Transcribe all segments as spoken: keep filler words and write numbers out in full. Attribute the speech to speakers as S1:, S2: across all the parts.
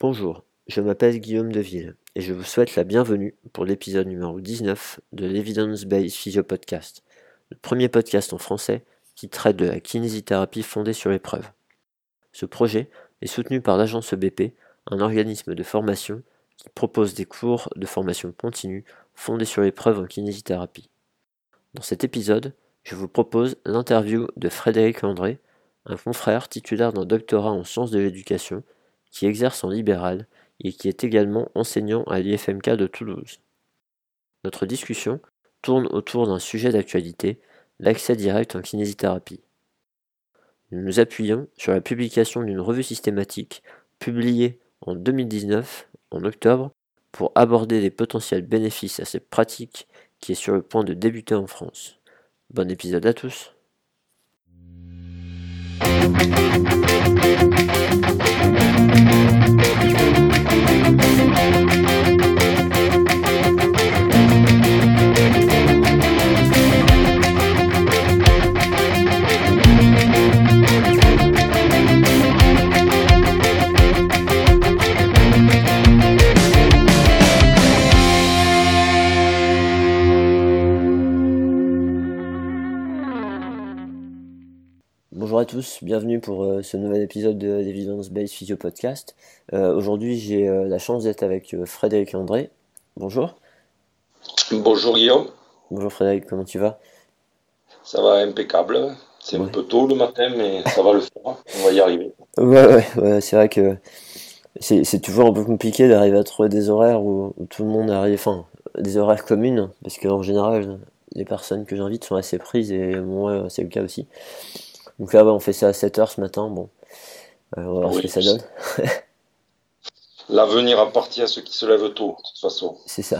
S1: Bonjour, je m'appelle Guillaume Deville et je vous souhaite la bienvenue pour l'épisode numéro dix-neuf de l'Evidence Based Physio Podcast, le premier podcast en français qui traite de la kinésithérapie fondée sur les preuves. Ce projet est soutenu par l'agence E B P, un organisme de formation qui propose des cours de formation continue fondés sur les preuves en kinésithérapie. Dans cet épisode, je vous propose l'interview de Frédéric André, un confrère titulaire d'un doctorat en sciences de l'éducation qui exerce en libéral et qui est également enseignant à l'I F M K de Toulouse. Notre discussion tourne autour d'un sujet d'actualité, l'accès direct en kinésithérapie. Nous nous appuyons sur la publication d'une revue systématique publiée en deux mille dix-neuf, en octobre, pour aborder les potentiels bénéfices à cette pratique qui est sur le point de débuter en France. Bon épisode à tous. Bonjour à tous, bienvenue pour euh, ce nouvel épisode de l'Evidence Based Physio Podcast. Euh, aujourd'hui, j'ai euh, la chance d'être avec euh, Frédéric André. Bonjour.
S2: Bonjour Guillaume.
S1: Bonjour Frédéric, comment tu vas?
S2: Ça va impeccable. C'est
S1: Ouais.
S2: un peu tôt le matin, mais ça va le faire. On va y arriver.
S1: Ouais, ouais, ouais, c'est vrai que c'est, c'est toujours un peu compliqué d'arriver à trouver des horaires où, où tout le monde arrive, enfin, des horaires communs, parce qu'en général, les personnes que j'invite sont assez prises et moi, c'est le cas aussi. Donc là, ouais, on fait ça à sept heures ce matin, bon, euh, on va voir ce
S2: Oui,
S1: que ça donne.
S2: l'avenir appartient à ceux qui se lèvent tôt, de toute façon.
S1: C'est ça.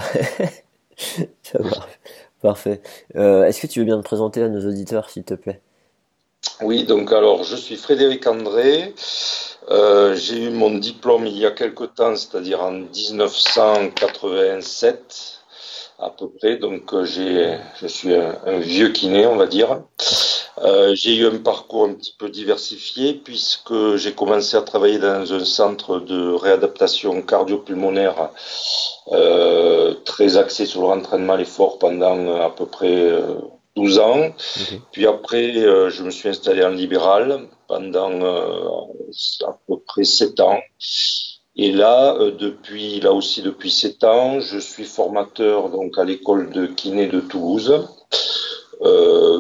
S1: Ça marche. Parfait. Euh, est-ce que tu veux bien te présenter à nos auditeurs, s'il te plaît?
S2: Oui, donc alors je suis Frédéric André. Euh, j'ai eu mon diplôme il y a quelque temps, c'est-à-dire en dix-neuf cent quatre-vingt-sept à peu près. Donc euh, j'ai, je suis un, un vieux kiné, on va dire. Euh, j'ai eu un parcours un petit peu diversifié puisque j'ai commencé à travailler dans un centre de réadaptation cardio-pulmonaire euh, très axé sur le rentraînement à l'effort pendant à peu près euh, douze ans.
S1: Ok.
S2: Puis après, euh, je me suis installé en libéral pendant euh, à peu près sept ans. Et là, euh, depuis, là aussi depuis sept ans, je suis formateur donc à l'école de kiné de Toulouse. Euh,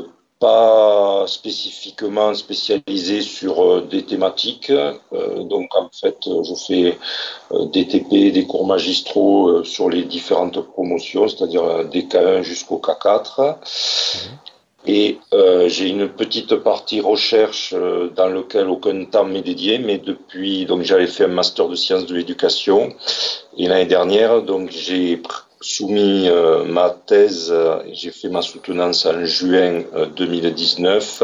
S2: pas spécifiquement spécialisé sur euh, des thématiques. Euh, donc en fait, je fais euh, des T P, des cours magistraux euh, sur les différentes promotions, c'est-à-dire euh, des K un jusqu'au K quatre.
S1: Mhm.
S2: Et euh, j'ai une petite partie recherche euh, dans laquelle aucun temps m'est dédié, mais depuis, donc j'avais fait un master de sciences de l'éducation. Et l'année dernière, donc j'ai soumis euh, ma thèse, euh, j'ai fait ma soutenance en juin euh, deux mille dix-neuf,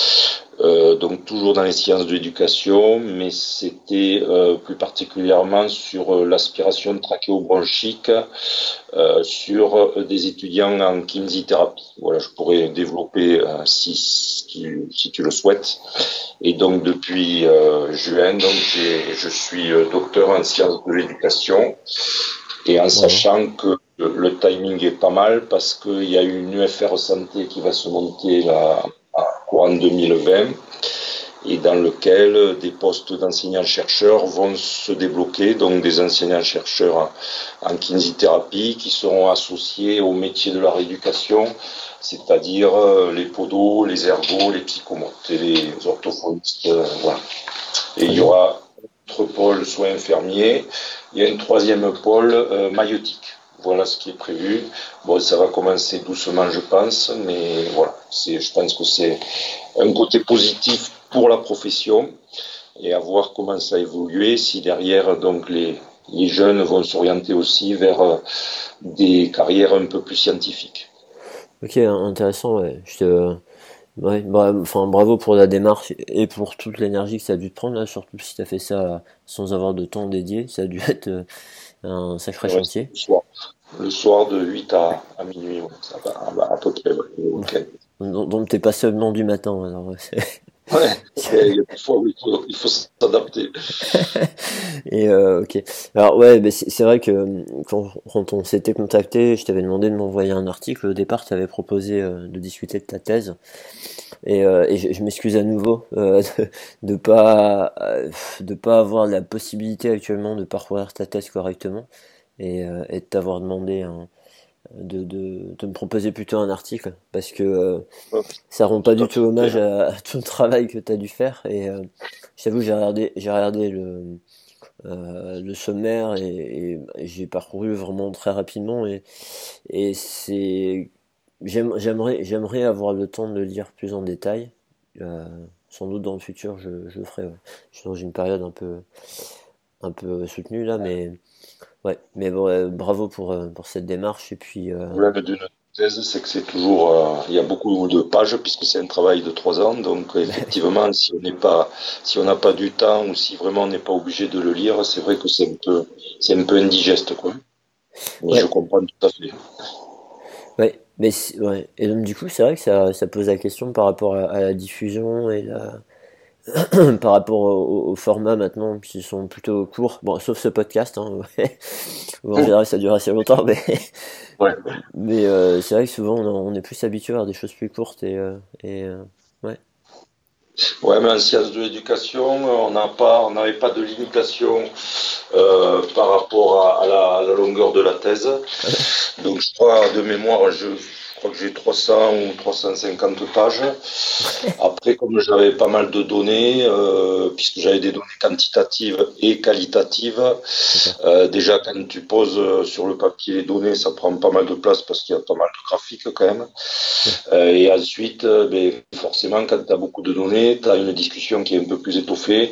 S2: euh, donc toujours dans les sciences de l'éducation, mais c'était euh, plus particulièrement sur euh, l'aspiration trachéobronchique euh, sur euh, des étudiants en kinésithérapie. Voilà, je pourrais développer euh, si, si, si tu le souhaites. Et donc depuis euh, juin, donc j'ai, je suis euh, docteur en sciences de l'éducation. Et en
S1: Ouais.
S2: sachant que le, le timing est pas mal parce qu'il y a une U F R santé qui va se monter là, à courant deux mille vingt et dans lequel des postes d'enseignants-chercheurs vont se débloquer, donc des enseignants-chercheurs en kinésithérapie qui seront associés au métier de la rééducation, c'est-à-dire les podos, les ergos, les psychomotes et les orthophonistes. Euh, voilà. Et il y aura autre pôle soins infirmiers, il y a une troisième pôle euh, maïeutique. Voilà ce qui est prévu. Bon, ça va commencer doucement, je pense, mais voilà, c'est, je pense que c'est un côté positif pour la profession et à voir comment ça évolue. Si derrière, donc les les jeunes vont s'orienter aussi vers euh, des carrières un peu plus scientifiques.
S1: Ok, intéressant, ouais. Je te... Ouais, bra- enfin, bravo pour la démarche et pour toute l'énergie que ça a dû te prendre, là, surtout si tu as fait ça sans avoir de temps dédié. Ça a dû être euh, un sacré
S2: Ouais,
S1: chantier.
S2: le soir. Le soir de huit à, à minuit, ouais, ça va, à peu près, ouais, le week-end.
S1: Donc, donc t'es pas seulement du matin, alors. Ouais, c'est-
S2: Ouais, ouais, il y a des fois où il faut, il faut s'adapter.
S1: Et euh, ok. Alors ouais, mais c'est c'est vrai que euh, quand, quand on s'était contacté, je t'avais demandé de m'envoyer un article. Au départ, tu avais proposé euh, de discuter de ta thèse. Et, euh, et je, je m'excuse à nouveau euh, de, de pas euh, de pas avoir la possibilité actuellement de parcourir ta thèse correctement et, euh, et de t'avoir demandé un, de, de, de me proposer plutôt un article parce que euh,
S2: Ouais,
S1: ça rend pas
S2: tout
S1: du
S2: à
S1: tout
S2: fait.
S1: hommage à, à tout le travail que tu as dû faire. Et euh, je t'avoue, j'ai regardé j'ai regardé le euh, le sommaire et, et j'ai parcouru vraiment très rapidement et, et c'est j'aime- j'aimerais j'aimerais avoir le temps de le lire plus en détail. Euh, sans doute dans le futur je, je le ferai. Ouais. Je suis dans une période un peu un peu soutenue là, mais ouais, mais bon, ouais, bravo pour euh, pour cette démarche et puis
S2: Le
S1: euh,
S2: problème d'une thèse, c'est que c'est toujours, euh, il y a beaucoup de pages puisque c'est un travail de trois ans. Donc effectivement, si on n'est pas, si on n'a pas du temps ou si vraiment on n'est pas obligé de le lire, c'est vrai que c'est un peu, c'est un peu indigeste, quoi. Mais je
S1: ouais,
S2: comprends tout à fait.
S1: ouais, mais c'est- ouais. Et donc du coup, c'est vrai que ça ça pose la question par rapport à, à la diffusion et la par rapport au, au format maintenant qui sont plutôt courts. Bon, sauf ce podcast, hein, ouais. Où en général ça dure assez longtemps, mais
S2: Ouais.
S1: mais euh, c'est vrai que souvent on, on est plus habitué à avoir des choses plus courtes et euh, et euh, ouais.
S2: Ouais, mais en sciences de l'éducation, on n'a pas, on n'avait pas de limitation euh, par rapport à, à la, à la longueur de la thèse.
S1: Ah ouais.
S2: Donc, je crois, de mémoire, je, je crois que j'ai trois cents ou trois cent cinquante pages. Après, comme j'avais pas mal de données, euh, puisque j'avais des données quantitatives et qualitatives,
S1: D'accord.
S2: euh, déjà quand tu poses euh, sur le papier les données, ça prend pas mal de place parce qu'il y a pas mal de graphiques quand même.
S1: Ouais.
S2: Euh, et ensuite, euh, ben, forcément, quand tu as beaucoup de données, tu as une discussion qui est un peu plus étoffée.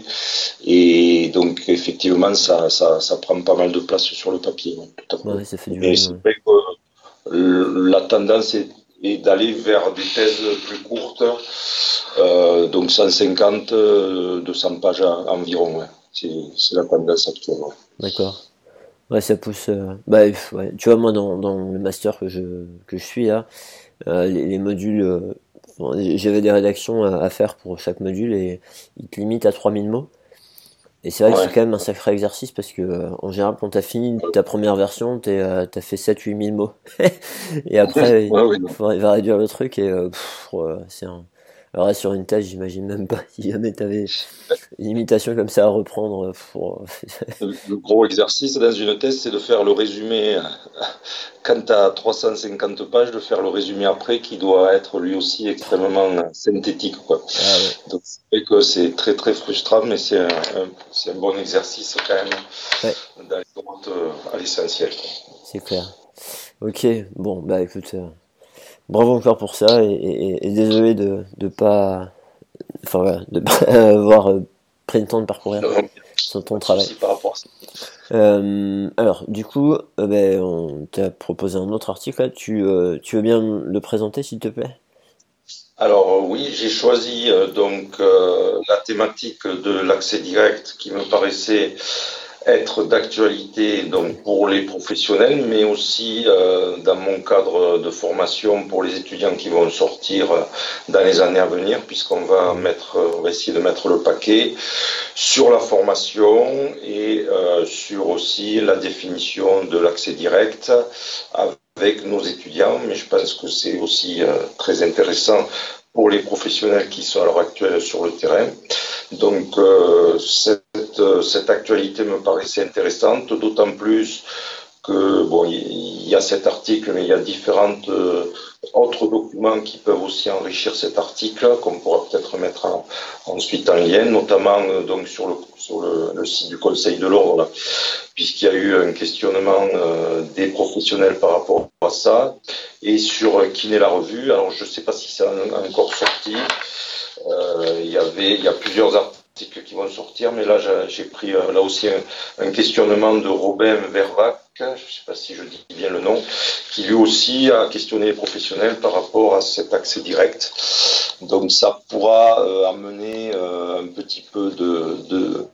S2: Et donc, effectivement, ça, ça, ça prend pas mal de place sur le papier. Ouais, tout à fait.
S1: Ouais, ça fait du
S2: Mais c'est
S1: volume.
S2: vrai que euh, la tendance est, est d'aller vers des thèses plus courtes, euh, donc cent cinquante, euh, deux cents pages environ. Ouais. C'est, c'est la tendance actuelle. Ouais.
S1: D'accord. Ouais, ça pousse. Euh, bah, ouais. Tu vois, moi, dans, dans le master que je que je suis là, euh, les, les modules, euh, bon, j'avais des rédactions à, à faire pour chaque module et ils te limitent à trois mille mots. Et c'est vrai que c'est
S2: Ouais.
S1: quand même un sacré exercice parce que euh, en général, quand t'as fini ta première version, t'es, euh, t'as fait sept huit mille mots. Et après, il
S2: Ouais, oui, non.
S1: faut, il va réduire le truc et euh, pff, ouais, c'est un. Alors là, sur une tâche, j'imagine même pas si jamais t'avais une imitation comme ça à reprendre. Pff, ouais.
S2: Le, le gros exercice dans une thèse, c'est de faire le résumé quand tu as trois cent cinquante pages, de faire le résumé après qui doit être lui aussi extrêmement synthétique, quoi.
S1: Ah ouais,
S2: Donc c'est vrai que c'est très très frustrant, mais c'est un, un- c'est un bon exercice quand même
S1: ouais,
S2: d'aller droit euh, à l'essentiel, quoi.
S1: c'est clair. Ok, bon, bah écoute, euh, bravo encore pour ça et, et- et désolé de de pas, enfin voilà, de pas avoir euh, pris le temps de parcourir
S2: Donc,
S1: son
S2: pas
S1: ton
S2: de
S1: travail.
S2: souci par rapport à ça.
S1: Euh, alors, du coup, euh, ben, on t'a proposé un autre article là. Tu, euh, tu veux bien le présenter, s'il te plaît?
S2: Alors euh, oui, j'ai choisi euh, donc euh, la thématique de l'accès direct qui me paraissait être d'actualité donc pour les professionnels, mais aussi euh, dans mon cadre de formation pour les étudiants qui vont sortir euh, dans les années à venir, puisqu'on va
S1: Mhm.
S2: mettre, euh, on va essayer de mettre le paquet sur la formation et euh, sur aussi la définition de l'accès direct avec nos étudiants. Mais je pense que c'est aussi euh, très intéressant pour les professionnels qui sont à l'heure actuelle sur le terrain. Donc euh, cette, euh, cette actualité me paraissait intéressante, d'autant plus que bon, il y a cet article, mais il y a différentes euh, autres documents qui peuvent aussi enrichir cet article, qu'on pourra peut-être mettre en, ensuite en lien, notamment euh, donc sur le sur le, le site du Conseil de l'ordre, puisqu'il y a eu un questionnement euh, des professionnels par rapport à ça, et sur euh, Kiné la revue. Alors je ne sais pas si c'est encore sorti. Euh, il y avait, il y a plusieurs articles qui vont sortir, mais là j'ai pris euh, là aussi un, un questionnement de Robin Vervac, je ne sais pas si je dis bien le nom, qui lui aussi a questionné les professionnels par rapport à cet accès direct. Donc ça pourra euh, amener euh, un petit peu de, de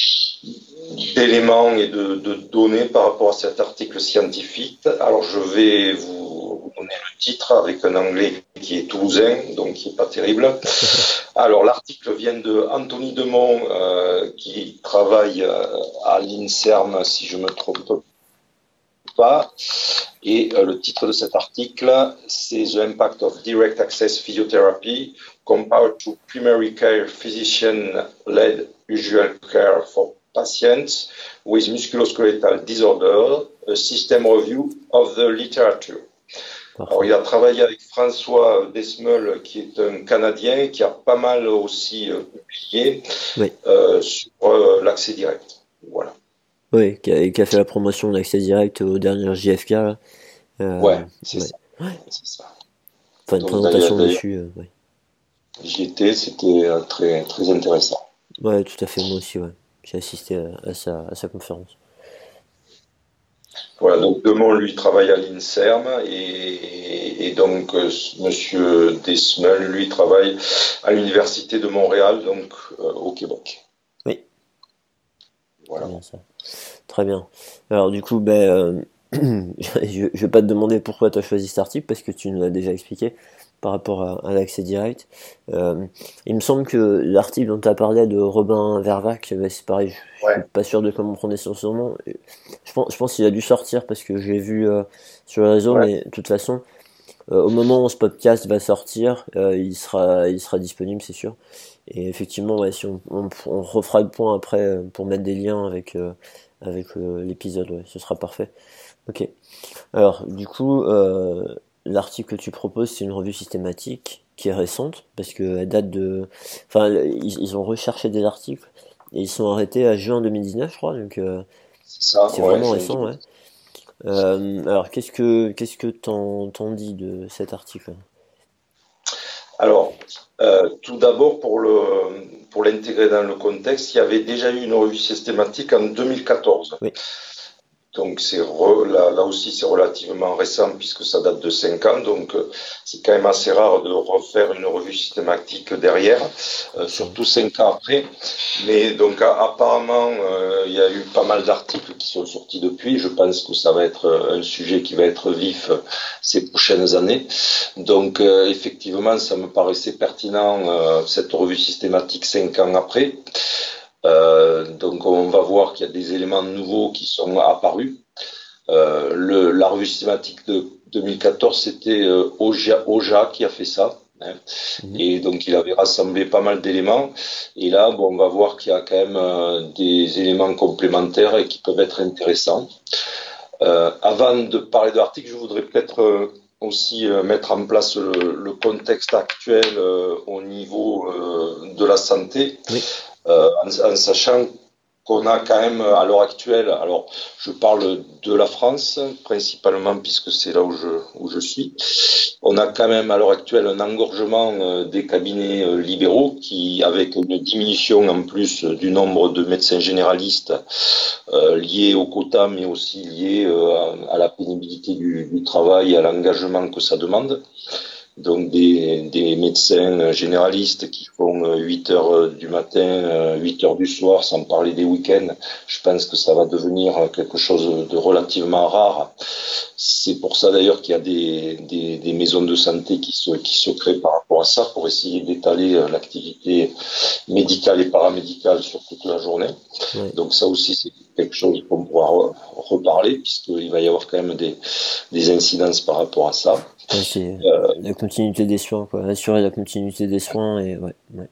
S2: d'éléments et de, de données par rapport à cet article scientifique. Alors je vais vous, vous donner titre avec un anglais qui est toulousain, donc qui est pas terrible. Alors l'article vient de Anthony Demont, euh, qui travaille euh, à l'INSERM, si je me trompe pas. Et euh, le titre de cet article, c'est The Impact of Direct Access Physiotherapy compared to Primary Care Physician-Led Usual Care for Patients with Musculoskeletal Disorder, a System Review of the Literature. Alors, il a travaillé avec François Desmeul, qui est un Canadien, qui a pas mal aussi euh, publié oui. euh, sur euh, l'accès direct. Voilà.
S1: Oui, qui a, qui a fait la promotion de l'accès direct au dernier J F K. Là.
S2: Euh, ouais, c'est, ouais. Ça. Ouais. c'est ça.
S1: Enfin, une Donc, présentation dessus. Euh, ouais.
S2: J'y étais, c'était euh, très, très intéressant.
S1: Ouais, tout à fait, moi aussi, ouais. J'ai assisté à, à, sa, à sa conférence.
S2: Voilà, donc Demont, lui, travaille à l'INSERM et, et donc euh, Monsieur Desmeul, lui, travaille à l'Université de Montréal, donc euh, au Québec.
S1: Oui. Voilà. Très bien, ça. Très bien. Alors, du coup, ben, euh, je ne vais pas te demander pourquoi tu as choisi cet article, parce que tu nous l'as déjà expliqué par rapport à, à l'accès direct. Euh, il me semble que l'article dont tu as parlé de Robin Vervac, ben, c'est pareil, je ne ouais. suis pas sûr de comment prononcer son nom. Je pense, je pense qu'il a dû sortir parce que je l'ai vu euh, sur le réseau, ouais. mais de toute façon, euh, au moment où ce podcast va sortir, euh, il sera, il sera disponible, c'est sûr. Et effectivement, ouais, si on, on, on refera le point après euh, pour mettre des liens avec, euh, avec euh, l'épisode, ouais, ce sera parfait. Ok. Alors, du coup, euh, l'article que tu proposes, c'est une revue systématique qui est récente, parce qu'elle date de... Enfin, ils, ils ont recherché des articles, et ils sont arrêtés à juin deux mille dix-neuf, je crois, donc euh, c'est, ça, c'est ouais, vraiment récent, ouais. Euh, alors, qu'est-ce que qu'est-ce que t'en, t'en dis de cet article ?
S2: Alors, euh, tout d'abord, pour, le, pour l'intégrer dans le contexte, il y avait déjà eu une revue systématique en deux mille quatorze. Oui. Donc c'est re, là, là aussi c'est relativement récent puisque ça date de cinq ans, donc euh, c'est quand même assez rare de refaire une revue systématique derrière, euh, surtout cinq ans après. Mais donc à, apparemment euh, il y a eu pas mal d'articles qui sont sortis depuis. Je pense que ça va être un sujet qui va être vif ces prochaines années. Donc euh, effectivement ça me paraissait pertinent euh, cette revue systématique cinq ans après. Euh, donc on va voir qu'il y a des éléments nouveaux qui sont apparus. Euh, le, la revue systématique de deux mille quatorze, c'était euh, Oja, Oja qui a fait ça. Hein. Mmh. Et donc il avait rassemblé pas mal d'éléments. Et là, bon, on va voir qu'il y a quand même euh, des éléments complémentaires et qui peuvent être intéressants. Euh, avant de parler de l'article, je voudrais peut-être euh, aussi euh, mettre en place le, le contexte actuel euh, au niveau euh, de la santé. Oui. Euh, en, en sachant qu'on a quand même à l'heure actuelle, alors je parle de la France principalement puisque c'est là où je, où je suis, on a quand même à l'heure actuelle un engorgement euh, des cabinets euh, libéraux qui, avec une diminution en plus du nombre de médecins généralistes euh, liés au quota mais aussi liés euh, à, à la pénibilité du, du travail et à l'engagement que ça demande. Donc des, des médecins généralistes qui font huit heures du matin, huit heures du soir, sans parler des week-ends. Je pense que ça va devenir quelque chose de relativement rare. C'est pour ça d'ailleurs qu'il y a des, des, des maisons de santé qui se, qui se créent par rapport à ça, pour essayer d'étaler l'activité médicale et paramédicale sur toute la journée. Ouais. Donc ça aussi, c'est quelque chose qu'on pourra reparler, puisqu'il va y avoir quand même des, des incidences par rapport à ça.
S1: Ouais, c'est euh, la continuité des soins, quoi. Assurer la continuité des soins et ouais, ouais.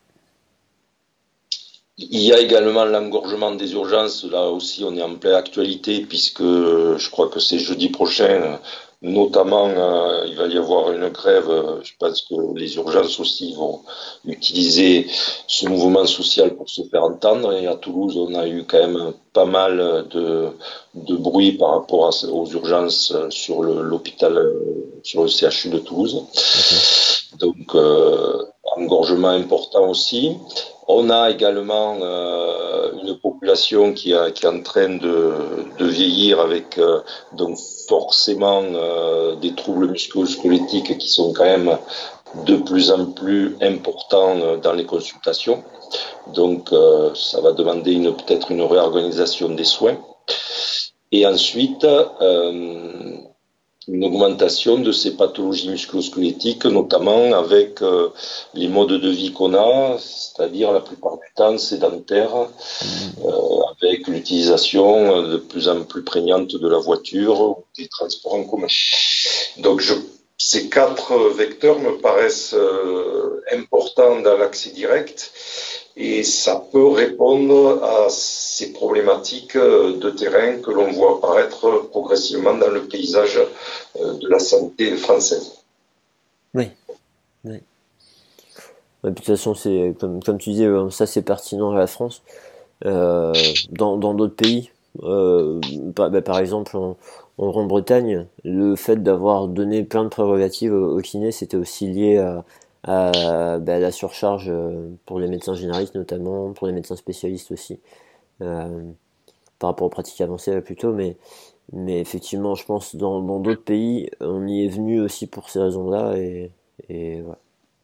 S2: Il y a également l'engorgement des urgences. Là aussi, on est en pleine actualité puisque je crois que c'est jeudi prochain. Notamment, euh, il va y avoir une grève. Je pense que les urgences aussi vont utiliser ce mouvement social pour se faire entendre. Et à Toulouse, on a eu quand même pas mal de, de bruit par rapport à, aux urgences sur le, l'hôpital, sur le C H U de Toulouse. Okay. Donc, euh, engorgement important aussi. On a également euh, une population qui, a, qui est en train de, de vieillir avec euh, donc forcément euh, des troubles musculo-squelettiques qui sont quand même de plus en plus importants dans les consultations. Donc euh, ça va demander une, peut-être une réorganisation des soins. Et ensuite, euh, une augmentation de ces pathologies musculo-squelettiques, notamment avec euh, les modes de vie qu'on a, c'est-à-dire la plupart du temps sédentaire, euh, avec l'utilisation de plus en plus prégnante de la voiture ou des transports en commun. Donc je, ces quatre vecteurs me paraissent euh, importants dans l'accès direct et ça peut répondre à ces problématiques de terrain que l'on voit apparaître progressivement dans le paysage de la santé française.
S1: Oui, oui. De toute façon, c'est comme, comme tu disais, ça c'est pertinent à la France. Euh, dans dans d'autres pays, euh, par, bah, par exemple en, en Grande-Bretagne, le fait d'avoir donné plein de prérogatives aux, aux kinés, c'était aussi lié à, à bah, la surcharge pour les médecins généralistes notamment, pour les médecins spécialistes aussi, euh, par rapport aux pratiques avancées là, plutôt, mais mais effectivement, je pense dans dans d'autres pays, on y est venu aussi pour ces raisons-là et et voilà.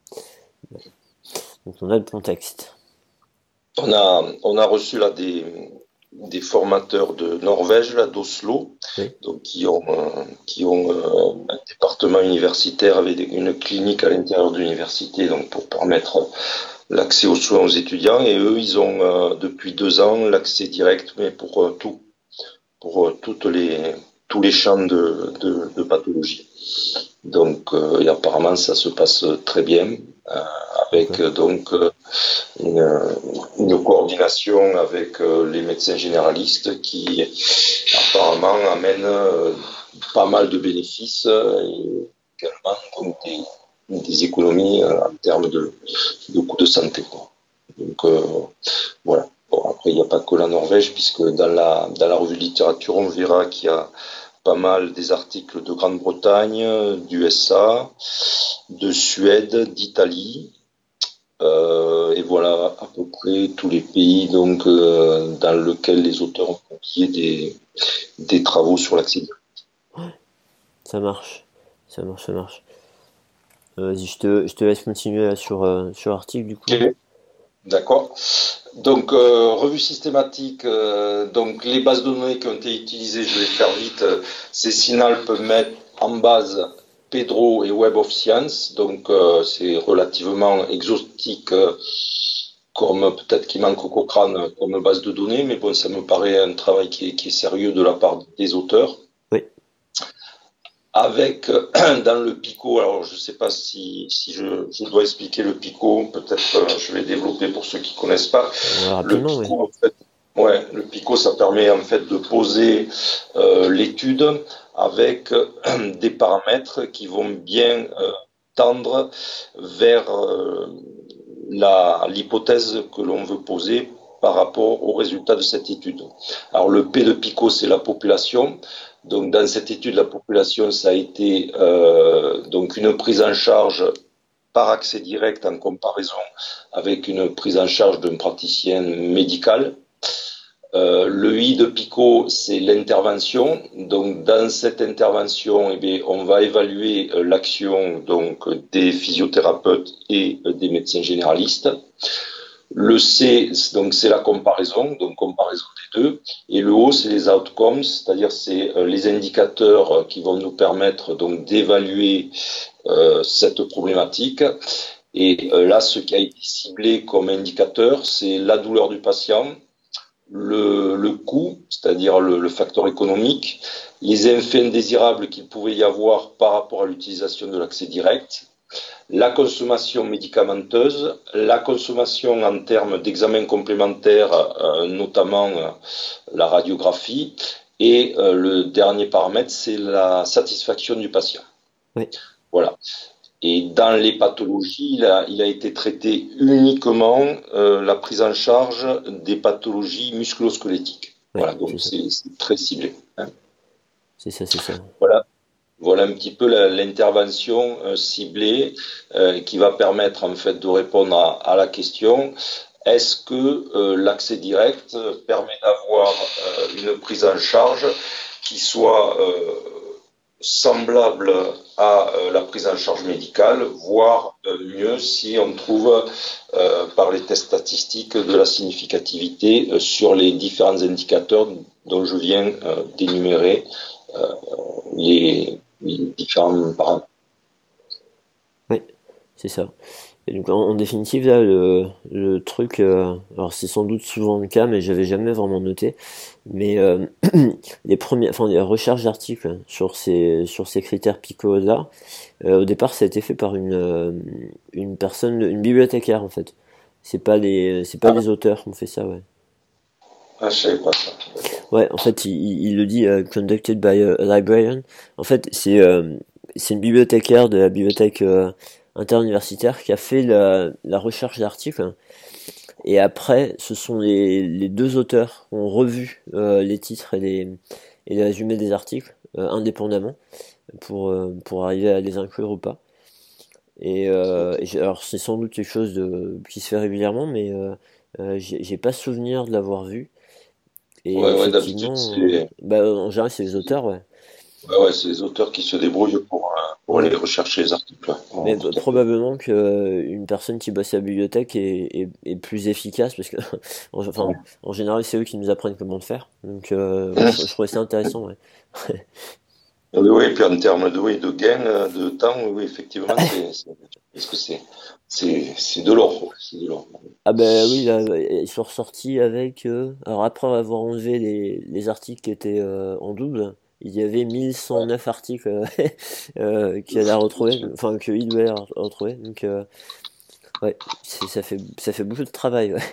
S1: Donc on a le contexte.
S2: On a, on a reçu là des, des formateurs de Norvège, là, d'Oslo,
S1: Oui.
S2: donc qui ont, euh, qui ont euh, un département universitaire avec une clinique à l'intérieur de l'université, donc pour permettre l'accès aux soins aux étudiants. Et eux, ils ont euh, depuis deux ans l'accès direct, mais pour euh, tout, pour euh, toutes les, tous les champs de, de, de pathologie. Donc, euh, et apparemment, ça se passe très bien, euh, avec euh, donc euh, une, une coordination avec euh, les médecins généralistes qui apparemment amènent euh, pas mal de bénéfices euh, et également donc, des, des économies euh, en termes de, de coûts de santé, quoi. Donc euh, voilà. Bon, après, il n'y a pas que la Norvège, puisque dans la, dans la revue de littérature, on verra qu'il y a pas mal des articles de Grande-Bretagne, d'U S A, de Suède, d'Italie. Euh, et voilà à peu près tous les pays donc euh, dans lesquels les auteurs ont confié des, des travaux sur l'accès direct.
S1: Ça marche, ça marche, ça marche. Euh, vas-y, je te, je te laisse continuer là, sur, euh, sur l'article du coup.
S2: Ok, d'accord. Donc, euh, revue systématique, euh, donc les bases de données qui ont été utilisées, je vais faire vite, euh, c'est Synal peut mettre en base Pedro et Web of Science, donc euh, c'est relativement exotique, euh, comme peut-être qu'il manque au Cochrane comme base de données, mais bon, ça me paraît un travail qui est, qui est sérieux de la part des auteurs.
S1: Oui.
S2: Avec dans le Pico, alors je ne sais pas si, si je, je dois expliquer le Pico, peut-être euh, je vais développer pour ceux qui connaissent pas.
S1: Euh,
S2: Le
S1: rapidement, oui.
S2: Pico, en fait, ouais, le Pico, ça permet en fait de poser euh, l'étude avec euh, des paramètres qui vont bien euh, tendre vers euh, la l'hypothèse que l'on veut poser par rapport aux résultats de cette étude. Alors le P de Pico, c'est la population. Donc dans cette étude, la population, ça a été euh, donc une prise en charge par accès direct en comparaison avec une prise en charge d'un praticien médical. Euh, le I de Pico, c'est l'intervention. Donc dans cette intervention, eh bien, on va évaluer euh, l'action donc des physiothérapeutes et euh, des médecins généralistes. Le C, donc c'est la comparaison, donc comparaison des deux, et le O, c'est les outcomes, c'est-à-dire c'est euh, les indicateurs euh, qui vont nous permettre donc d'évaluer euh, cette problématique. Et euh, là, ce qui a été ciblé comme indicateur, c'est la douleur du patient, le, le coût, c'est-à-dire le, le facteur économique, les effets indésirables qu'il pouvait y avoir par rapport à l'utilisation de l'accès direct, la consommation médicamenteuse, la consommation en termes d'examens complémentaires, euh, notamment euh, la radiographie, et euh, le dernier paramètre, c'est la satisfaction du patient.
S1: Oui.
S2: Voilà. Et dans les pathologies, il a, il a été traité uniquement euh, la prise en charge des pathologies musculo-squelettiques.
S1: Oui,
S2: Voilà, donc
S1: c'est
S2: c'est, c'est très ciblé. Hein.
S1: C'est ça, c'est ça.
S2: Voilà. Voilà un petit peu la, l'intervention euh, ciblée euh, qui va permettre en fait de répondre à, à la question est-ce que euh, l'accès direct permet d'avoir euh, une prise en charge qui soit euh, semblable à euh, la prise en charge médicale, voire euh, mieux si on trouve euh, par les tests statistiques de la significativité euh, sur les différents indicateurs dont je viens euh, d'énumérer euh, les différents paramètres.
S1: Oui, c'est ça. Et donc en, en définitive là le, le truc, euh, alors c'est sans doute souvent le cas, mais j'avais jamais vraiment noté. Mais euh, les premiers, enfin les recherches d'articles sur ces sur ces critères Pico là, euh, au départ ça a été fait par une euh, une personne, une bibliothécaire en fait. C'est pas les c'est pas
S2: Ah,
S1: les auteurs qui ont fait ça, ouais.
S2: ah, je savais pas ça. D'accord.
S1: Ouais, en fait, il, il il le dit, euh, conducted by a librarian. En fait, c'est euh, c'est une bibliothécaire de la bibliothèque euh, interuniversitaire qui a fait la, la recherche d'articles. Et après, ce sont les, les deux auteurs qui ont revu euh, les titres et les, et les résumés des articles euh, indépendamment pour, euh, pour arriver à les inclure ou pas. Et, euh,
S2: Ok.
S1: et j'ai- alors, c'est sans doute quelque chose de, qui se fait régulièrement, mais euh, euh, j'ai j'ai pas souvenir de l'avoir vu. Et
S2: Ouais, ouais, d'habitude,
S1: effectivement, euh,
S2: c'est
S1: bah, en général, c'est les auteurs, ouais.
S2: ouais, ouais, c'est les auteurs qui se débrouillent pour, euh, pour
S1: Ouais.
S2: aller rechercher les articles. Ouais,
S1: Mais
S2: tout
S1: bah,
S2: à fait.
S1: probablement que euh, une personne qui bosse à la bibliothèque est, est, est plus efficace parce que, en- enfin, en général, c'est eux qui nous apprennent comment le faire. Donc, euh, ouais, je, je trouvais ça intéressant, ouais.
S2: Oui, oui, et puis en termes de, oui, de gain euh, de temps, oui, oui, effectivement, c'est, c'est, parce que c'est, c'est, c'est de l'or, ouais, c'est de l'or.
S1: Ah ben oui, là, ils sont ressortis avec... euh, alors après avoir enlevé les, les articles qui étaient euh, en double, il y avait mille cent neuf articles euh, euh, qu'il allait retrouver, enfin qu'il devait retrouver. Donc, euh, ouais, c'est, ça fait, ça fait beaucoup de travail, ouais.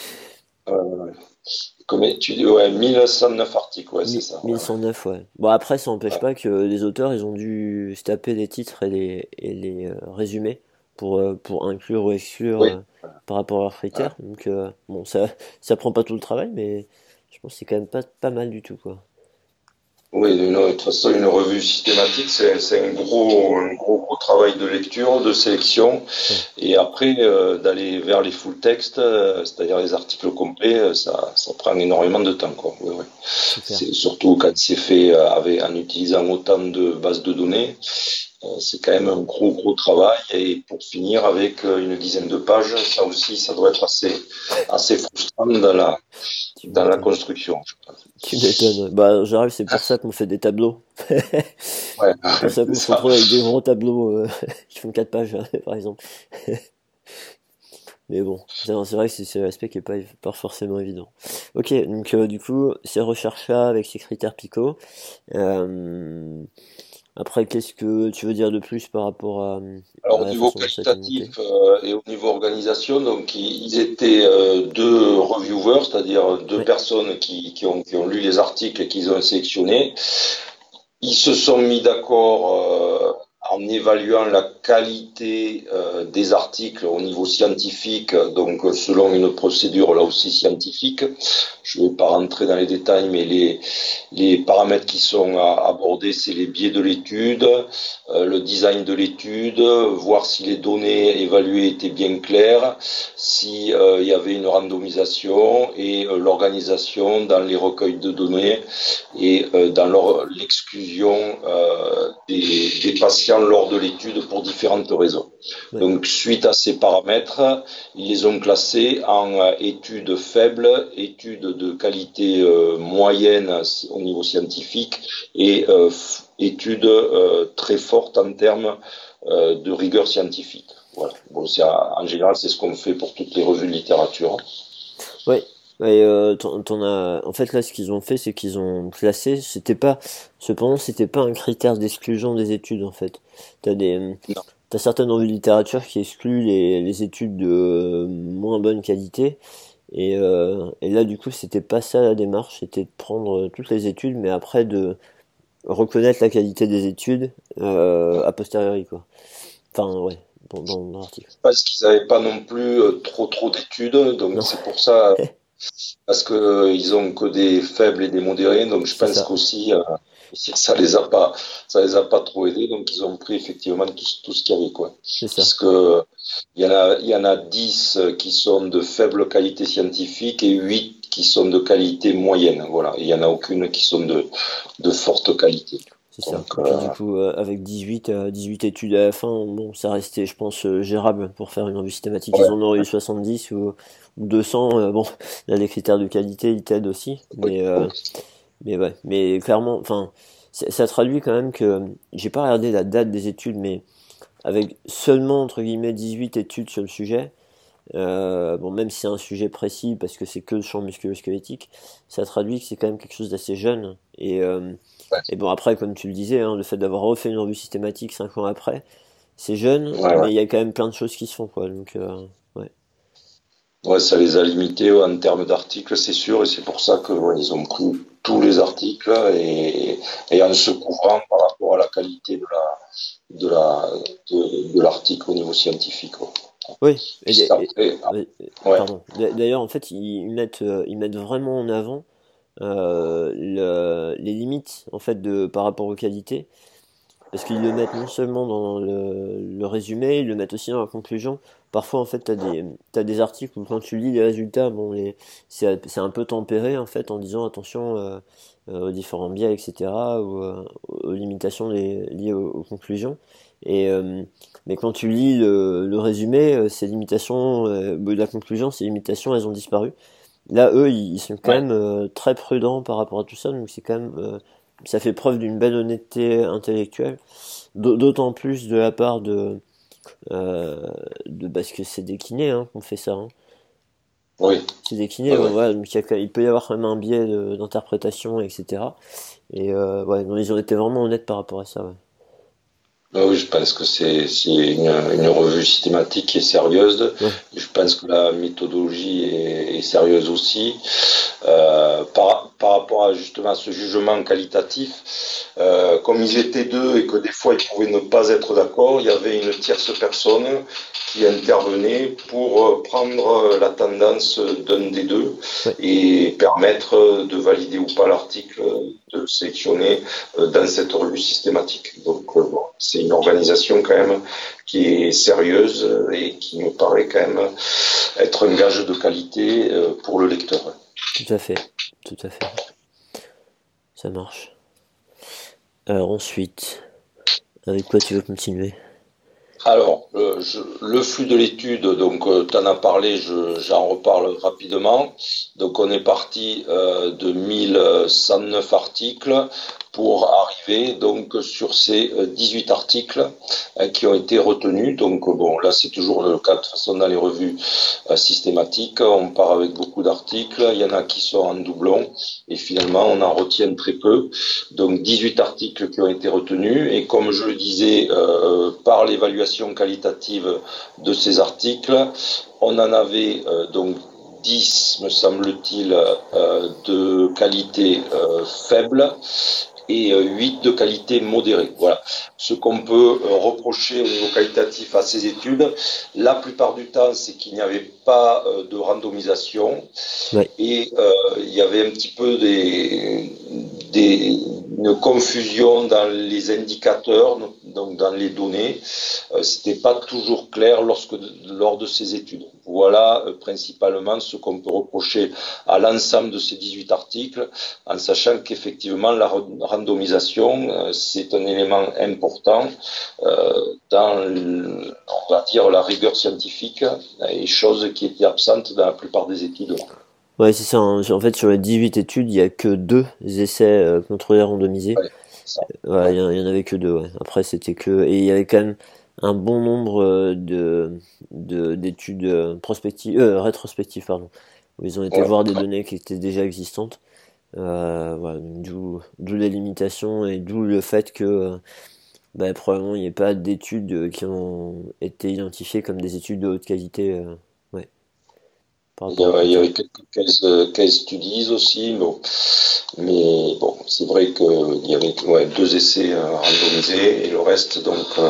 S2: Euh, comme tu dis, ouais, mille cent neuf articles, ouais, c'est
S1: Mi-
S2: ça. Ouais,
S1: mille cent neuf, ouais. Bon, après, ça n'empêche
S2: ouais.
S1: pas que les auteurs, ils ont dû se taper les titres et les, et les euh, résumés pour, euh, pour inclure ou exclure
S2: Oui,
S1: euh, par rapport à leurs
S2: ouais.
S1: critères. Donc, euh, bon, ça, ça prend pas tout le travail, mais je pense que c'est quand même pas, pas mal du tout, quoi.
S2: Oui, une- de toute façon, une revue systématique, c'est, c'est un gros, un gros, gros travail de lecture, de sélection,
S1: Ouais,
S2: et après, euh, d'aller vers les full textes, euh, c'est-à-dire les articles complets, euh, ça, ça prend énormément de temps, quoi. Oui, oui.
S1: c'est clair.
S2: C'est surtout quand c'est fait euh, avec, en utilisant autant de bases de données. Euh, c'est quand même un gros, gros travail. Et pour finir avec euh, une dizaine de pages, ça aussi, ça doit être assez, assez frustrant dans la,
S1: Tu
S2: dans la
S1: m'étonnes.
S2: construction, je
S1: Tu m'étonnes, ouais. Bah, en général, c'est pour ça qu'on fait des tableaux.
S2: pense. Ouais,
S1: C'est pour ça
S2: c'est
S1: qu'on se
S2: ça.
S1: retrouve avec des gros tableaux euh, qui font quatre pages, hein, par exemple. Mais bon, c'est c'est vrai que c'est c'est l'aspect qui est pas, pas forcément évident. Ok, donc euh, du coup, ces recherches-là avec ces critères Pico. Euh, après, qu'est-ce que tu veux dire de plus par rapport à,
S2: Alors
S1: à
S2: au
S1: la
S2: niveau
S1: façon dont ça a été monté?
S2: qualitatif euh, et au niveau organisation, donc ils, ils étaient euh, deux reviewers, c'est-à-dire deux
S1: Ouais,
S2: personnes qui, qui ont, qui ont lu les articles et qu'ils ont sélectionnés. Ils se sont mis d'accord euh, en évaluant la qualité euh, des articles au niveau scientifique, donc selon une procédure là aussi scientifique. Je ne vais pas rentrer dans les détails, mais les, les paramètres qui sont abordés, c'est les biais de l'étude, euh, le design de l'étude, voir si les données évaluées étaient bien claires, si euh, il y avait une randomisation et euh, l'organisation dans les recueils de données et euh, dans leur, l'exclusion euh, des, des patients lors de l'étude pour différentes raisons.
S1: ouais,
S2: Donc, suite à ces paramètres, ils les ont classés en euh, études faibles, études de qualité euh, moyenne au niveau scientifique et euh, études euh, très fortes en termes euh, de rigueur scientifique. Voilà. Bon, c'est, en général, c'est ce qu'on fait pour toutes les revues de littérature.
S1: ouais. Ouais, euh, t'en, t'en as... En fait, là, ce qu'ils ont fait, c'est qu'ils ont classé. C'était pas, cependant, c'était pas un critère d'exclusion des études, en fait. T'as des,
S2: Non.
S1: t'as certaines revues de littérature qui excluent les, les études de euh, moins bonne qualité. Et, euh, et là, du coup, c'était pas ça la démarche, c'était de prendre toutes les études, mais après de reconnaître la qualité des études euh, a posteriori, quoi. Enfin, ouais, dans, dans, dans l'article.
S2: Parce qu'ils n'avaient pas non plus euh, trop trop d'études, donc
S1: Non,
S2: c'est pour ça, parce que euh, ils ont que des faibles et des modérés, donc je
S1: c'est
S2: pense
S1: ça,
S2: qu'aussi euh, aussi, ça les a pas, ça les a pas trop aidés, donc ils ont pris effectivement tout, ce- tout ce qu'il y avait quoi.
S1: c'est ça.
S2: Puisque euh, il y en a, il y en a dix euh, qui sont de faible qualité scientifique et huit qui sont de qualité moyenne, voilà. Il y en a aucune qui sont de de forte qualité.
S1: C'est ça.
S2: Donc
S1: Et puis
S2: euh,
S1: du coup, euh, avec dix-huit, euh, dix-huit études à la fin, bon, ça restait, je pense, euh, gérable pour faire une revue systématique. Ils
S2: ouais,
S1: en auraient eu soixante-dix ou, ou deux cents. Euh, bon, là, les critères de qualité, ils t'aident aussi.
S2: oui,
S1: Mais,
S2: oui.
S1: euh, mais ouais. Mais clairement, enfin, ça, ça traduit quand même que, j'ai pas regardé la date des études, mais avec seulement entre guillemets dix-huit études sur le sujet, euh, bon, même si c'est un sujet précis parce que c'est que le champ musculo-squelettique, ça traduit que c'est quand même quelque chose d'assez jeune. Et, euh,
S2: Ouais,
S1: et bon, après, comme tu le disais, hein, le fait d'avoir refait une revue systématique cinq ans après, c'est jeune,
S2: ouais, ouais.
S1: mais il y a quand même plein de choses qui se font, quoi. Donc, euh, ouais.
S2: Ouais, ça les a limités ouais, en termes d'articles, c'est sûr, et c'est pour ça que ouais, ils ont pris tous les articles et, et en se couvrant par rapport à la qualité de la de la de, de l'article au niveau scientifique. Quoi.
S1: Oui, et, et-
S2: Puisqu'après,
S1: et-
S2: ouais,
S1: pardon. D'a- D'ailleurs, en fait, ils ils mettent, euh, ils mettent vraiment en avant euh, le- les limites en fait de par rapport aux qualités. Parce qu'ils le mettent non seulement dans le, le résumé, ils le mettent aussi dans la conclusion. Parfois, en fait, t'as des, t'as des articles où quand tu lis les résultats, bon, les, c'est, c'est un peu tempéré, en fait, en disant attention euh, euh, aux différents biais, et cetera, ou euh, aux limitations des- liées aux, aux conclusions. Et, euh, mais quand tu lis le, le résumé, euh, ces limitations, euh, de la conclusion, ces limitations, elles ont disparu. Là, eux, ils sont quand
S2: ouais,
S1: même euh, très prudents par rapport à tout ça, donc c'est quand même, euh, ça fait preuve d'une belle honnêteté intellectuelle. D'autant plus de la part de, euh, de parce que c'est des kinés hein, qu'on fait ça. Hein.
S2: oui,
S1: C'est des kinés,
S2: ouais,
S1: bon,
S2: ouais.
S1: voilà, donc il, y a, il peut y avoir quand même un biais de- d'interprétation, et cetera. Et euh, ouais, non, ils ont été vraiment honnêtes par rapport à ça. Ouais.
S2: Ah oui, je pense que c'est c'est une, une revue systématique et sérieuse.
S1: Ouais,
S2: Je pense que la méthodologie est, est sérieuse aussi. Euh, par, par rapport à justement à ce jugement qualitatif, euh, comme ils étaient deux et que des fois ils pouvaient ne pas être d'accord, il y avait une tierce personne qui intervenait pour euh, prendre la tendance d'un des deux
S1: ouais,
S2: et permettre de valider ou pas l'article, de le sélectionner euh, dans cette revue systématique. Donc euh, bon, c'est une organisation quand même qui est sérieuse et qui me paraît quand même être un gage de qualité euh, pour le lecteur.
S1: tout à fait, tout à fait. Ça marche. Alors ensuite, avec quoi tu veux continuer?
S2: Alors, le, je- le flux de l'étude, donc tu en as parlé, je- j'en reparle rapidement. Donc on est parti euh, de mille cent neuf articles pour arriver donc sur ces euh, dix-huit articles euh, qui ont été retenus. Donc bon, là c'est toujours le cas de toute façon dans les revues euh, systématiques. On part avec beaucoup d'articles, il y en a qui sont en doublon et finalement on en retient très peu. Donc dix-huit articles qui ont été retenus et comme je le disais, euh, par l'évaluation qualitative de ces articles, on en avait euh, donc dix, me semble-t-il, euh, de qualité euh, faible et euh, huit de qualité modérée. Voilà. Ce qu'on peut euh, reprocher au niveau qualitatif à ces études, la plupart du temps, c'est qu'il n'y avait pas euh, de randomisation
S1: Ouais,
S2: et euh, il y avait un petit peu des, des, une confusion dans les indicateurs, donc dans les données. Euh, C'était pas toujours clair lorsque, lors de ces études. Voilà euh, principalement ce qu'on peut reprocher à l'ensemble de ces dix-huit articles, en sachant qu'effectivement la randomisation, euh, c'est un élément important euh, dans, le, on va dire, la rigueur scientifique, et chose qui était absente dans la plupart des études.
S1: ouais, c'est ça. Hein. En fait, sur les dix-huit études, il y a que deux essais euh, contrôlés randomisés.
S2: Ouais, c'est ça.
S1: Ouais,
S2: Ouais.
S1: il y, en il y en avait que deux, ouais. Après, c'était que... Et il y avait quand même un bon nombre euh, de, de, d'études euh, prospectives, euh, rétrospectives, pardon, où ils ont été
S2: Ouais.
S1: voir des données qui étaient déjà existantes. Euh, voilà, donc d'où, d'où les limitations et d'où le fait que euh, bah, probablement il n'y ait pas d'études euh, qui ont été identifiées comme des études de haute qualité euh, ouais, par
S2: Il y
S1: rapport aux
S2: avait, il y
S1: critères.
S2: avait quelques case, euh, case studies aussi, bon. Mais bon, c'est vrai qu'il y avait ouais, deux essais euh, randomisés et le reste, donc, euh,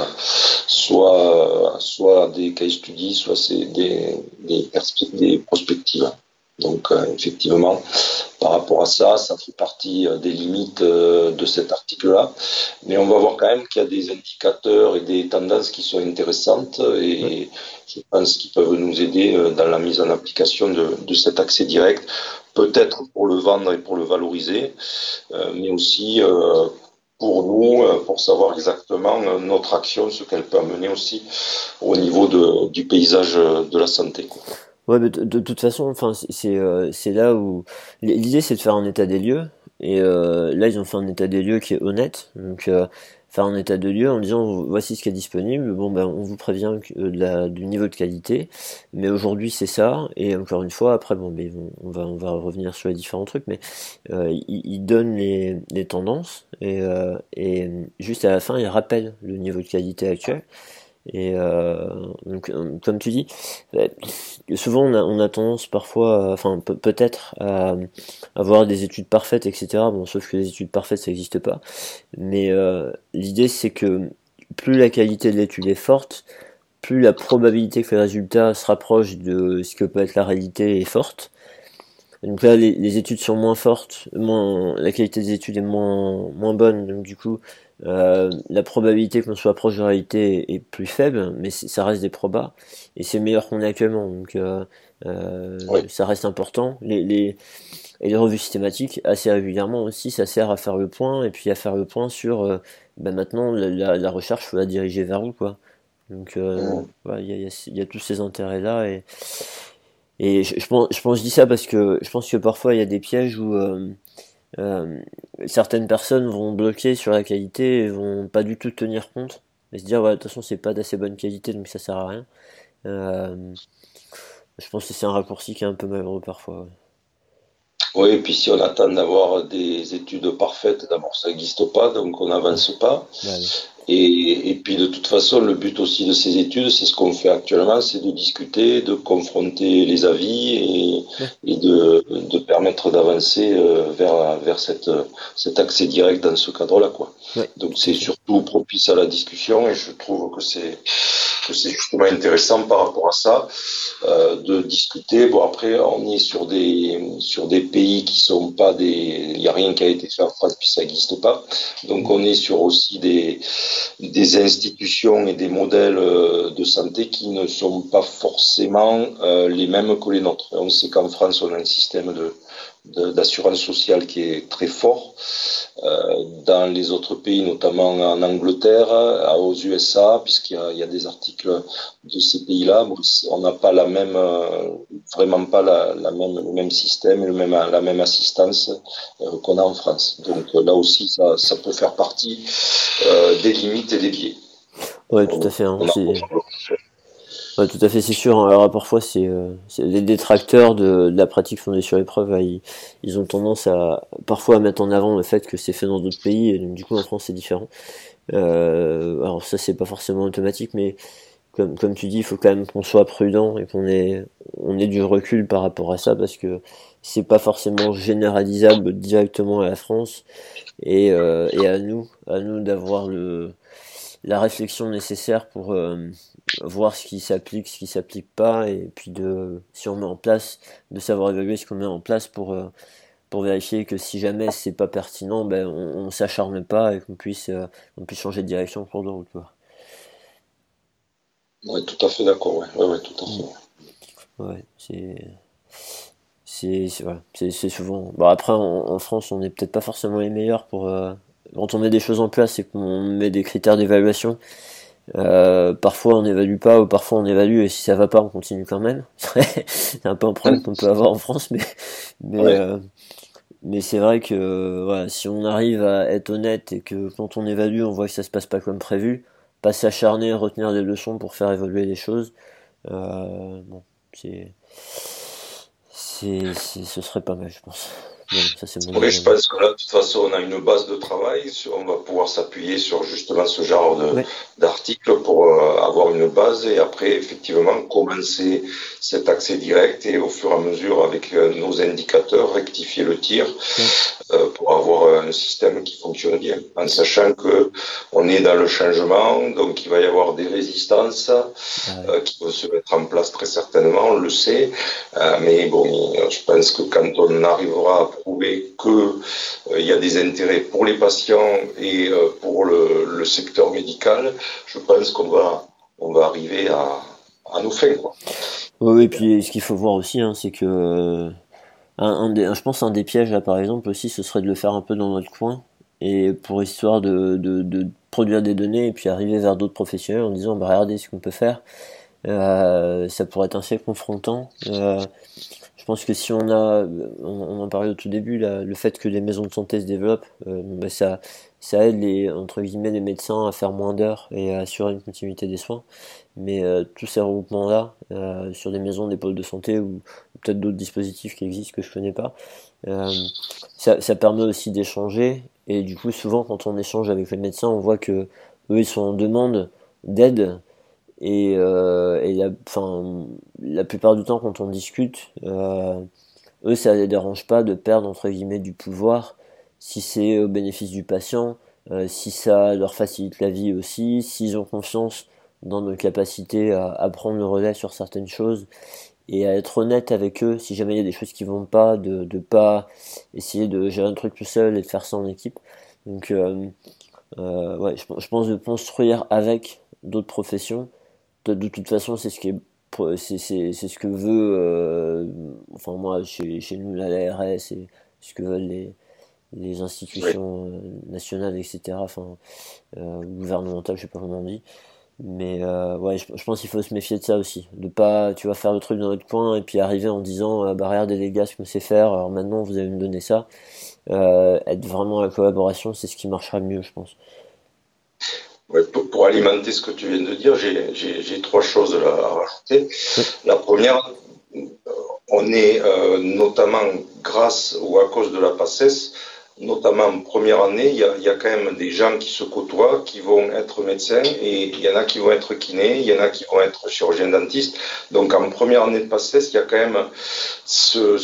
S2: soit, soit des case studies, soit c'est des, des, perspe- des prospectives. Donc, euh, effectivement, par rapport à ça, ça fait partie euh, des limites euh, de cet article-là. Mais on va voir quand même qu'il y a des indicateurs et des tendances qui sont intéressantes
S1: Ouais.
S2: et je pense qu'ils peuvent nous aider euh, dans la mise en application de, de cet accès direct, peut-être pour le vendre et pour le valoriser, euh, mais aussi euh, pour nous, euh, pour savoir exactement euh, notre action, ce qu'elle peut amener aussi au niveau de, du paysage euh, de la santé. Quoi.
S1: Ouais, mais de, de toute façon, enfin, c'est c'est, euh, c'est là où l'idée c'est de faire un état des lieux Et euh, là, ils ont fait un état des lieux qui est honnête. Donc, euh, faire un état de lieu en disant voici ce qui est disponible. Bon, ben, on vous prévient que, euh, de la, du niveau de qualité, mais aujourd'hui c'est ça. Et encore une fois, après, bon, ben, on va on va revenir sur les différents trucs, mais euh, ils, ils donnent les, les tendances et, euh, et juste à la fin, ils rappellent le niveau de qualité actuel. Et euh, donc, euh, comme tu dis, euh, souvent on a, on a tendance parfois, à- enfin pe- peut-être à avoir des études parfaites, et cetera. Bon, sauf que les études parfaites, ça n'existe pas. Mais euh, l'idée, c'est que plus la qualité de l'étude est forte, plus la probabilité que le résultat se rapproche de ce que peut être la réalité est forte. Donc là, les, les études sont moins fortes, moins, la qualité des études est moins, moins bonne, donc du coup, euh, la probabilité qu'on soit proche de la réalité est, est plus faible, mais ça reste des probas, et c'est meilleur qu'on est actuellement, donc euh, euh,
S2: Oui.
S1: ça reste important. Les, les, et les revues systématiques, assez régulièrement aussi, ça sert à faire le point, et puis à faire le point sur, euh, ben maintenant, la, la, la recherche, faut la diriger vers où, quoi. Donc, euh,
S2: Mmh.
S1: voilà, il y a, y, a, y a tous ces intérêts-là, et et je, je, pense, je pense, je dis ça parce que je pense que parfois il y a des pièges où euh, euh, certaines personnes vont bloquer sur la qualité et vont pas du tout tenir compte et se dire ouais de toute façon c'est pas d'assez bonne qualité donc ça sert à rien. Euh, je pense que c'est un raccourci qui est un peu malheureux parfois. Ouais.
S2: Oui, et puis si on attend d'avoir des études parfaites, d'abord ça n'existe pas, donc on
S1: Ouais.
S2: n'avance pas.
S1: Bah oui.
S2: Et, et puis de toute façon, le but aussi de ces études, c'est ce qu'on fait actuellement, c'est de discuter, de confronter les avis et,
S1: Ouais.
S2: et de, de permettre d'avancer euh, vers, vers cette, cet accès direct dans ce cadre-là, quoi.
S1: Ouais,
S2: Donc
S1: tout à
S2: c'est
S1: fait.
S2: surtout propice à la discussion et je trouve que c'est que c'est justement intéressant par rapport à ça euh, de discuter. Bon après, on est sur des sur des pays qui sont pas des, il n'y a rien qui a été fait en France puis ça n'existe pas. Donc on est sur aussi des des institutions et des modèles euh, de santé qui ne sont pas forcément euh, les mêmes que les nôtres. On sait qu'en France, on a un système de, de, d'assurance sociale qui est très fort. Euh, dans les autres pays, notamment en Angleterre, aux U S A, puisqu'il y a, il y a des articles de ces pays-là, bon, on n'a pas la même, euh, vraiment pas la, la même, le même système, le même, la même assistance euh, qu'on a en France. Donc euh, là aussi, ça, ça peut faire partie euh, des limites et des biais.
S1: Ouais, tout à
S2: On,
S1: fait. Hein.
S2: on a...
S1: C'est ouais, tout à fait, c'est sûr. Alors parfois, c'est euh, c'est- les détracteurs de, de la pratique fondée sur l'épreuve, ouais, ils, ils ont tendance à parfois à mettre en avant le fait que c'est fait dans d'autres pays, et donc du coup en France c'est différent. Euh, alors ça c'est pas forcément automatique, mais comme, comme tu dis, il faut quand même qu'on soit prudent et qu'on ait, on ait du recul par rapport à ça parce que c'est pas forcément généralisable directement à la France et, euh, et à nous, à nous d'avoir le, la réflexion nécessaire pour euh, voir ce qui s'applique, ce qui s'applique pas et puis de, si on met en place, de savoir évaluer ce qu'on met en place pour, euh, pour vérifier que si jamais c'est pas pertinent, ben on, on s'acharne pas et qu'on puisse, euh, on puisse changer de direction en cours de route. Quoi.
S2: Ouais, tout à fait d'accord, ouais. Ouais, ouais, tout à
S1: Mm.
S2: fait.
S1: Ouais, c'est c'est c'est voilà, c'est c'est souvent. Bon après en, en France on n'est peut-être pas forcément les meilleurs pour euh, quand on met des choses en place et qu'on met des critères d'évaluation. Euh, parfois on évalue pas ou parfois on évalue et si ça va pas on continue quand même. C'est un peu un problème qu'on peut avoir en France mais mais
S2: Ouais.
S1: euh, mais c'est vrai que voilà si on arrive à être honnête et que quand on évalue on voit que ça se passe pas comme prévu, pas s'acharner, retenir des leçons pour faire évoluer les choses. Euh, bon c'est C'est, c'est, ce serait pas mal, je pense. Mais bon, ça c'est mon
S2: Oui,
S1: avis
S2: je
S1: à moi.
S2: pense que là, de toute façon, on a une base de travail. Sur- On va pouvoir s'appuyer sur justement ce genre de,
S1: Ouais,
S2: d'articles pour euh, avoir une base et après, effectivement, commencer cet accès direct et au fur et à mesure, avec euh, nos indicateurs, rectifier le tir
S1: ouais,
S2: euh, pour avoir un système qui fonctionne bien, en sachant que on est dans le changement, donc il va y avoir des résistances
S1: bah ouais.
S2: euh, qui vont se mettre en place très certainement, on le sait, euh, mais bon, je pense que quand on arrivera à prouver que euh, il y a des intérêts pour les patients et euh, pour le, le secteur médical, je pense qu'on va on va arriver à, à nos fins, quoi.
S1: Oui, oui, et puis ce qu'il faut voir aussi, hein, c'est que euh, un, un des, un- je pense un des pièges là par exemple aussi, ce serait de le faire un peu dans notre coin et pour histoire de, de, de produire des données et puis arriver vers d'autres professionnels en disant bah regardez ce qu'on peut faire. Euh, ça pourrait être assez confrontant. Euh, je pense que si on a, on, on en parlait au tout début, là, le fait que les maisons de santé se développent, euh, bah, ça, ça aide les, entre guillemets, les médecins à faire moins d'heures et à assurer une continuité des soins. Mais euh, tous ces regroupements-là, euh, sur des maisons, des pôles de santé ou, ou peut-être d'autres dispositifs qui existent que je connais pas, euh, ça, ça permet aussi d'échanger. Et du coup, souvent, quand on échange avec les médecins, on voit que eux, ils sont en demande d'aide. Et, euh, et la, enfin, la plupart du temps, quand on discute, euh, eux, ça les dérange pas de perdre entre guillemets du pouvoir si c'est au bénéfice du patient, euh, si ça leur facilite la vie aussi, s'ils ont confiance dans nos capacités à, à prendre le relais sur certaines choses et à être honnête avec eux si jamais il y a des choses qui vont pas, de de pas essayer de gérer un truc tout seul et de faire ça en équipe. Donc euh, euh, ouais, je, je pense de construire avec d'autres professions. De, de toute façon, c'est ce qui est c'est c'est c'est ce que veut euh, enfin moi chez chez nous la A R S et ce que veulent les les
S2: Oui.
S1: institutions euh, nationales, etc., enfin euh, gouvernementales, je sais pas comment on dit, mais euh, ouais, je, je pense qu'il faut se méfier de ça aussi, de pas tu vas faire le truc dans notre coin et puis arriver en disant euh, bah regardez les gars ce qu'on sait faire, alors maintenant vous allez me donner ça. Euh, être vraiment à la collaboration, c'est ce qui marchera le mieux, je pense.
S2: Ouais, pour, pour alimenter ce que tu viens de dire, j'ai j'ai- j'ai trois choses là à rajouter.
S1: Oui,
S2: La première, on est euh, notamment grâce ou à cause de la PACES, notamment en première année, il y a, il y a quand même des gens qui se côtoient, qui vont être médecins, et il y en a qui vont être kinés, il y en a qui vont être chirurgiens dentistes. Donc en première année de PACES, il y a quand même ce,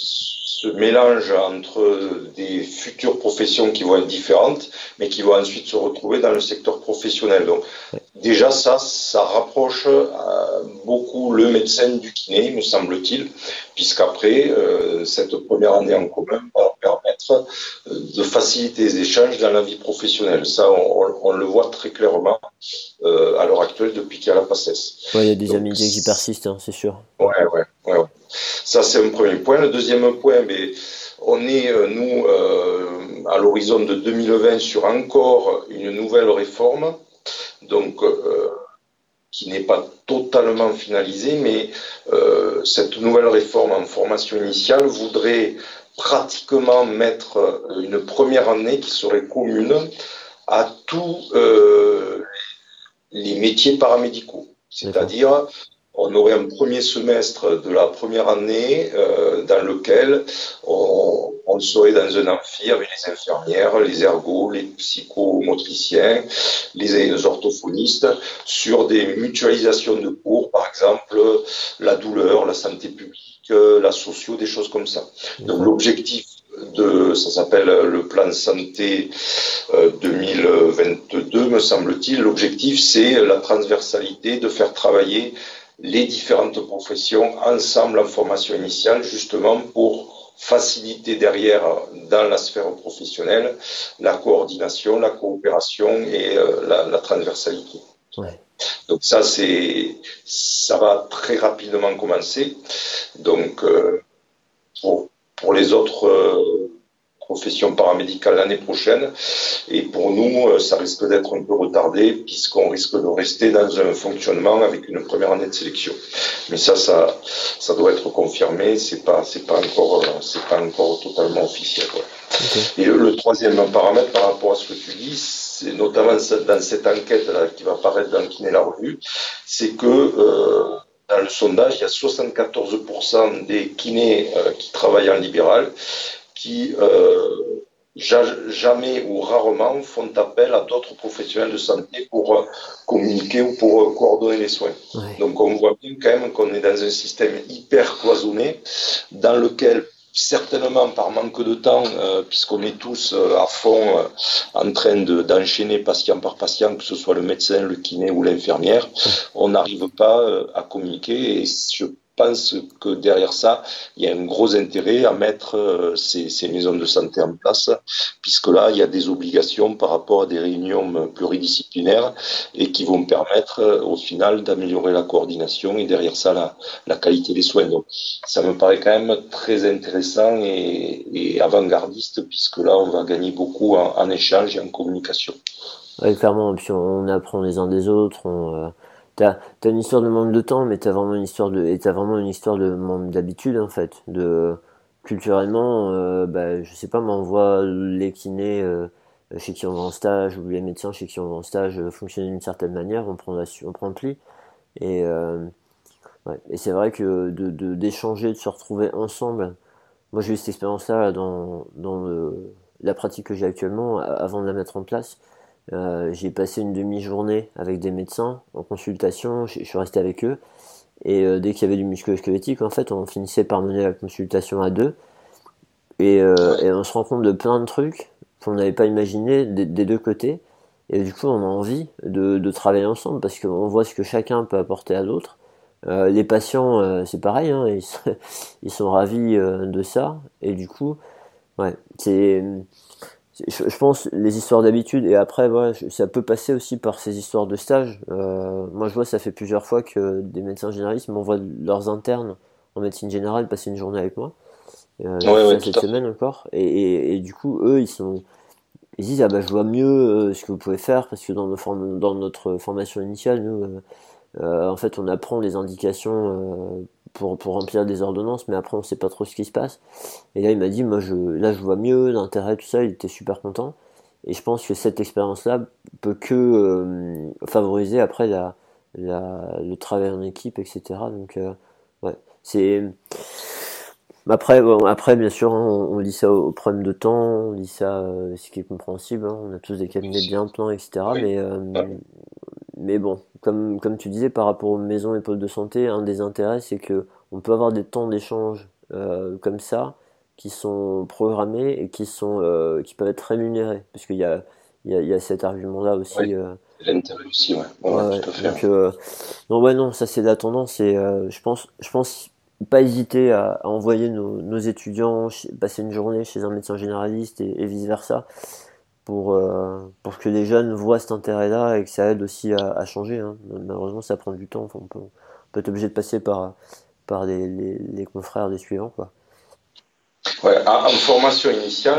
S2: ce mélange entre des futures professions qui vont être différentes, mais qui vont ensuite se retrouver dans le secteur professionnel. Donc
S1: ouais,
S2: déjà ça, ça rapproche euh, beaucoup le médecin du kiné, me semble-t-il, puisqu'après, euh, cette première année en commun va leur permettre euh, de faciliter les échanges dans la vie professionnelle. Ça, on, on, on le voit très clairement euh, à l'heure actuelle depuis qu'il y a la PACES.
S1: ouais, il y a des
S2: Donc,
S1: amitiés qui persistent, hein, c'est sûr.
S2: ouais, ouais, ouais, ouais. Ça, c'est un premier point. Le deuxième point, mais on est, euh, nous, euh, à l'horizon de deux mille vingt sur encore une nouvelle réforme, donc euh, qui n'est pas totalement finalisée, mais euh, cette nouvelle réforme en formation initiale voudrait pratiquement mettre une première année qui serait commune à tous euh, les métiers paramédicaux.
S1: D'accord.
S2: C'est-à-dire, on aurait un premier semestre de la première année euh, dans lequel on, on serait dans un amphi avec les infirmières, les ergots, les psychomotriciens, les orthophonistes, sur des mutualisations de cours, par exemple la douleur, la santé publique, la socio, des choses comme ça. Donc
S1: D'accord.
S2: l'objectif de, ça s'appelle le plan santé euh, deux mille vingt-deux, me semble-t-il. L'objectif, c'est la transversalité, de faire travailler les différentes professions ensemble en formation initiale, justement pour faciliter derrière, dans la sphère professionnelle, la coordination, la coopération et euh, la, la transversalité.
S1: Ouais.
S2: Donc ça, c'est, ça va très rapidement commencer. Donc euh, pour, pour les autres euh, professions paramédicales l'année prochaine. Et pour nous, euh, ça risque d'être un peu retardé puisqu'on risque de rester dans un fonctionnement avec une première année de sélection. Mais ça, ça, ça doit être confirmé. C'est pas, c'est pas encore, euh, c'est pas encore totalement officiel. Ouais.
S1: Ok.
S2: Et le, le troisième paramètre par rapport à ce que tu dis, c'est notamment dans cette enquête là qui va apparaître dans Kiné la revue, c'est que euh, dans le sondage, il y a soixante-quatorze pour cent des kinés euh, qui travaillent en libéral qui euh, jamais ou rarement font appel à d'autres professionnels de santé pour euh, communiquer ou pour euh, coordonner les soins.
S1: Ouais.
S2: Donc on voit bien quand même qu'on est dans un système hyper cloisonné dans lequel certainement par manque de temps, euh, puisqu'on est tous euh, à fond euh, en train de, d'enchaîner patient par patient, que ce soit le médecin, le kiné ou l'infirmière,
S1: Ouais.
S2: on n'arrive pas euh, à communiquer et je pense que derrière ça, il y a un gros intérêt à mettre euh, ces, ces maisons de santé en place, puisque là, il y a des obligations par rapport à des réunions pluridisciplinaires et qui vont permettre euh, au final d'améliorer la coordination et derrière ça, la, la qualité des soins. Donc, ça me paraît quand même très intéressant et, et avant-gardiste, puisque là, on va gagner beaucoup en, en échange et en communication.
S1: Ouais, clairement, puis on, on apprend les uns des autres, on, euh, t'as, t'as une histoire de manque de temps, mais t'as vraiment une histoire de, et t'as vraiment une histoire de manque d'habitude, en fait. De, culturellement, euh, bah, je sais pas, mais on voit les kinés, euh, chez qui on va en stage, ou les médecins chez qui on va en stage, euh, fonctionner d'une certaine manière, on prend, la, su- on prend le pli. Et, euh, ouais. Et c'est vrai que de, de, d'échanger, de se retrouver ensemble, moi j'ai eu cette expérience-là dans, dans le, la pratique que j'ai actuellement, a- avant de la mettre en place. Euh, j'ai passé une demi-journée avec des médecins en consultation, je je suis resté avec eux, et euh, dès qu'il y avait du musculo-squelettique, en fait, on finissait par mener la consultation à deux, et, euh,
S2: Ouais.
S1: et on se rend compte de plein de trucs qu'on n'avait pas imaginé des, des deux côtés, et du coup on a envie de, de travailler ensemble, parce qu'on voit ce que chacun peut apporter à l'autre. Euh, les patients, euh, c'est pareil, hein, ils, sont, ils sont ravis euh, de ça, et du coup, ouais, c'est je, je pense les histoires d'habitude et après ouais, ça peut passer aussi par ces histoires de stage. Euh, moi je vois ça fait plusieurs fois que des médecins généralistes m'envoient leurs internes en médecine générale passer une journée avec moi. Euh, j'ai
S2: Ouais,
S1: fait
S2: ouais,
S1: ça
S2: tout
S1: cette
S2: à fait.
S1: semaine encore et, et, et du coup eux ils sont ils disent ah bah je vois mieux euh, ce que vous pouvez faire parce que dans, nos form- dans notre formation initiale nous euh, euh, en fait, on apprend les indications euh, pour, pour remplir des ordonnances, mais après, on sait pas trop ce qui se passe. Et là, il m'a dit, moi, je, là, je vois mieux l'intérêt, tout ça. Il était super content. Et je pense que cette expérience-là peut que euh, favoriser après la, la, le travail en équipe, et cetera. Donc, euh, ouais, c'est. Après, bon, après, bien sûr, hein, on, on lit ça au, au problème de temps, on lit ça, euh, ce qui est compréhensible. Hein, on a tous des cabinets bien plans, et cetera.
S2: Oui.
S1: Mais euh,
S2: Ouais.
S1: mais bon, comme, comme tu disais, par rapport aux maisons et pôles de santé, un des intérêts, c'est que on peut avoir des temps d'échange euh, comme ça, qui sont programmés et qui sont euh, qui peuvent être rémunérés. Parce qu'il y a, il y a, il y a cet argument-là
S2: Ouais.
S1: aussi. Euh,
S2: C'est l'intérêt aussi, ouais. Ouais,
S1: ouais,
S2: ouais,
S1: ouais.
S2: tout à fait.
S1: Donc, euh, non, ouais, non, ça c'est la tendance. Et euh, je pense, je pense pas hésiter à, à envoyer nos, nos étudiants chez- passer une journée chez un médecin généraliste et, et vice-versa pour, euh, pour que les jeunes voient cet intérêt-là et que ça aide aussi à, à changer. Hein. Malheureusement, ça prend du temps. Enfin, on peut, on peut être obligé de passer par, par les, les, les confrères des suivants, quoi.
S2: Ouais, en en formation initiale,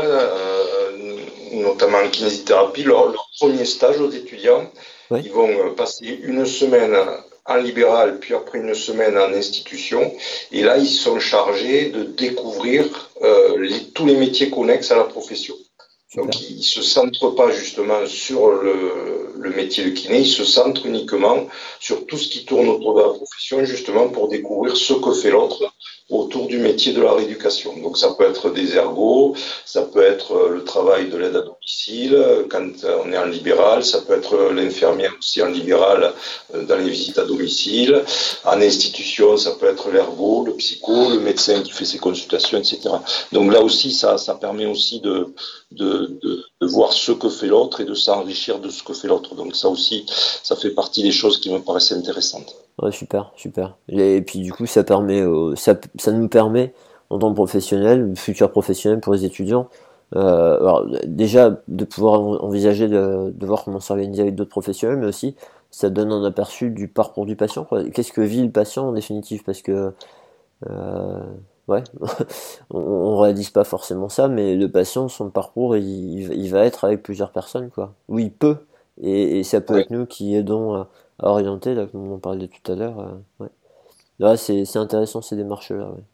S2: euh, notamment en kinésithérapie, leur, leur premier stage aux étudiants,
S1: Ouais,
S2: ils vont euh, passer une semaine en libéral, puis après une semaine en institution. Et là, ils sont chargés de découvrir euh, les- tous les métiers connexes à la profession.
S1: super.
S2: Donc, ils ne se centrent pas justement sur le, le métier de kiné, ils se centrent uniquement sur tout ce qui tourne autour de la profession, justement pour découvrir ce que fait l'autre autour du métier de la rééducation. Donc, ça peut être des ergots, ça peut être le travail de l'aide à domicile quand on est en libéral, ça peut être l'infirmière aussi en libéral dans les visites à domicile. En institution, ça peut être l'ergo, le psycho, le médecin qui fait ses consultations, et cetera. Donc là aussi, ça, ça permet aussi de, de, de, de voir ce que fait l'autre et de s'enrichir de ce que fait l'autre. Donc ça aussi, ça fait partie des choses qui me paraissent intéressantes.
S1: Ouais, super, super. Et puis du coup, ça permet, euh, ça, ça nous permet, en tant que professionnels, futurs professionnels pour les étudiants, euh, alors, déjà de pouvoir en- envisager de, de voir comment s'organiser avec d'autres professionnels, mais aussi ça donne un aperçu du parcours du patient, quoi. Qu'est-ce que vit le patient en définitive, parce que euh, ouais, on, on réalise pas forcément ça, mais le patient, son parcours, il, il il va être avec plusieurs personnes, quoi. Oui, il peut, et, et ça peut
S2: Ouais.
S1: être nous qui aidons à, à orienter, là, comme on en parlait tout à l'heure. euh, ouais. Là, c'est c'est intéressant ces démarches-là, ouais.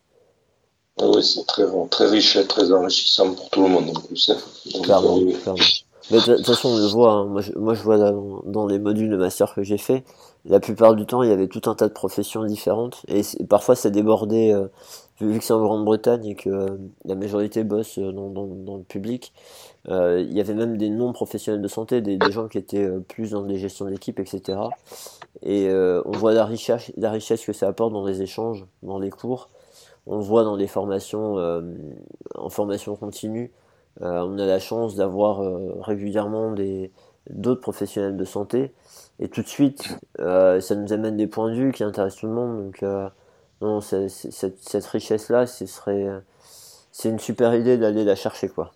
S2: Oui, c'est très, très riche et très enrichissant pour tout le monde en plus, hein. Donc, euh,
S1: Clairement,
S2: oui.
S1: clairement. Mais de toute façon, on le voit, hein. Moi, je, moi, je vois dans, dans les modules de master que j'ai fait, la plupart du temps, il y avait tout un tas de professions différentes, et c'est- parfois, ça débordait, euh, vu que c'est en Grande-Bretagne et que euh, la majorité bosse euh, dans, dans, dans le public. Euh, il y avait même des non-professionnels de santé, des, des gens qui étaient euh, plus dans des gestions d'équipe, et cetera. Et euh, on voit la richesse, la richesse que ça apporte dans les échanges, dans les cours. On le voit dans les formations, euh, en formation continue. Euh, on a la chance d'avoir euh, régulièrement des d'autres professionnels de santé. Et tout de suite, euh, ça nous amène des points de vue qui intéressent tout le monde. Donc, euh, non, c'est- c'est- cette, cette richesse-là, ce serait, c'est une super idée d'aller la chercher, quoi.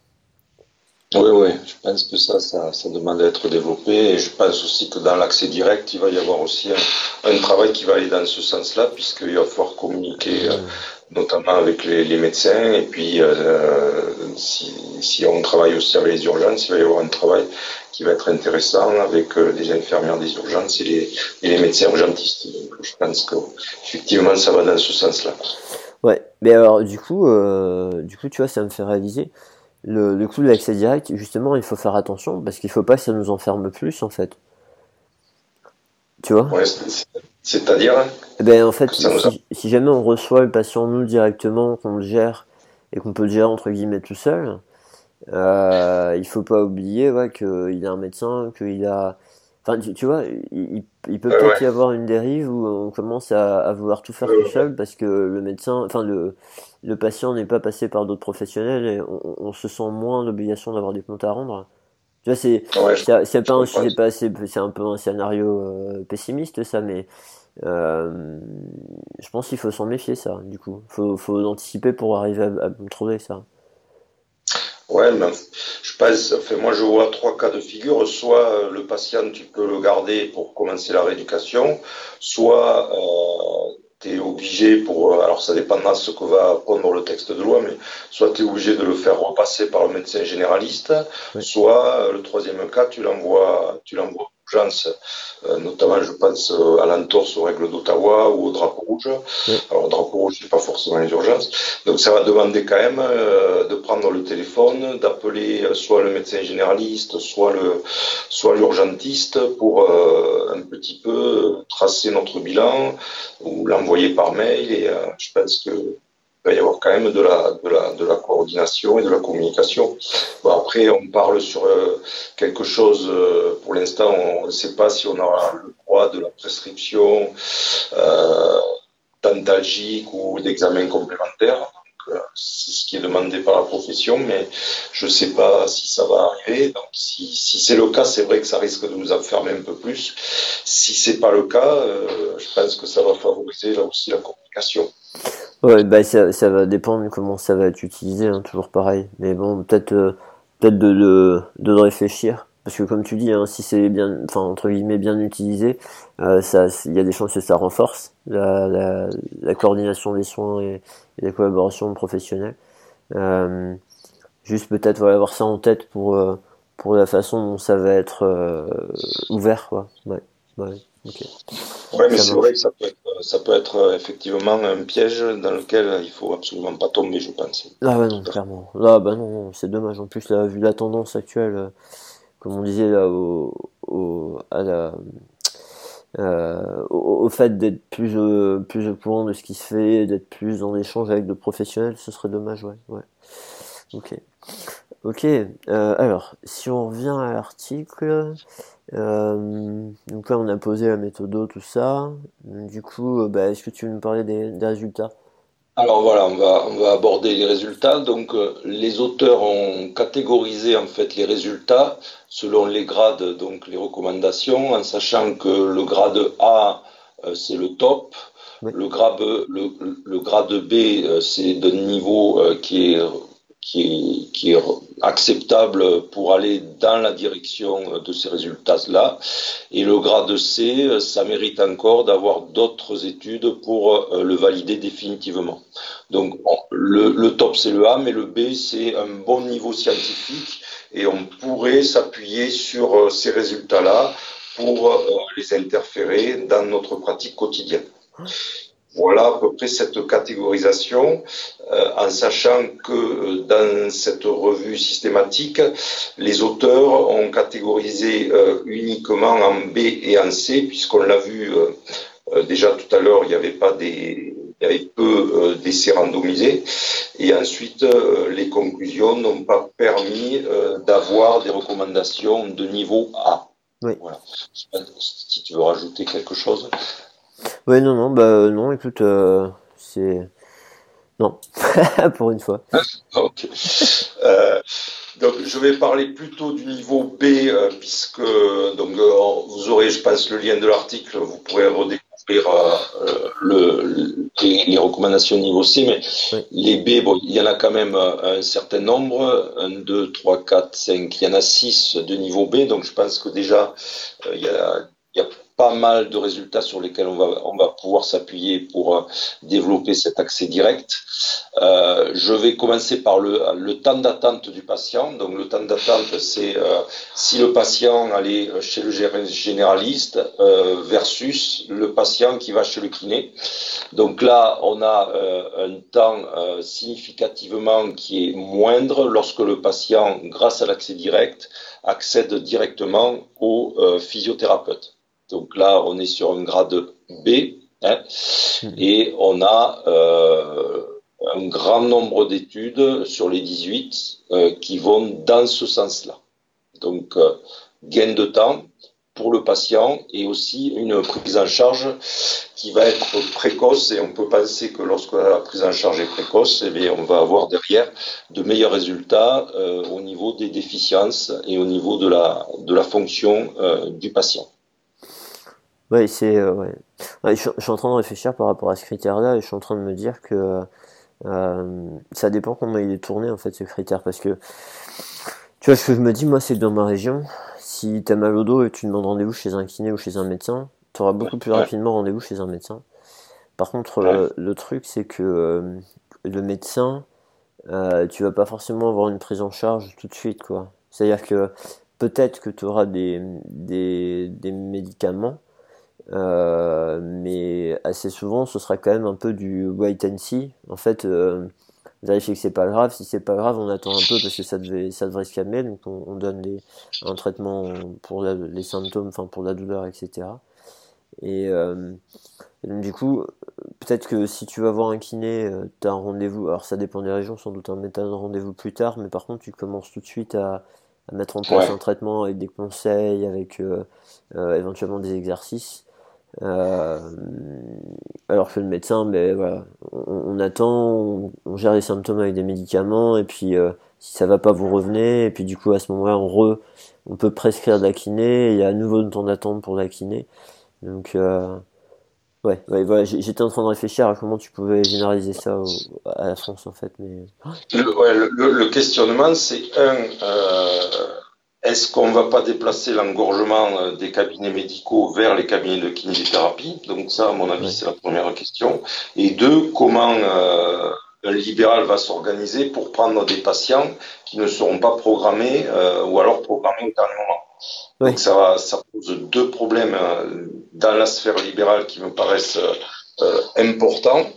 S2: Oui, oui, je pense que ça, ça, ça demande à être développé et je pense aussi que dans l'accès direct, il va y avoir aussi un, un travail qui va aller dans ce sens-là puisqu'il va falloir communiquer euh,
S1: Mmh.
S2: notamment avec les, les médecins. Et puis, euh, si, si on travaille aussi avec les urgences, il va y avoir un travail qui va être intéressant avec euh, les infirmières des urgences et les, et les médecins urgentistes. Donc, je pense qu'effectivement, ça va dans ce sens-là.
S1: Ouais, mais alors du coup, euh, du coup, tu vois, ça me fait réaliser le, le coup de l'accès direct. Justement, il faut faire attention parce qu'il faut pas que ça nous enferme plus, en fait. Tu vois?
S2: Ouais, c'est- c'est-à-dire
S1: Eh ben, en
S2: que
S1: fait,
S2: ça nous a...
S1: si, si jamais on reçoit le patient nous directement, qu'on le gère et qu'on peut le gérer entre guillemets tout seul, euh, il faut pas oublier ouais, qu'il a un médecin, qu'il a. Enfin, tu, tu vois, il, il peut
S2: Euh,
S1: peut-être
S2: ouais.
S1: y avoir une dérive où on commence à, à vouloir tout faire tout
S2: Euh,
S1: seul parce que le médecin, enfin le, le patient n'est pas passé par d'autres professionnels et on, on se sent moins l'obligation d'avoir des comptes à rendre. Tu vois, c'est
S2: ouais, je,
S1: c'est c'est
S2: je
S1: pas un,
S2: comprends.
S1: c'est pas assez, c'est un peu un scénario euh, pessimiste ça, mais euh, je pense qu'il faut s'en méfier ça. Du coup, faut faut anticiper pour arriver à, à contrôler ça.
S2: Ouais, mais je pense, enfin, moi je vois trois cas de figure. Soit euh, le patient, tu peux le garder pour commencer la rééducation, soit euh, tu es obligé pour, euh, alors ça dépendra de ce que va prendre le texte de loi, mais soit tu es obligé de le faire repasser par le médecin généraliste,
S1: Ouais.
S2: soit euh, le troisième cas, tu l'envoies, tu l'envoies aux urgences, euh, notamment je pense euh, à l'entorse aux règles d'Ottawa ou au drapeau rouge.
S1: Ouais.
S2: Alors, le drapeau rouge, c'est pas forcément les urgences. Donc, ça va demander quand même euh, de prendre le téléphone, d'appeler euh, soit le médecin généraliste, soit le, soit l'urgentiste pour euh, un petit peu tracer notre bilan ou l'envoyer par mail. Et euh, je pense que il va y avoir quand même de la, de la, de la coordination et de la communication. Bon, après, on parle sur euh, quelque chose, euh, pour l'instant, on ne sait pas si on aura le droit de la prescription euh, dentalgique ou d'examen complémentaire. Donc, euh, c'est ce qui est demandé par la profession, mais je ne sais pas si ça va arriver. Donc, si, si c'est le cas, c'est vrai que ça risque de nous enfermer un peu plus. Si c'est pas le cas, euh, je pense que ça va favoriser là aussi la communication.
S1: Ouais, bah ça, ça va dépendre de comment ça va être utilisé, hein, toujours pareil. Mais bon, peut-être euh, peut-être de, de, de le réfléchir. Parce que comme tu dis, hein, si c'est bien, enfin entre guillemets bien utilisé, euh, ça, il y a des chances que ça renforce la, la, la coordination des soins et, et la collaboration professionnelle. Euh, Juste peut-être voilà, avoir ça en tête pour euh, pour la façon dont ça va être euh, ouvert, quoi. Ouais, ouais, ok,
S2: Ouais, mais
S1: ça
S2: c'est vrai que
S1: marche.
S2: ça peut être, ça peut être euh, effectivement un piège dans lequel il faut absolument pas tomber, je pense.
S1: Ah ouais
S2: Tout
S1: non,
S2: à fait.
S1: clairement. Là, bah non, non, c'est dommage. En plus, là, vu la tendance actuelle, euh, comme on disait là, au, au, à la, euh, au, au fait d'être plus, euh, plus au courant de ce qui se fait, d'être plus en échange avec d'autres professionnels, ce serait dommage, ouais. Ouais. Ok. Ok. Euh, alors, si on revient à l'article, euh, donc là, on a posé la méthode, tout ça. Du coup, euh, bah, est-ce que tu veux nous parler des, des résultats?
S2: Alors voilà, on va, on va aborder les résultats. Donc, euh, les auteurs ont catégorisé en fait les résultats selon les grades, donc les recommandations, en sachant que le grade A, euh, c'est le top.
S1: Oui.
S2: Le grade, le, le grade B, euh, c'est d'un niveau euh, qui est, qui est, qui est acceptable pour aller dans la direction de ces résultats-là. Et le grade C, ça mérite encore d'avoir d'autres études pour euh, le valider définitivement. Donc le, le top c'est le A, mais le B c'est un bon niveau scientifique et on pourrait s'appuyer sur euh, ces résultats-là pour euh, les interférer dans notre pratique quotidienne. Voilà à peu près cette catégorisation, euh, en sachant que euh, dans cette revue systématique, les auteurs ont catégorisé euh, uniquement en B et en C, puisqu'on l'a vu euh, euh, déjà tout à l'heure, il n'y avait pas des, il y avait peu euh, d'essais randomisés, et ensuite euh, les conclusions n'ont pas permis euh, d'avoir des recommandations de niveau A.
S1: Oui.
S2: Voilà. Je sais pas si tu veux rajouter quelque chose.
S1: Ouais, non, non, bah euh, non, écoute, euh, c'est... Non, pour une fois.
S2: Ok. Euh, donc, je vais parler plutôt du niveau B, euh, puisque donc euh, vous aurez, je pense, le lien de l'article, vous pourrez redécouvrir euh, le, les, les recommandations niveau C, mais
S1: Oui.
S2: les B, bon, il y en a quand même un certain nombre, un, deux, trois, quatre, cinq, il y en a six de niveau B, donc je pense que déjà, euh, il y a, il y a pas mal de résultats sur lesquels on va, on va pouvoir s'appuyer pour euh, développer cet accès direct. Euh, je vais commencer par le, le temps d'attente du patient. Donc le temps d'attente, c'est euh, si le patient allait chez le généraliste euh, versus le patient qui va chez le kiné. Donc là, on a euh, un temps euh, significativement qui est moindre lorsque le patient, grâce à l'accès direct, accède directement au euh, physiothérapeute. Donc là, on est sur un grade B, hein, et on a euh, un grand nombre d'études sur les dix-huit euh, qui vont dans ce sens-là. Donc, euh, gain de temps pour le patient et aussi une prise en charge qui va être précoce, et on peut penser que lorsque la prise en charge est précoce, eh bien, on va avoir derrière de meilleurs résultats euh, au niveau des déficiences et au niveau de la, de la fonction euh, du patient.
S1: Ouais, c'est euh, ouais. Ouais, je, je suis en train de réfléchir par rapport à ce critère-là et je suis en train de me dire que euh, ça dépend comment il est tourné en fait ce critère, parce que tu vois ce que je me dis moi, c'est que dans ma région, si t'as mal au dos et tu demandes rendez-vous chez un kiné ou chez un médecin, t'auras beaucoup plus
S2: Ouais.
S1: rapidement rendez-vous chez un médecin. Par contre,
S2: Ouais.
S1: euh, le truc c'est que euh, le médecin, euh, tu vas pas forcément avoir une prise en charge tout de suite, quoi. C'est-à-dire que peut-être que tu auras des, des, des médicaments, euh, mais assez souvent ce sera quand même un peu du wait and see. En fait, euh, vérifier que c'est pas grave. Si c'est pas grave, on attend un peu parce que ça devait, ça devrait se calmer. Donc on, on donne des, un traitement pour la, les symptômes, enfin pour la douleur, et cetera. Et, euh, et donc du coup, peut-être que si tu vas voir un kiné, euh, t'as un rendez-vous. Alors ça dépend des régions sans doute, hein, mais t'as un rendez-vous plus tard. Mais par contre, tu commences tout de suite à, à mettre en place
S2: Ouais.
S1: un traitement avec des conseils, avec euh, euh, éventuellement des exercices. Euh, alors que le médecin, ben voilà, on, on attend, on, on gère les symptômes avec des médicaments, et puis euh, si ça va pas, vous revenez, et puis du coup à ce moment-là, on re, on peut prescrire de la kiné, et il y a à nouveau un temps d'attente pour la kiné. Donc euh, ouais, ouais, voilà, j'étais en train de réfléchir à comment tu pouvais généraliser ça au, à la France en fait, mais
S2: Le, ouais, le, le questionnement, c'est un, euh, est-ce qu'on ne va pas déplacer l'engorgement euh, des cabinets médicaux vers les cabinets de kinésithérapie? Donc ça, à mon avis,
S1: ouais.
S2: c'est la première question. Et deux, comment euh, un libéral va s'organiser pour prendre des patients qui ne seront pas programmés euh, ou alors programmés au dernier moment?
S1: Ouais.
S2: Donc ça, va, ça pose deux problèmes euh, dans la sphère libérale qui me paraissent euh, importants.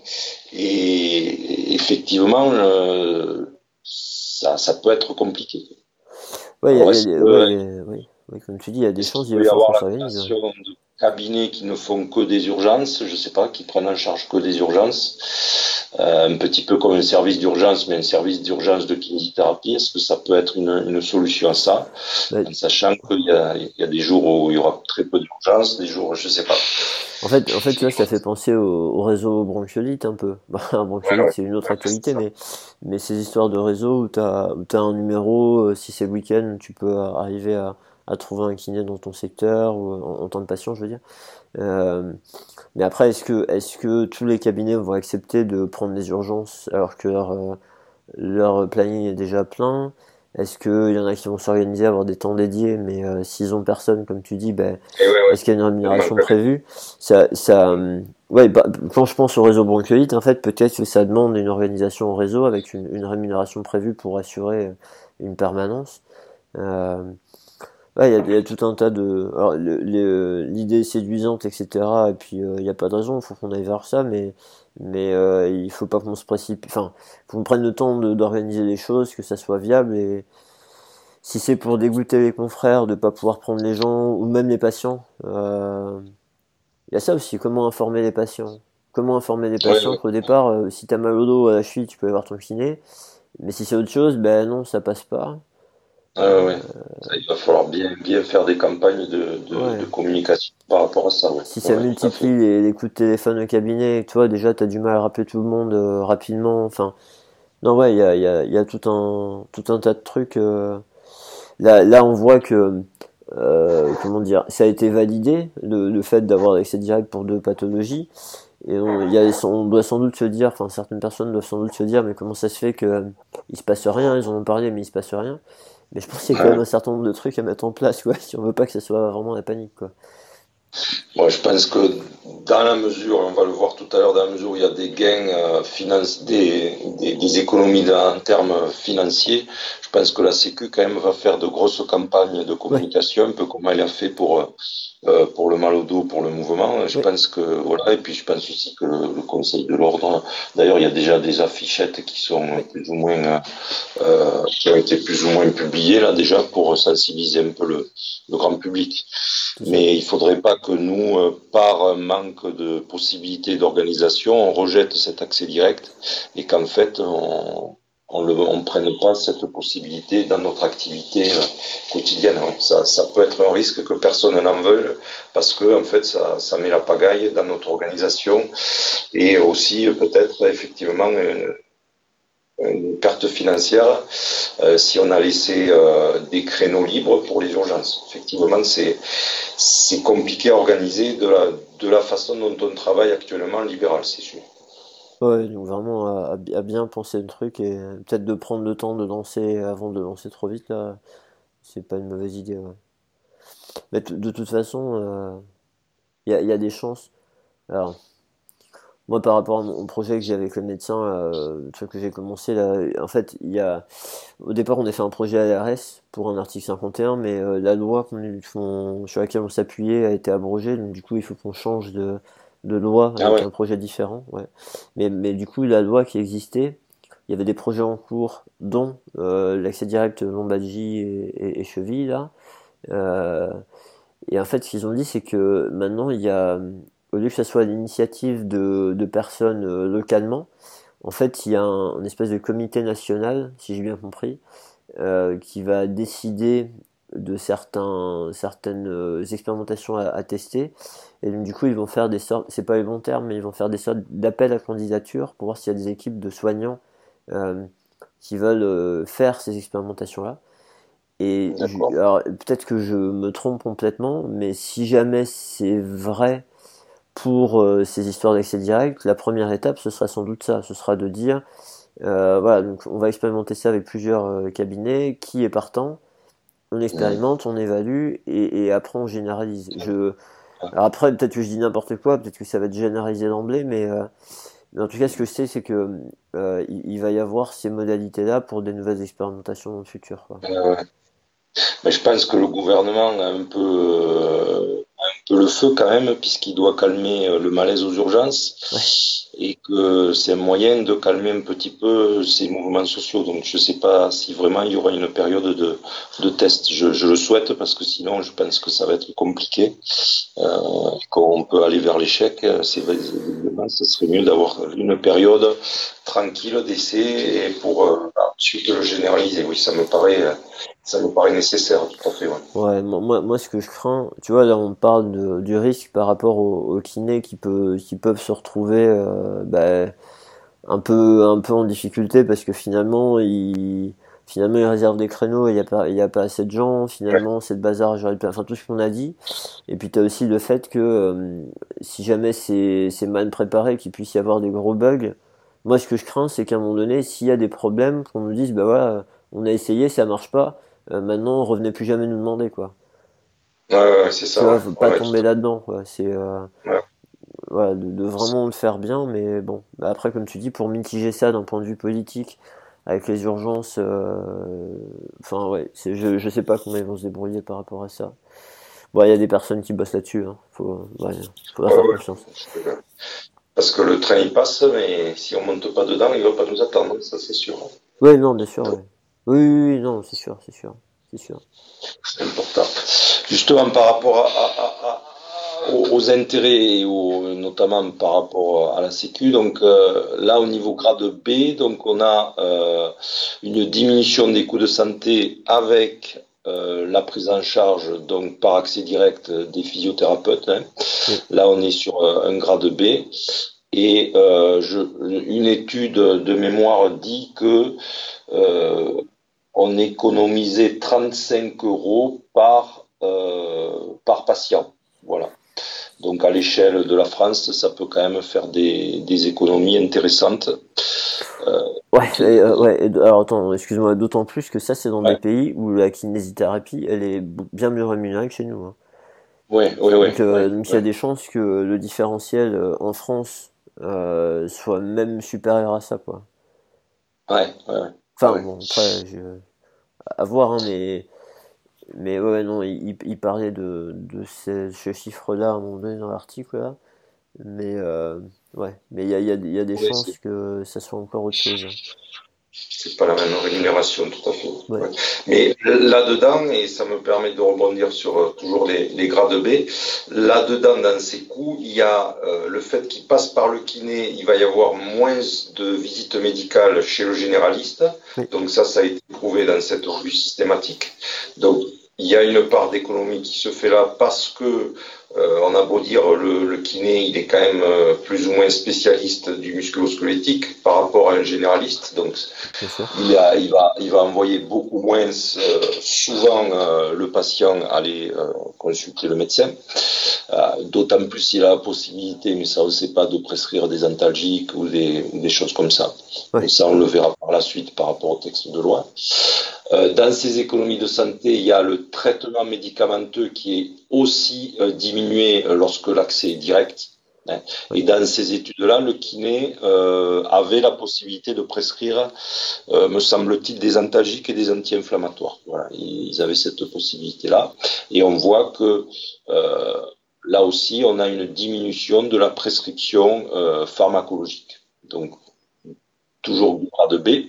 S2: Et effectivement, euh, ça, ça peut être compliqué.
S1: Ouais, il y a,
S2: Alors,
S1: y
S2: est-ce
S1: a, ouais,
S2: que,
S1: y a, ouais, ouais, comme tu dis, il y a des
S2: est-ce qu'il
S1: chances, il
S2: peut
S1: va
S2: y
S1: falloir
S2: avoir
S1: qu'on
S2: la
S1: s'organise. Ouais.
S2: création de cabinets qui ne font que des urgences, je sais pas, qui prennent en charge que des urgences, euh, un petit peu comme un service d'urgence, mais un service d'urgence de kinésithérapie? Est-ce que ça peut être une, une solution à ça,
S1: Bah,
S2: en sachant qu'il y a, il y a des jours où il y aura très peu d'urgences, des jours, je sais pas.
S1: En fait, en fait, tu vois, ça fait penser au, au réseau bronchiolite un peu. Bah, un
S2: Ouais,
S1: bronchiolite,
S2: ouais.
S1: c'est une autre
S2: Ouais, c'est
S1: actualité,
S2: ça.
S1: mais, mais ces histoires de réseau où t'as, où t'as un numéro, euh, si c'est le week-end, tu peux arriver à, à trouver un kiné dans ton secteur, ou en, en tant que patient, je veux dire. Euh, mais après, est-ce que, est-ce que tous les cabinets vont accepter de prendre des urgences alors que leur, euh, leur planning est déjà plein? Est-ce qu'il y en a qui vont s'organiser, avoir des temps dédiés, mais euh, s'ils ont personne, comme tu dis, ben,
S2: Et ouais, ouais.
S1: est-ce qu'il y a une
S2: Il
S1: rémunération
S2: manque-
S1: prévue? Ça, ça, euh, ouais, bah, quand je pense au réseau bronchiolite, en fait, peut-être que ça demande une organisation en réseau avec une, une rémunération prévue pour assurer une permanence. Euh, ouais, il y a, il y a tout un tas de. Alors, le- le- l'idée est séduisante, et cetera. Et puis, il euh, n'y a pas de raison, il faut qu'on aille vers ça, mais, mais euh, il faut pas qu'on se précipite. Enfin, faut qu'on prenne le temps de- d'organiser les choses, que ça soit viable. Et si c'est pour dégoûter les confrères, de pas pouvoir prendre les gens, ou même les patients, euh, il y a ça aussi, comment informer les patients. Comment informer les
S2: Ouais,
S1: patients
S2: ouais.
S1: qu'au départ, euh, si t'as mal au dos, à la cheville, tu peux aller voir ton kiné. Mais si c'est autre chose, ben non, ça passe pas.
S2: Ouais, ouais. Ça, il va falloir bien, bien faire des campagnes de, de, de
S1: Ouais.
S2: communication par rapport à ça, ouais.
S1: Si
S2: Ouais,
S1: ça
S2: ouais, tout à fait.
S1: multiplie les, les coups de téléphone au cabinet, tu vois, déjà t'as du mal à rappeler tout le monde euh, rapidement. Enfin, non, ouais, il y a, il y, a, il y a tout un, tout un tas de trucs. euh. Là, là, on voit que, euh, comment dire, ça a été validé, le, le fait d'avoir l'accès direct pour deux pathologies. Et on, il y a, on doit sans doute se dire, enfin certaines personnes doivent sans doute se dire, mais comment ça se fait que euh, il se passe rien, ils en ont parlé, mais il se passe rien. Mais je pense qu'il y a quand même
S2: Ouais.
S1: un certain nombre de trucs à mettre en place, quoi, si on veut pas que ça soit vraiment la panique, quoi.
S2: Moi, je pense que dans la mesure, on va le voir tout à l'heure, dans la mesure où il y a des gains euh, finance, des, des, des économies en termes financiers, je pense que la Sécu quand même va faire de grosses campagnes de
S1: Ouais,
S2: communication, un peu comme elle a fait pour euh, pour le mal au dos, pour le mouvement. Je
S1: ouais,
S2: pense que voilà, et puis je pense aussi que le, le Conseil de l'ordre, d'ailleurs, il y a déjà des affichettes qui sont
S1: ouais,
S2: plus ou moins euh, qui ont été plus ou moins publiées là déjà pour sensibiliser un peu le, le grand public.
S1: c'est ça.
S2: Mais il faudrait pas que nous, euh, par un manque de possibilités d'organisation, on rejette cet accès direct et qu'en fait, on on ne on prenne pas cette possibilité dans notre activité euh, quotidienne. Ça, ça peut être un risque que personne n'en veuille parce que en fait, ça, ça met la pagaille dans notre organisation et aussi euh, peut-être effectivement une, une carte financière euh, si on a laissé euh, des créneaux libres pour les urgences. Effectivement, c'est c'est compliqué à organiser de la, de la façon dont on travaille actuellement en libéral, c'est sûr.
S1: Ouais, donc vraiment à, à bi- à bien penser le truc et euh, peut-être de prendre le temps de lancer avant de lancer trop vite là, c'est pas une mauvaise idée. Ouais. Mais t- de toute façon, il y a, y a des chances. Alors, moi, par rapport à mon projet que j'ai avec le médecin, euh, le truc que j'ai commencé là, en fait, il y a, au départ, on a fait un projet A R S pour un article cinquante et un, mais euh, la loi qu'on, qu'on- sur laquelle on s'appuyait a été abrogée, donc du coup, il faut qu'on change de, de loi
S2: Ah
S1: avec
S2: ouais.
S1: un projet différent. Ouais. Mais, mais du coup, la loi qui existait, il y avait des projets en cours, dont euh, l'accès direct lombalgie et, et, et cheville là. Euh, et en fait, ce qu'ils ont dit, c'est que maintenant, il y a, au lieu que ça soit l'initiative de, de personnes euh, localement, en fait, il y a un, un espèce de comité national, si j'ai bien compris, euh, qui va décider de certains, certaines euh, expérimentations à, à tester. Et donc, du coup, ils vont faire des sortes, c'est pas les bons termes, mais ils vont faire des sortes d'appels à candidature pour voir s'il y a des équipes de soignants euh, qui veulent euh, faire ces expérimentations-là. Et
S2: D'accord.
S1: alors, peut-être que je me trompe complètement, mais si jamais c'est vrai pour euh, ces histoires d'accès direct, la première étape, ce sera sans doute ça. Ce sera de dire, euh, voilà, donc on va expérimenter ça avec plusieurs euh, cabinets, qui est partant, on
S2: Mmh.
S1: expérimente, on évalue, et, et après on généralise. Je, alors après, peut-être que je dis n'importe quoi, peut-être que ça va être généralisé d'emblée, mais, euh, mais en tout cas, ce que je sais, c'est que euh, il, il va y avoir ces modalités-là pour des nouvelles expérimentations dans le futur, quoi.
S2: Euh, Mais je pense que le gouvernement a un peu, euh, un peu le feu quand même, puisqu'il doit calmer euh, le malaise aux
S1: Ouais,
S2: urgences et que c'est un moyen de calmer un petit peu ces mouvements sociaux. Donc je ne sais pas si vraiment il y aura une période de, de test. Je, je le souhaite parce que sinon je pense que ça va être compliqué. Euh, quand on peut aller vers l'échec, c'est évidemment, ce serait mieux d'avoir une période tranquille d'essai et pour euh, ensuite le généraliser. Oui, ça me paraît, ça me paraît nécessaire, tout à fait. Ouais.
S1: ouais, moi, moi, moi, ce que je crains, tu vois, là, on parle de, du risque par rapport aux, aux kinés qui peut, qui peuvent se retrouver, euh, bah, un peu, un peu en difficulté parce que finalement, ils, finalement, ils réservent des créneaux et il y a pas, il y a pas assez de gens.
S2: Ouais.
S1: Finalement, c'est le bazar, j'aurais pas- enfin, tout ce qu'on a dit. Et puis, t'as aussi le fait que, euh, si jamais c'est, c'est mal préparé, qu'il puisse y avoir des gros bugs. Moi, ce que je crains, c'est qu'à un moment donné, s'il y a des problèmes, qu'on nous dise, bah voilà, on a essayé, ça marche pas. Euh, maintenant, revenez plus jamais nous demander, quoi.
S2: Ouais, ouais, ouais, c'est
S1: Tu
S2: ça,
S1: vois,
S2: ouais.
S1: faut
S2: Ouais,
S1: pas
S2: ouais,
S1: tomber
S2: tout
S1: là-dedans, quoi. C'est, euh,
S2: à fait.
S1: voilà, de, de vraiment le faire bien, mais bon. Bah après, comme tu dis, pour mitiger ça d'un point de vue politique, avec les urgences, euh, enfin ouais, c'est, je, je sais pas comment ils vont se débrouiller par rapport à ça. Bon, il y a des personnes qui bossent là-dessus, hein. Faut, ouais, faut leur
S2: Ouais,
S1: faire
S2: ouais,
S1: confiance.
S2: ouais. Parce que le train il passe, mais si on monte pas dedans, il va pas nous attendre, ça c'est sûr.
S1: Ouais, non, bien sûr, ouais. Oui, oui, oui, non, c'est sûr, c'est sûr, c'est sûr.
S2: C'est important. Justement, par rapport à, à- à- aux, aux intérêts, et aux- notamment par rapport à la Sécu, donc euh, là au niveau grade B, donc on a euh, une diminution des coûts de santé avec euh, la prise en charge donc par accès direct des physiothérapeutes, hein.
S1: Oui,
S2: Là on est sur euh, un grade B et euh, je, une étude de mémoire dit que euh, on économisait trente-cinq euros par, euh, par patient. Voilà. Donc à l'échelle de la France, ça peut quand même faire des, des économies intéressantes. Euh,
S1: ouais,
S2: qui-
S1: et, euh, ouais. Et, alors attends, excuse-moi, d'autant plus que ça, c'est dans des
S2: ouais,
S1: pays où la kinésithérapie, elle est b- bien mieux rémunérée que chez nous, hein.
S2: Ouais, ouais,
S1: Donc,
S2: ouais,
S1: euh,
S2: ouais,
S1: donc il y a
S2: ouais,
S1: des chances que le différentiel euh, en France euh, soit même supérieur à ça, quoi.
S2: ouais, ouais, ouais,
S1: Enfin,
S2: ouais.
S1: bon, après, je, à voir, hein, mais, mais ouais, non, il, il parlait de, de ces, ce chiffre-là à un moment donné dans l'article, là. Mais, euh, ouais, mais il y a, il y a, il y a des
S2: Ouais, c'est
S1: chances que ça soit encore autre chose, hein.
S2: c'est pas la même rémunération, tout à fait.
S1: Ouais,
S2: Ouais. Mais là-dedans, et ça me permet de rebondir sur euh, toujours les, les grades B, là-dedans, dans ces coûts, il y a euh, le fait qu'il passe par le kiné, il va y avoir moins de visites médicales chez le généraliste.
S1: oui,
S2: Donc ça, ça a été prouvé dans cette revue systématique. Donc il y a une part d'économie qui se fait là parce que euh, on a beau dire le, le kiné, il est quand même euh, plus ou moins spécialiste du musculo-squelettique par rapport à un généraliste. Donc
S1: bien sûr.
S2: il, a, il, va, il va envoyer beaucoup moins euh, souvent euh, le patient aller euh, consulter le médecin. Euh, D'autant plus s'il a la possibilité, mais ça on ne sait pas, de prescrire des antalgiques ou des, ou des choses comme ça. Mais
S1: Ouais,
S2: ça, on le verra par la suite par rapport au texte de loi. Euh, dans ces économies de santé, il y a le traitement médicamenteux qui est aussi euh, diminué euh, lorsque l'accès est direct. Hein.
S1: ouais,
S2: Et dans ces études-là, le kiné euh, avait la possibilité de prescrire, euh, me semble-t-il, des antalgiques et des anti-inflammatoires. Voilà, ils avaient cette possibilité-là. Et on voit que euh, là aussi, on a une diminution de la prescription euh, pharmacologique. Donc, toujours du grade B.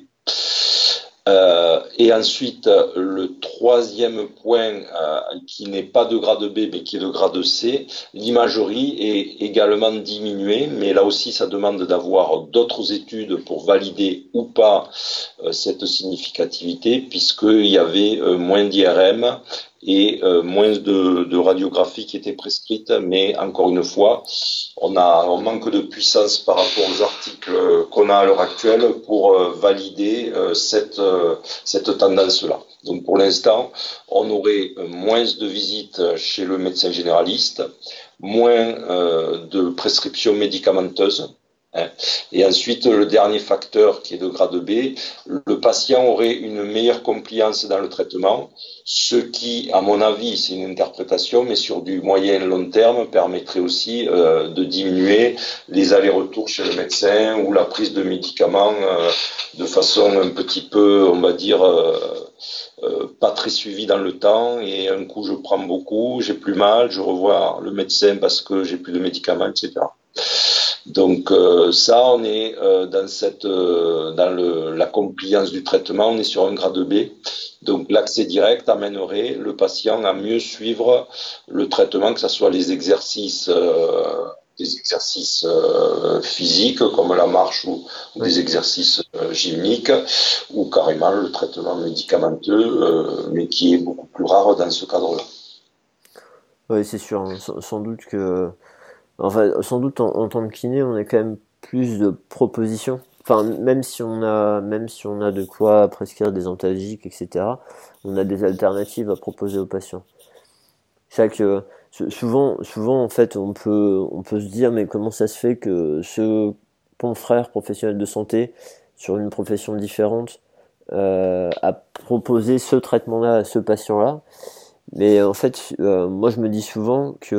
S2: Euh, et ensuite, le troisième point euh, qui n'est pas de grade B mais qui est de grade C, l'imagerie est également diminuée, mais là aussi ça demande d'avoir d'autres études pour valider ou pas euh, cette significativité, puisqu'il y avait euh, moins d'I R M et euh, moins de, de radiographie qui étaient prescrites, mais encore une fois, on a on manque de puissance par rapport aux articles qu'on a à l'heure actuelle pour euh, valider euh, cette euh, cette tendance-là. Donc pour l'instant, on aurait moins de visites chez le médecin généraliste, moins euh, de prescriptions médicamenteuses. Hein. Et ensuite, le dernier facteur qui est de grade B, le patient aurait une meilleure compliance dans le traitement, ce qui, à mon avis, c'est une interprétation, mais sur du moyen et long terme, permettrait aussi euh, de diminuer les allers-retours chez le médecin ou la prise de médicaments euh, de façon un petit peu, on va dire, euh, euh, pas très suivie dans le temps. Et un coup, je prends beaucoup, j'ai plus mal, je revois le médecin parce que j'ai plus de médicaments, et cetera. Donc euh, ça, on est euh, dans cette, euh, dans le, la compliance du traitement, on est sur un grade B. Donc l'accès direct amènerait le patient à mieux suivre le traitement, que ce soit les exercices, euh, des exercices euh, physiques comme la marche ou, ou
S1: ouais.
S2: des exercices euh, gymniques, ou carrément le traitement médicamenteux, euh, mais qui est beaucoup plus rare dans ce cadre-là.
S1: Ouais, c'est sûr, hein. Sans, sans doute que, enfin, sans doute en, en tant que kiné, on a quand même plus de propositions. Enfin, même si on a, même si on a de quoi prescrire des antalgiques, et cetera, on a des alternatives à proposer aux patients. C'est vrai que souvent, souvent en fait, on peut, on peut se dire, mais comment ça se fait que ce confrère professionnel de santé, sur une profession différente, euh, a proposé ce traitement-là à ce patient-là. Mais en fait, euh, moi je me dis souvent que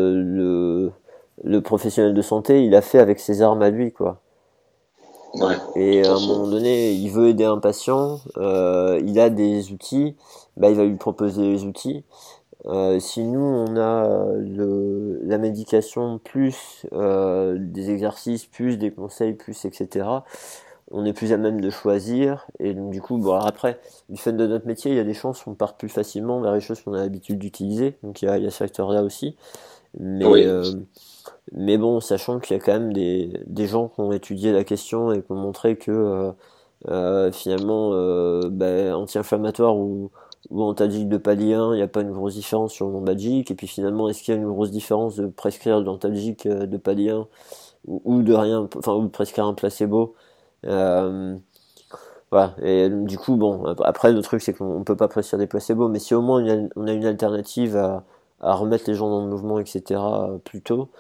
S1: le, le professionnel de santé, il a fait avec ses armes à lui, quoi.
S2: Ouais,
S1: Et
S2: tout
S1: à
S2: à
S1: un
S2: fait.
S1: moment donné, il veut aider un patient, euh, il a des outils, bah il va lui proposer les outils. Euh, si nous on a le, la médication plus euh, des exercices, plus des conseils, plus et cetera, on est plus à même de choisir. Et donc du coup, bon alors après, du fait de notre métier, il y a des chances qu'on parte plus facilement vers les choses qu'on a l'habitude d'utiliser. Donc il y a, il y a ce facteur-là aussi. Mais
S2: Oui,
S1: euh, mais bon, sachant qu'il y a quand même des, des gens qui ont étudié la question et qui ont montré que euh, euh, finalement, euh, bah, anti-inflammatoire ou, ou antalgique de palier un, il n'y a pas une grosse différence sur le lombalgique. Et puis finalement, est-ce qu'il y a une grosse différence de prescrire de l'antalgique euh, de palier un ou, ou de rien, enfin, ou de prescrire un placebo? euh, voilà. Et du coup, bon, après, le truc, c'est qu'on peut pas prescrire des placebos, mais si au moins on a, on a une alternative à, à remettre les gens dans le mouvement, et cetera, euh, plus tôt,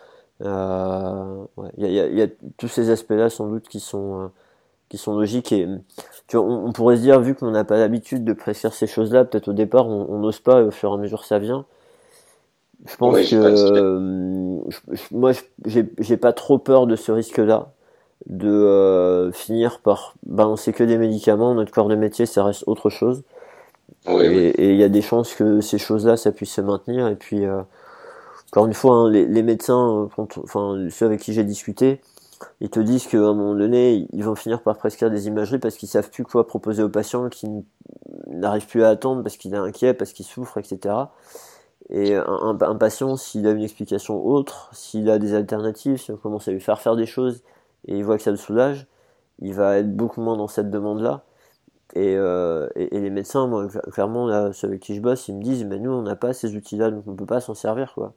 S1: euh, ouais, il y a, il y a- il y a tous ces aspects-là, sans doute, qui sont, euh, qui sont logiques. Et tu vois, on, on pourrait se dire, vu qu'on n'a pas l'habitude de prescrire ces choses-là, peut-être au départ, on on n'ose pas, et au fur et à mesure, ça vient. Je pense
S2: Oui,
S1: que
S2: je pense bien.
S1: euh, je- je- moi, je- j'ai j'ai pas trop peur de ce risque-là, de euh, finir par balancer que des médicaments. Notre corps de métier, ça reste autre chose.
S2: Oui, oui.
S1: Et et il y a des chances que ces choses-là, ça puisse se maintenir. Et puis, euh, encore une fois, hein, les, les médecins, euh, quand- enfin ceux avec qui j'ai discuté, ils te disent qu'à un moment donné, ils vont finir par prescrire des imageries parce qu'ils savent plus quoi proposer aux patients, qui n- n'arrivent plus à attendre parce qu'il est inquiet, parce qu'il souffre, et cetera. Et un, un- un patient, s'il a une explication autre, s'il a des alternatives, si on commence à lui faire faire des choses et il voit que ça le soulage, il va être beaucoup moins dans cette demande-là. Et, euh, et, et les médecins, moi, cl- clairement, là, ceux avec qui je bosse, ils me disent, mais nous, on n'a pas ces outils-là, donc on peut pas s'en servir, quoi.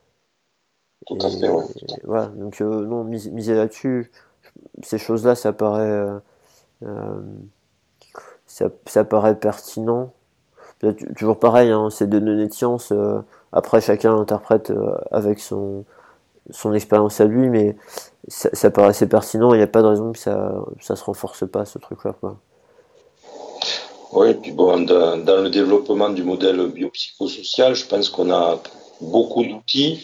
S2: Tout à fait,
S1: Et
S2: oui.
S1: voilà, donc euh, non, mis- miser là-dessus, ces choses-là, ça paraît, euh, euh, ça, ça paraît pertinent. Peut-être toujours pareil, hein, c'est de données de science. Euh, après, chacun interprète euh, avec son, son expérience à lui, mais ça, ça paraissait pertinent. Il n'y a pas de raison que ça, ça se renforce pas, ce truc-là, quoi.
S2: Oui, et puis bon, dans, dans le développement du modèle biopsychosocial, je pense qu'on a beaucoup d'outils.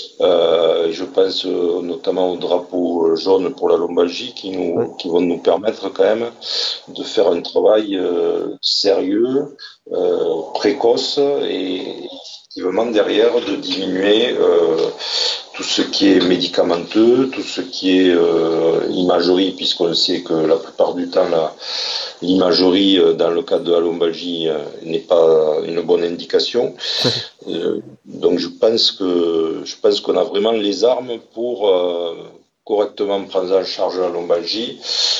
S2: Euh, je pense euh, notamment au drapeau jaune pour la lombalgie qui
S1: Ouais,
S2: nous, qui vont nous permettre quand même de faire un travail euh, sérieux, euh, précoce et effectivement derrière de diminuer euh, tout ce qui est médicamenteux, tout ce qui est euh, imagerie, puisqu'on sait que la plupart du temps la, l'imagerie euh, dans le cadre de la lombalgie euh, n'est pas une bonne indication. Euh, donc je pense que je pense qu'on a vraiment les armes pour euh, correctement prendre en charge la lombalgie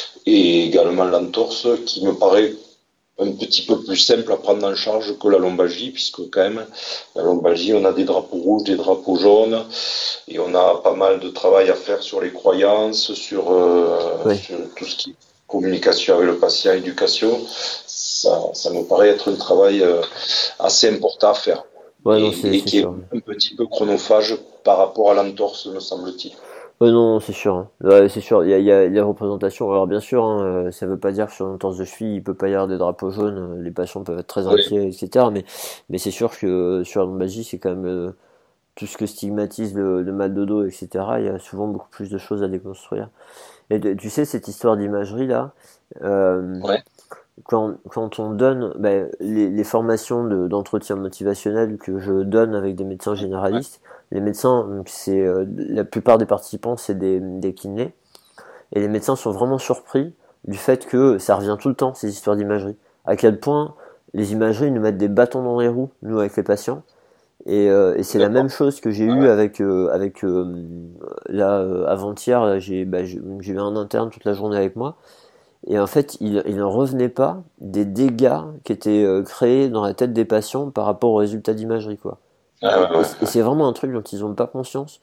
S2: et également l'entorse qui me paraît un petit peu plus simple à prendre en charge que la lombalgie, puisque quand même, la lombalgie, on a des drapeaux rouges, des drapeaux jaunes, et on a pas mal de travail à faire sur les croyances, sur, euh,
S1: ouais,
S2: sur tout ce qui est communication avec le patient, éducation. Ça, ça me paraît être un travail euh, assez important à faire,
S1: ouais, non, c'est
S2: et, et
S1: c'est
S2: qui est
S1: sûr.
S2: un petit peu chronophage par rapport à l'entorse, me semble-t-il.
S1: Ouais, non, c'est sûr. Hein. Ouais, c'est sûr. Il y a, il y a les représentations. Alors bien sûr, hein, euh, ça veut pas dire que sur une torse de cheville, il peut pas y avoir des drapeaux jaunes. euh, Les patients peuvent être très
S2: Oui,
S1: inquiets, et cetera. Mais, mais c'est sûr que euh, sur la lombalgie, c'est quand même euh, tout ce que stigmatise le, le mal de dos, et cetera. Il y a souvent beaucoup plus de choses à déconstruire. Et de- tu sais, cette histoire d'imagerie là, euh,
S2: ouais,
S1: quand, quand on donne ben, les, les formations de- d'entretien motivationnel que je donne avec des médecins
S2: ouais.
S1: généralistes, les médecins, donc c'est euh, la plupart des participants, c'est des, des kinés, et les médecins sont vraiment surpris du fait que ça revient tout le temps, ces histoires d'imagerie. À quel point les imageries nous mettent des bâtons dans les roues, nous, avec les patients. Et, euh, et c'est la même
S2: D'accord.
S1: chose que j'ai
S2: Ouais,
S1: eu
S2: ouais.
S1: avec, euh, avec euh, là, euh, avant-hier, là, j'ai bah, j'ai j'ai eu un interne toute la journée avec moi. Et en fait, il, il n'en revenait pas des dégâts qui étaient euh, créés dans la tête des patients par rapport aux résultats d'imagerie, quoi.
S2: Ouais,
S1: Et,
S2: ouais,
S1: et,
S2: ouais.
S1: et c'est vraiment un truc dont ils n'ont pas conscience.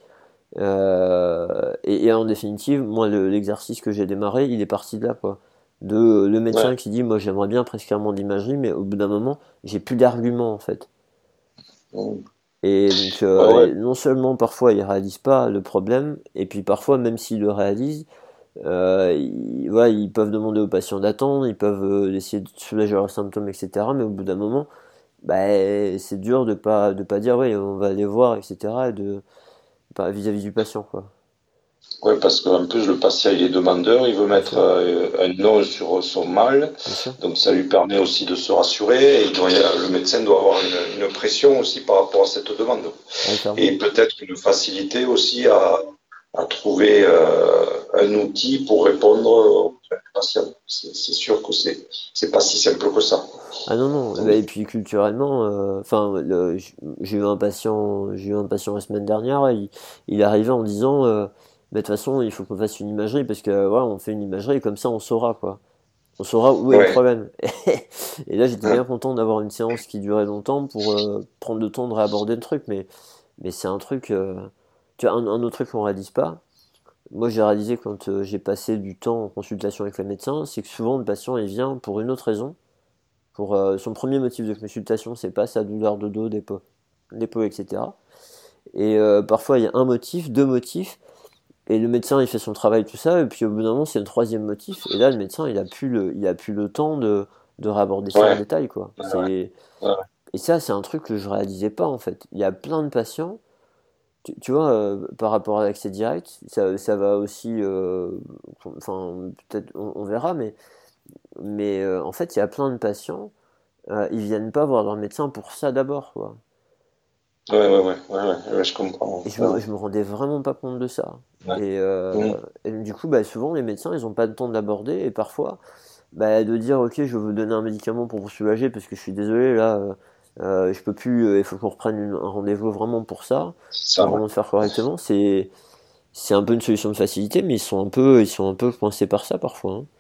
S1: Euh, et, et en définitive, moi, le- l'exercice que j'ai démarré, il est parti de là, quoi. De euh, le
S2: Ouais.
S1: médecin qui dit, moi, j'aimerais bien prescrire mon d'imagerie, mais au bout d'un moment, j'ai plus d'arguments, en fait.
S2: Ouais,
S1: Et donc, euh,
S2: ouais.
S1: et non seulement parfois ils réalisent pas le problème, et puis parfois même s'ils le réalisent, euh, ils, voilà, ils peuvent demander aux patients d'attendre, ils peuvent euh, essayer de soulager leurs symptômes, et cetera. Mais au bout d'un moment, bah, c'est dur de pas de pas dire oui, on va aller voir, et cetera. Et de pas vis-à-vis du patient, quoi.
S2: Oui, parce qu'en plus, le patient, il est demandeur, il veut
S1: Bien
S2: mettre
S1: sûr,
S2: euh, un nom sur son mal,
S1: bien sûr.
S2: donc ça lui permet aussi de se rassurer, et il doit- le médecin doit avoir une, une pression aussi par rapport à cette demande.
S1: Ouais, clairement.
S2: Et peut-être une facilité aussi à, à trouver euh, un outil pour répondre aux patients. C'est c'est sûr que c'est c'est pas si simple que ça.
S1: Ah non, non, bah, et puis culturellement, euh, enfin, le- j- j'ai eu un patient, j'ai eu un patient la semaine dernière, il, il arrivait en disant, euh, mais de toute façon, il faut qu'on fasse une imagerie, parce que, voilà, on fait une imagerie, et comme ça, on saura, quoi. On saura où est le
S2: Ouais.
S1: problème. Et là, j'étais bien content d'avoir une séance qui durait longtemps pour euh, prendre le temps de réaborder le truc, mais, mais c'est un truc, euh, tu vois, un, un autre truc qu'on réalise pas. Moi, j'ai réalisé quand euh, j'ai passé du temps en consultation avec le médecin, c'est que souvent, le patient, il vient pour une autre raison. Pour euh, son premier motif de consultation, c'est pas sa douleur de dos, d'épaule, d'épaule, et cetera. Et euh, parfois, il y a un motif, deux motifs, et le médecin, il fait son travail, tout ça, et puis au bout d'un moment, c'est le troisième motif, et là, le médecin, il a plus le, il a plus le temps de, de réaborder ça en
S2: Ouais.
S1: détail, quoi.
S2: Ouais.
S1: C'est,
S2: Ouais.
S1: Et ça, c'est un truc que je réalisais pas en fait. Il y a plein de patients, tu, tu vois, euh, par rapport à l'accès direct, ça, ça va aussi, euh, enfin, peut-être on, on verra, mais, mais euh, en fait, il y a plein de patients, euh, ils viennent pas voir leur médecin pour ça d'abord, quoi.
S2: Ouais, ouais, ouais, ouais, ouais, ouais, je comprends.
S1: Et je
S2: Ouais,
S1: me, je me rendais vraiment pas compte de ça.
S2: ouais.
S1: Et, euh,
S2: Mmh.
S1: et du coup, bah, souvent, les médecins, ils ont pas le temps de l'aborder, et parfois, bah, de dire, ok, je vais vous donner un médicament pour vous soulager parce que je suis désolé, là, euh, euh, je peux plus, euh, il faut qu'on reprenne une- un rendez-vous vraiment pour ça,
S2: C'est
S1: pour
S2: ça, ouais.
S1: vraiment le faire correctement. C'est, c'est un peu une solution de facilité, mais ils sont un peu, ils sont un peu coincés par ça parfois, hein.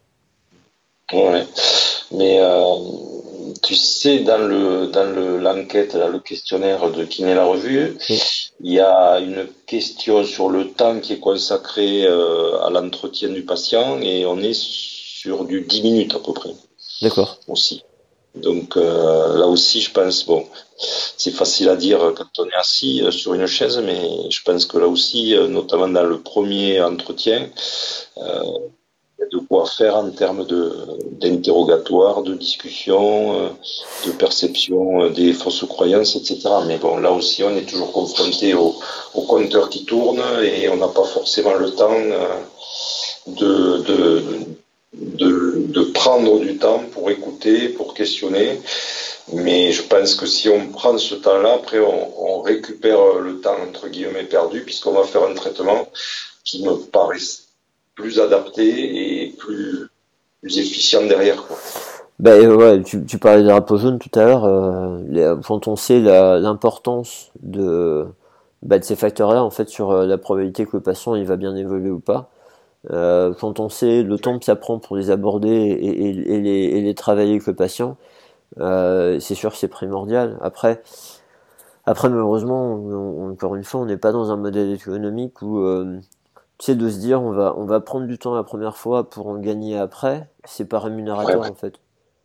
S2: Ouais. Mais euh, tu sais, dans le dans le l'enquête, là, le questionnaire de Kiné la Revue,
S1: Oui,
S2: il y a une question sur le temps qui est consacré euh, à l'entretien du patient et on est sur du dix minutes à peu près
S1: d'accord.
S2: aussi. Donc euh, là aussi, je pense, bon, c'est facile à dire quand on est assis euh, sur une chaise, mais je pense que là aussi, euh, notamment dans le premier entretien, euh, il y a de quoi faire en termes de d'interrogatoire, de discussion, euh, de perception euh, des fausses croyances, et cetera. Mais bon, là aussi, on est toujours confronté au, au compteur qui tourne et on n'a pas forcément le temps euh, de, de, de, de prendre du temps pour écouter, pour questionner. Mais je pense que si on prend ce temps-là, après on, on récupère le temps entre guillemets perdu, puisqu'on va faire un traitement qui me paraît plus adapté et plus, plus efficient derrière, quoi.
S1: Bah, euh, ouais, tu, tu parlais des drapeaux jaunes tout à l'heure. Euh, les- quand on sait la- l'importance de, bah, de ces facteurs-là, en fait, sur euh, la probabilité que le patient il va bien évoluer ou pas, euh, quand on sait le temps que ça prend pour les aborder et, et- et les, et les travailler avec le patient, euh, c'est sûr que c'est primordial. Après, après malheureusement, on- on- encore une fois, on n'est pas dans un modèle économique où, euh, tu sais, de se dire on va, on va prendre du temps la première fois pour en gagner après, c'est pas
S2: Ouais,
S1: rémunérateur
S2: ouais.
S1: en fait.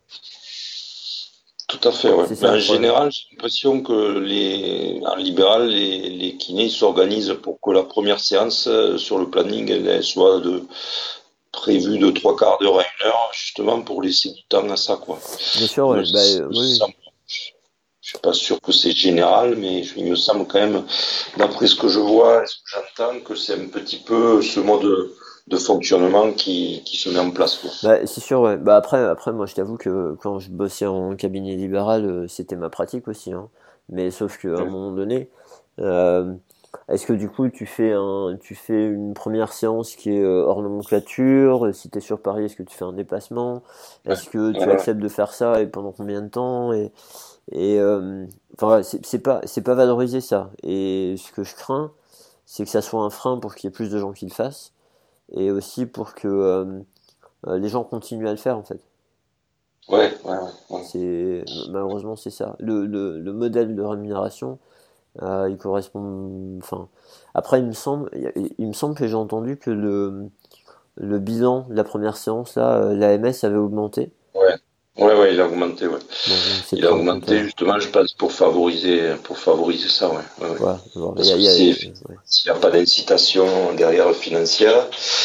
S2: Tout à fait, ouais.
S1: C'est
S2: Mais
S1: ça le
S2: en
S1: problème.
S2: général, j'ai l'impression que les, en libéral, les, les kinés s'organisent pour que la première séance euh, sur le planning elle, elle soit de prévue de trois quarts d'heure à une heure, justement pour laisser du temps à ça, quoi.
S1: Bien sûr,
S2: Il
S1: ouais.
S2: me,
S1: Bah,
S2: il
S1: euh,
S2: me
S1: oui, oui.
S2: semble, je suis pas sûr que c'est général, mais il me semble quand même, d'après ce que je vois et ce que j'entends, que c'est un petit peu ce mode de, de fonctionnement qui, qui se met en place, quoi.
S1: Bah, c'est sûr, ouais. Bah, après, après, moi, je t'avoue que quand je bossais en cabinet libéral, euh, c'était ma pratique aussi, hein. Mais sauf qu'à un
S2: Ouais,
S1: moment donné, euh, est-ce que du coup, tu fais un, tu fais une première séance qui est euh, hors nomenclature? Si t'es sur Paris, est-ce que tu fais un déplacement?
S2: ouais,
S1: Est-ce que
S2: ouais,
S1: tu
S2: ouais.
S1: acceptes de faire ça et pendant combien de temps? Et, et euh, enfin, voilà, c'est c'est pas, c'est pas valoriser ça. Et ce que je crains, c'est que ça soit un frein pour qu'il y ait plus de gens qui le fassent et aussi pour que euh, euh, les gens continuent à le faire en fait.
S2: Ouais, ouais, ouais, ouais.
S1: C'est malheureusement c'est ça. Le, le, le modèle de rémunération, euh, il correspond. Enfin, après il me semble, il, il me semble que j'ai entendu que le le bilan de la première séance là, euh, l'A M S avait augmenté.
S2: Ouais, ouais, ouais, il a augmenté, ouais.
S1: Bon, donc c'est
S2: Il a
S1: pris en compte
S2: augmenté
S1: alors.
S2: justement, je pense, pour favoriser, pour favoriser ça, ouais, ouais, ouais.
S1: Voilà. Bon, il y
S2: Parce
S1: a,
S2: que
S1: il y a-
S2: si
S1: ouais.
S2: s'il n'y a pas d'incitation derrière financière,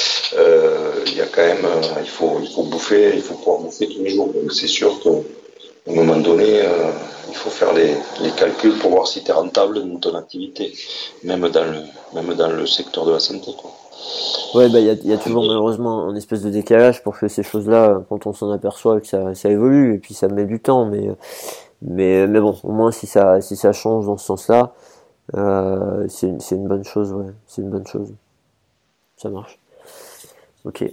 S2: euh, il y a quand même, euh, il faut, il faut bouffer, il faut pouvoir bouffer tous les jours. Donc c'est sûr qu'à un moment donné, euh, il faut faire les, les calculs pour voir si tu es rentable dans ton activité, même dans le, même dans le secteur de la santé, quoi.
S1: Ouais, bah il y a, il y a toujours malheureusement un espèce de décalage pour que ces choses-là, quand on s'en aperçoit que ça, ça évolue et puis ça met du temps, mais mais mais bon, au moins si ça si ça change dans ce sens-là. Euh, c'est une, c'est une bonne chose, ouais. C'est une bonne chose. Ça marche. Ok.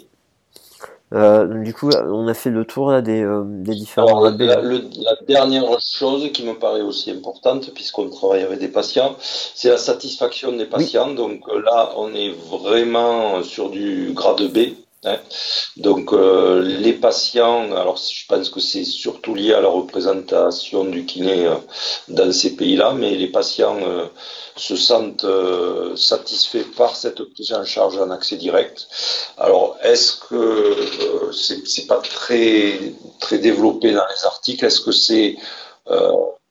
S1: Euh, donc du coup, on a fait le tour là, des, euh, des différents
S2: Alors,
S1: A B,
S2: la,
S1: hein.
S2: le- la dernière chose qui me paraît aussi importante, puisqu'on travaille avec des patients, c'est la satisfaction des
S1: Oui,
S2: patients. Donc euh, là, on est vraiment sur du grade B, hein. Donc euh, les patients, alors je pense que c'est surtout lié à la représentation du kiné euh, dans ces pays-là, mais les patients euh, se sentent euh, satisfaits par cette prise en charge en accès direct. Alors, est-ce que euh, c'est c'est pas très très développé dans les articles? Est-ce que c'est euh,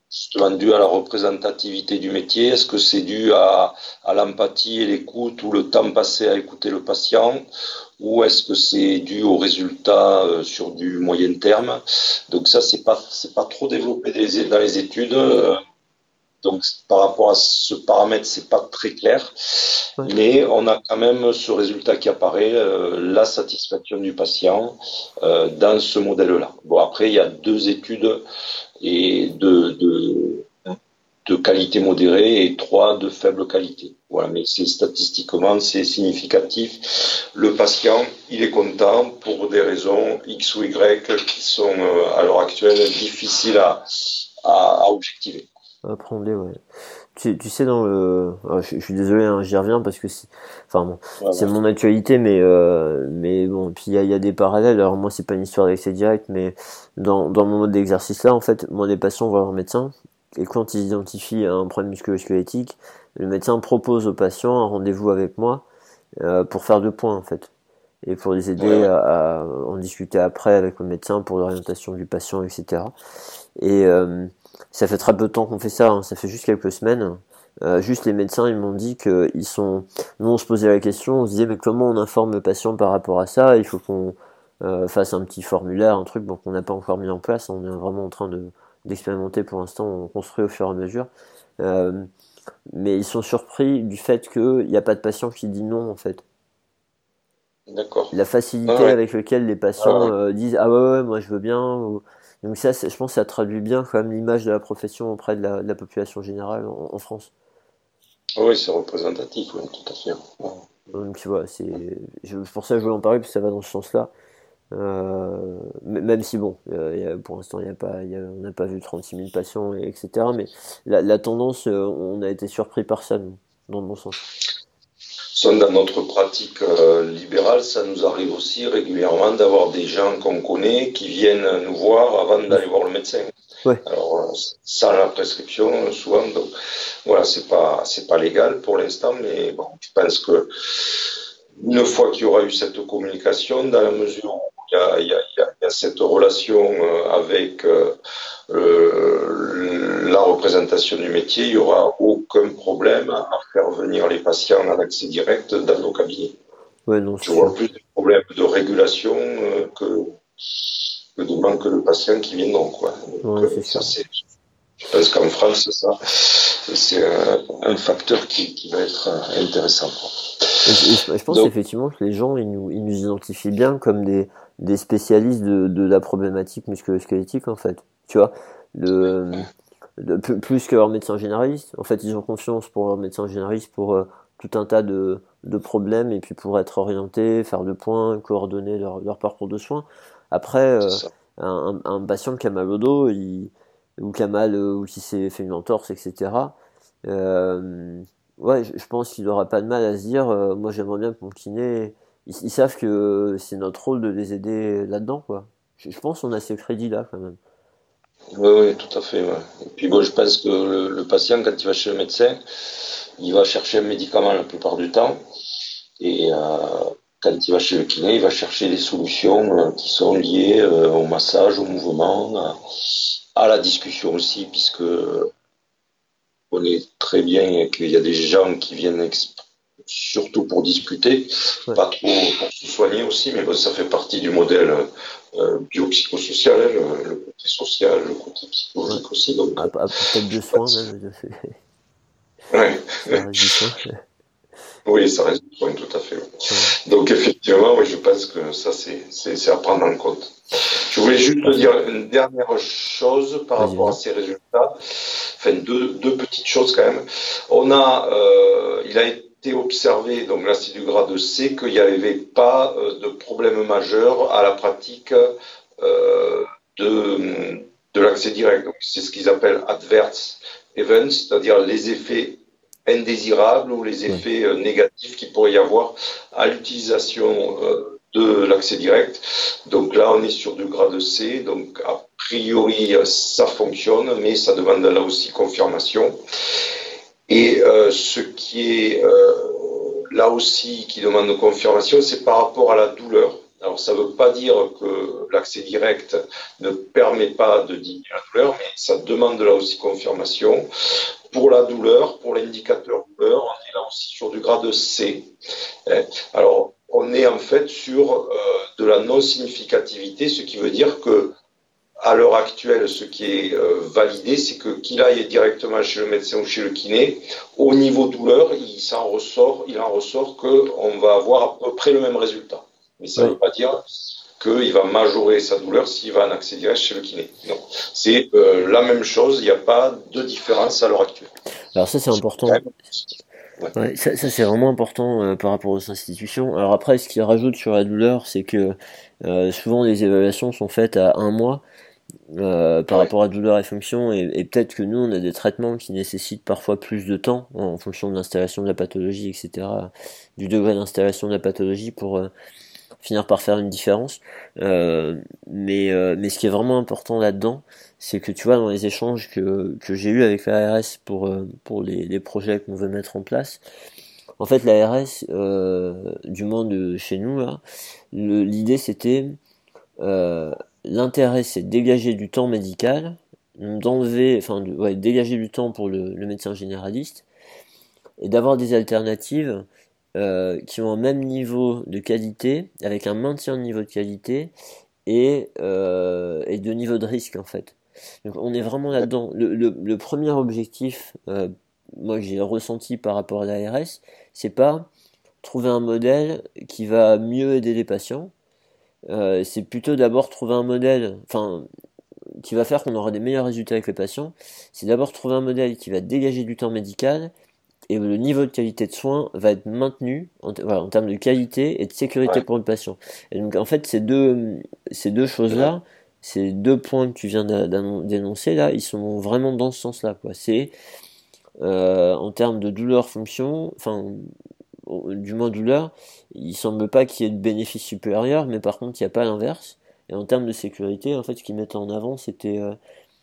S2: justement dû à la représentativité du métier? Est-ce que c'est dû à, à l'empathie et l'écoute ou le temps passé à écouter le patient? Ou est-ce que c'est dû aux résultats euh, sur du moyen terme? Donc ça, c'est pas, c'est pas trop développé des- dans les études. euh, donc par rapport à ce paramètre, c'est pas très clair.
S1: Ouais.
S2: Mais on a quand même ce résultat qui apparaît, euh, la satisfaction du patient euh, dans ce modèle-là. Bon, après, il y a deux études et de, de, de qualité modérée et trois de faible qualité. Voilà, mais c'est statistiquement, c'est significatif. Le patient, il est content pour des raisons X ou Y qui sont euh, à l'heure actuelle difficiles à, à, à objectiver.
S1: Appréhender, ouais. Tu, tu sais, dans le, ah, je, je suis désolé, hein, j'y reviens parce que c'est, enfin bon, c'est
S2: Voilà.
S1: mon actualité, mais euh, mais bon, puis il y a, il y a des parallèles. Alors moi, c'est pas une histoire d'accès direct, mais dans dans mon mode d'exercice là, en fait, moi, les patients voient leur médecin et quand ils identifient un problème musculo-squelettique, le médecin propose aux patients un rendez-vous avec moi euh, pour faire deux points en fait et pour les
S2: Ouais,
S1: aider
S2: ouais.
S1: à, à en discuter après avec le médecin pour l'orientation du patient, et cetera. Et euh, ça fait très peu de temps qu'on fait ça, hein, ça fait juste quelques semaines. Euh, juste les médecins, ils m'ont dit que ils sont. Nous, on se posait la question, on se disait mais comment on informe le patient par rapport à ça? Il faut qu'on euh, fasse un petit formulaire, un truc bon, qu'on n'a pas encore mis en place. On est vraiment en train de d'expérimenter pour l'instant, on construit au fur et à mesure. Euh, mais ils sont surpris du fait qu'il n'y a pas de patient qui dit non en fait.
S2: D'accord.
S1: La
S2: Ouais,
S1: facilité
S2: ouais.
S1: avec laquelle les
S2: Ouais,
S1: patients
S2: ouais.
S1: euh, disent ah ouais, ouais moi je veux bien ou... donc ça je pense que ça traduit bien quand même l'image de la profession auprès de la, de la population générale en, en France.
S2: Oui, c'est représentatif, oui, tout à fait. Ouais.
S1: Donc tu vois, c'est je, pour ça que je voulais en parler parce que ça va dans ce sens-là. Euh, même si bon, euh, y a, pour l'instant il y a pas, y a, on n'a pas vu trente-six mille patients et, etc. Mais la, la tendance, euh, on a été surpris par ça nous, dans le bon sens.
S2: Sont dans notre pratique euh, libérale, ça nous arrive aussi régulièrement d'avoir des gens qu'on connaît qui viennent nous voir avant
S1: Oui,
S2: d'aller voir le médecin.
S1: ouais,
S2: Alors, euh, sans la prescription, euh, souvent, donc voilà, c'est pas, c'est pas légal pour l'instant, mais bon, je pense que une fois qu'il y aura eu cette communication, dans la mesure où il y a, il y a, il y a, il y a cette relation euh, avec euh, euh, la représentation du métier, il n'y aura aucun problème à faire venir les patients en accès direct dans nos cabinets.
S1: ouais non
S2: Je
S1: c'est
S2: vois
S1: sûr.
S2: plus de problèmes de régulation euh, que, que de manque de patients qui viennent non, quoi. Donc,
S1: Ouais
S2: euh,
S1: c'est
S2: ça,
S1: sûr.
S2: c'est, je pense qu'en France, ça, c'est un, un facteur qui, qui va être euh, intéressant, quoi.
S1: Et je, et je- je pense
S2: Donc,
S1: effectivement que les gens, ils nous, ils nous identifient bien comme des, des spécialistes de, de la problématique musculo-squelettique, en fait. Tu vois, le, de- plus plus que leur médecin généraliste. En fait, ils ont confiance pour leur médecin généraliste pour euh, tout un tas de, de problèmes et puis pour être orientés, faire le point, coordonner leur, leur parcours de soins. Après,
S2: c'est
S1: euh,
S2: ça.
S1: un, un patient qui a mal au dos, il, ou qui a mal, euh, ou qui s'est fait une entorse, et cetera. Euh, ouais, je, je pense qu'il n'aura pas de mal à se dire, euh, moi j'aimerais bien que mon kiné, ils, ils savent que c'est notre rôle de les aider là-dedans, quoi. Je, je pense qu'on a ces crédits-là quand même.
S2: Oui, oui, tout à fait. Ouais. Et puis bon, je pense que le, le patient, quand il va chez le médecin, il va chercher un médicament la plupart du temps. Et euh, quand il va chez le kiné, il va chercher des solutions euh, qui sont liées euh, au massage, au mouvement, à, à la discussion aussi, puisque on est très bien qu'il y a des gens qui viennent exp- surtout pour discuter,
S1: Ouais.
S2: pas trop pour se soigner aussi, mais bon, ça fait partie du modèle euh, biopsychosocial, hein, le, le côté social, le côté
S1: Ouais.
S2: psychologique aussi. Donc,
S1: Ah, ah, peut-être de
S2: je
S1: soins
S2: pense.
S1: même, c'est-
S2: Ouais.
S1: ça reste du soin.
S2: Oui, ça reste du point, tout à fait.
S1: Ouais.
S2: Donc effectivement, oui, je pense que ça, c'est c'est- c'est à prendre en compte. Je voulais juste te
S1: Parfait.
S2: dire une dernière chose par
S1: Vas-y,
S2: rapport à
S1: vas-y.
S2: ces résultats. Enfin, deux, deux petites choses quand même. On a, euh, il a été observé, donc là c'est du grade C, qu'il n'y avait pas euh, de problème majeur à la pratique euh, de, de l'accès direct. Donc c'est ce qu'ils appellent adverse events, c'est-à-dire les effets indésirables ou les
S1: Ouais.
S2: effets euh, négatifs qu'il pourrait y avoir à l'utilisation euh, de l'accès direct. Donc là, on est sur du grade C. Donc a priori, ça fonctionne, mais ça demande là aussi confirmation. Et euh, ce qui est euh, là aussi qui demande confirmation, c'est par rapport à la douleur. Alors, ça ne veut pas dire que l'accès direct ne permet pas de diminuer la douleur, mais ça demande là aussi confirmation. Pour la douleur, pour l'indicateur douleur, on est là aussi sur du grade C. Alors, on est en fait sur euh, de la non-significativité, ce qui veut dire que à l'heure actuelle, ce qui est euh, validé, c'est que qu'il aille directement chez le médecin ou chez le kiné, au niveau douleur, il s'en ressort, il en ressort qu'on va avoir à peu près le même résultat. Mais ça ne
S1: Ouais.
S2: veut pas dire qu'il va majorer sa douleur s'il va en accès direct chez le kiné. Non, c'est euh, la même chose, il n'y a pas de différence à l'heure actuelle.
S1: Alors ça, c'est important.
S2: Ouais.
S1: Ouais, ça, ça c'est vraiment important euh, par rapport aux institutions. Alors après, ce qu'ils rajoutent sur la douleur, c'est que euh, souvent les évaluations sont faites à un mois euh, par
S2: Ouais.
S1: rapport à douleur et fonction, et, et peut-être que nous, on a des traitements qui nécessitent parfois plus de temps en, en fonction de l'installation de la pathologie, et cetera, du degré d'installation de la pathologie pour euh, finir par faire une différence. Euh, mais, euh, mais ce qui est vraiment important là-dedans, c'est que tu vois, dans les échanges que, que j'ai eu avec l'A R S pour, euh, pour les, les projets qu'on veut mettre en place, en fait, l'A R S, euh, du moins de chez nous, là, le- l'idée c'était, euh, l'intérêt c'est de dégager du temps médical, d'enlever, enfin, de- ouais, de dégager du temps pour le, le médecin généraliste, et d'avoir des alternatives euh, qui ont un même niveau de qualité, avec un maintien de niveau de qualité et, euh, et de niveau de risque en fait. Donc on est vraiment là-dedans. Le, le, le premier objectif, euh, moi que j'ai ressenti par rapport à l'A R S, c'est pas trouver un modèle qui va mieux aider les patients. Euh, c'est plutôt d'abord trouver un modèle, enfin, qui va faire qu'on aura des meilleurs résultats avec les patients. C'est d'abord trouver un modèle qui va dégager du temps médical et le niveau de qualité de soins va être maintenu en, voilà, en termes de qualité et de sécurité
S2: Ouais.
S1: pour le patient. Et donc en fait ces deux, ces deux choses-là, ces deux points que tu viens d'énoncer là, ils sont vraiment dans ce sens-là, quoi. C'est euh, en termes de douleur-fonction, enfin du moins douleur, il semble pas qu'il y ait de bénéfices supérieurs, mais par contre il n'y a pas l'inverse. Et en termes de sécurité, en fait, ce qu'ils mettaient en avant, c'était euh,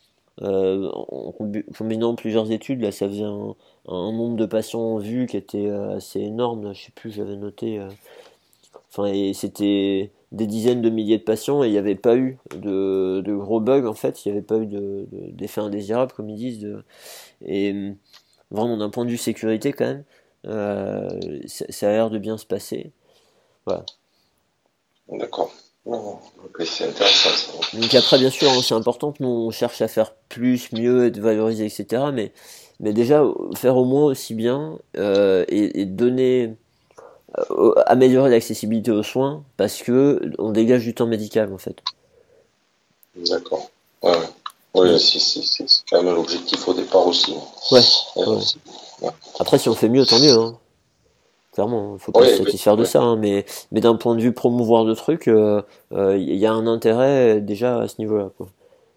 S1: euh, en combinant plusieurs études, là, ça faisait un, un nombre de patients vus qui était euh, assez énorme. Là, je sais plus, j'avais noté. euh, Enfin, et c'était des dizaines de milliers de patients et il n'y avait pas eu de, de gros bugs en fait. Il n'y avait pas eu de, de- d'effets indésirables, comme ils disent. De, et euh, vraiment, d'un point de vue sécurité, quand même, euh, ça, ça a l'air de bien se passer. Voilà.
S2: D'accord. Oh, ok, c'est intéressant ça.
S1: Donc après, bien sûr, hein, c'est important que nous on cherche à faire plus, mieux, et de valoriser, et cetera. Mais, mais déjà, faire au moins aussi bien euh, et, et donner, euh, améliorer l'accessibilité aux soins parce que on dégage du temps médical en fait.
S2: D'accord. Ouais, ouais. Oui,
S1: Mm.
S2: c'est c'est- c'est- c'est quand même l'objectif au départ aussi.
S1: Ouais,
S2: Euh,
S1: ouais.
S2: c'est- ouais.
S1: Après, si on fait mieux, tant mieux. Hein. Clairement, hein, faut pas se
S2: Oui, oui,
S1: satisfaire de
S2: oui.
S1: ça. Hein, mais, mais d'un point de vue promouvoir le truc, il euh, euh, y a un intérêt déjà à ce niveau-là, quoi.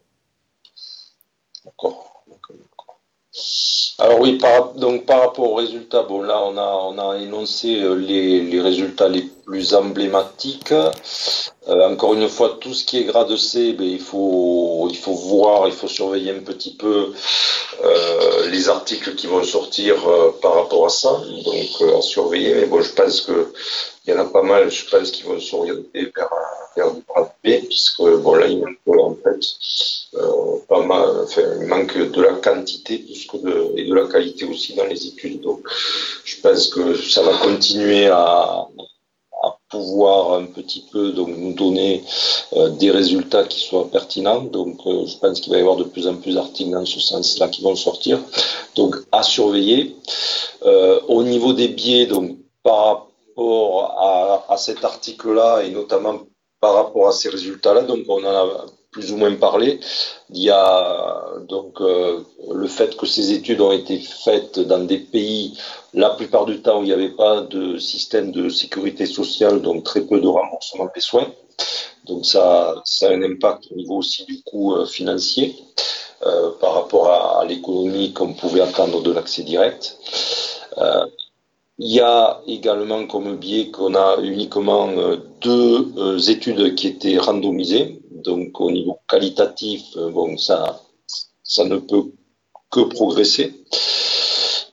S2: D'accord. Alors oui, par, donc par rapport aux résultats, bon là on a on a énoncé euh, les, les résultats les plus emblématiques. Euh, encore une fois, tout ce qui est grade C, ben, il faut il faut voir, il faut surveiller un petit peu euh, les articles qui vont sortir euh, par rapport à ça, donc euh, à surveiller. Mais bon, je pense que il y en a pas mal, je pense, qui vont s'orienter vers, vers du grade B, puisque bon là il manque en fait euh, pas mal, enfin il manque de la quantité plus que de, et de la qualité aussi dans les études. Donc je pense que ça va continuer à à pouvoir un petit peu donc nous donner euh, des résultats qui soient pertinents. Donc euh, je pense qu'il va y avoir de plus en plus d'articles dans ce sens-là qui vont sortir. Donc à surveiller. Euh, au niveau des biais, donc par rapport à, à cet article-là et notamment par rapport à ces résultats-là, donc on en a plus ou moins parlé. Il y a donc euh, le fait que ces études ont été faites dans des pays, la plupart du temps où il n'y avait pas de système de sécurité sociale, donc très peu de remboursement des soins. Donc ça, ça a un impact au niveau aussi du coût euh, financier euh, par rapport à, à l'économie qu'on pouvait attendre de l'accès direct. Euh, il y a également comme biais qu'on a uniquement euh, deux euh, études qui étaient randomisées. Donc au niveau qualitatif, euh, bon, ça, ça ne peut que progresser.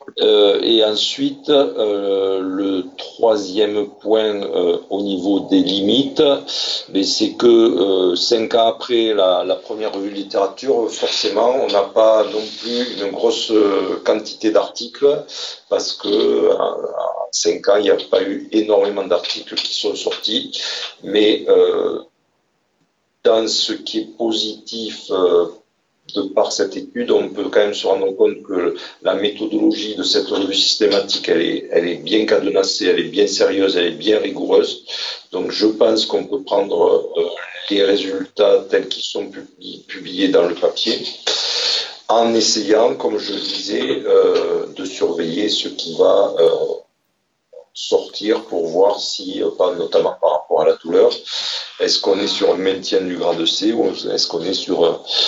S2: Euh, et ensuite, euh, le troisième point euh, au niveau des limites, mais c'est que euh, cinq ans après la, la première revue de littérature, forcément, on n'a pas non plus une grosse euh, quantité d'articles parce que en, en cinq ans, il n'y a pas eu énormément d'articles qui sont sortis, mais euh, dans ce qui est positif euh, de par cette étude, on peut quand même se rendre compte que la méthodologie de cette revue systématique, elle est, elle est bien cadenassée, elle est bien sérieuse, elle est bien rigoureuse. Donc je pense qu'on peut prendre euh, les résultats tels qu'ils sont publi- publiés dans le papier, en essayant, comme je le disais, euh, de surveiller ce qui va euh, sortir pour voir si, euh, notamment par rapport à la douleur, est-ce qu'on est sur un maintien du grade C ou est-ce qu'on est sur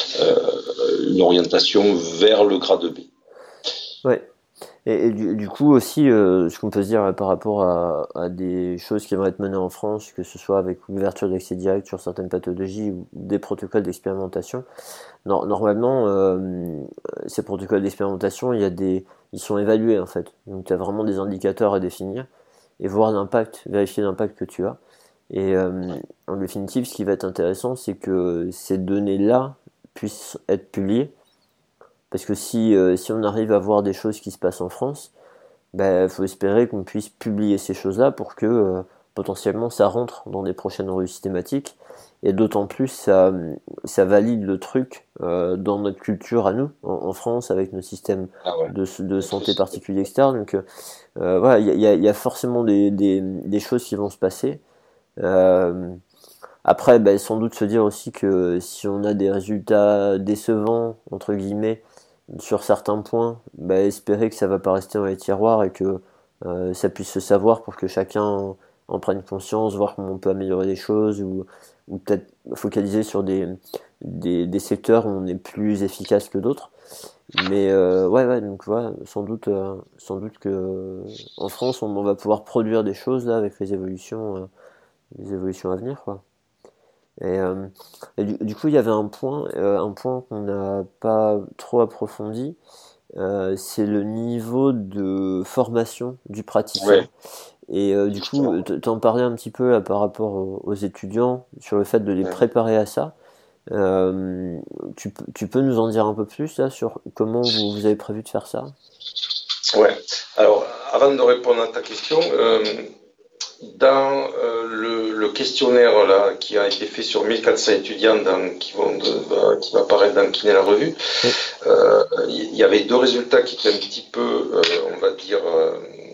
S2: euh, une orientation vers le grade B?
S1: Ouais. Et, et du, du coup aussi, euh, ce qu'on peut se dire euh, par rapport à, à des choses qui vont être menées en France, que ce soit avec l'ouverture d'accès direct sur certaines pathologies ou des protocoles d'expérimentation, no- normalement, euh, ces protocoles d'expérimentation, il y a des, ils sont évalués en fait. Donc tu as vraiment des indicateurs à définir et voir l'impact, vérifier l'impact que tu as. Et euh, en définitive, ce qui va être intéressant, c'est que ces données-là puissent être publiées. Parce que si, euh, si on arrive à voir des choses qui se passent en France, ben, faut espérer qu'on puisse publier ces choses-là pour que euh, potentiellement ça rentre dans des prochaines revues systématiques. Et d'autant plus, ça, ça valide le truc euh, dans notre culture à nous, en, en France, avec nos systèmes
S2: Ah ouais.
S1: de, de santé particuliers, et cetera. Donc euh, voilà, il y a, y a forcément des, des, des choses qui vont se passer. Euh, Après, ben, sans doute se dire aussi que si on a des résultats décevants, entre guillemets, sur certains points, ben, espérer que ça va pas rester dans les tiroirs et que euh, ça puisse se savoir pour que chacun en, en prenne conscience, voir comment on peut améliorer les choses ou, ou peut-être focaliser sur des, des, des secteurs où on est plus efficace que d'autres. Mais euh, ouais, ouais, donc voilà, sans doute, euh, sans doute que euh, en France, on, on va pouvoir produire des choses là avec les évolutions, euh, les évolutions à venir, quoi. Et, euh, et du, du coup, il y avait un point, euh, un point qu'on n'a pas trop approfondi, euh, c'est le niveau de formation du praticien.
S2: Ouais,
S1: Et euh, du
S2: justement.
S1: coup, t- t'en parlais un petit peu là, par rapport aux, aux étudiants sur le fait de les
S2: Ouais.
S1: préparer à ça. Euh, tu, peux- tu peux nous en dire un peu plus là sur comment vous, vous avez prévu de faire ça?
S2: Ouais. Alors, avant de répondre à ta question, euh, dans euh, le, le questionnaire là qui a été fait sur mille quatre cents étudiants dans, qui vont de, de- qui va apparaître dans Kiné la revue,
S1: Oui,
S2: euh, il y avait deux résultats qui étaient un petit peu, euh, on va dire, euh,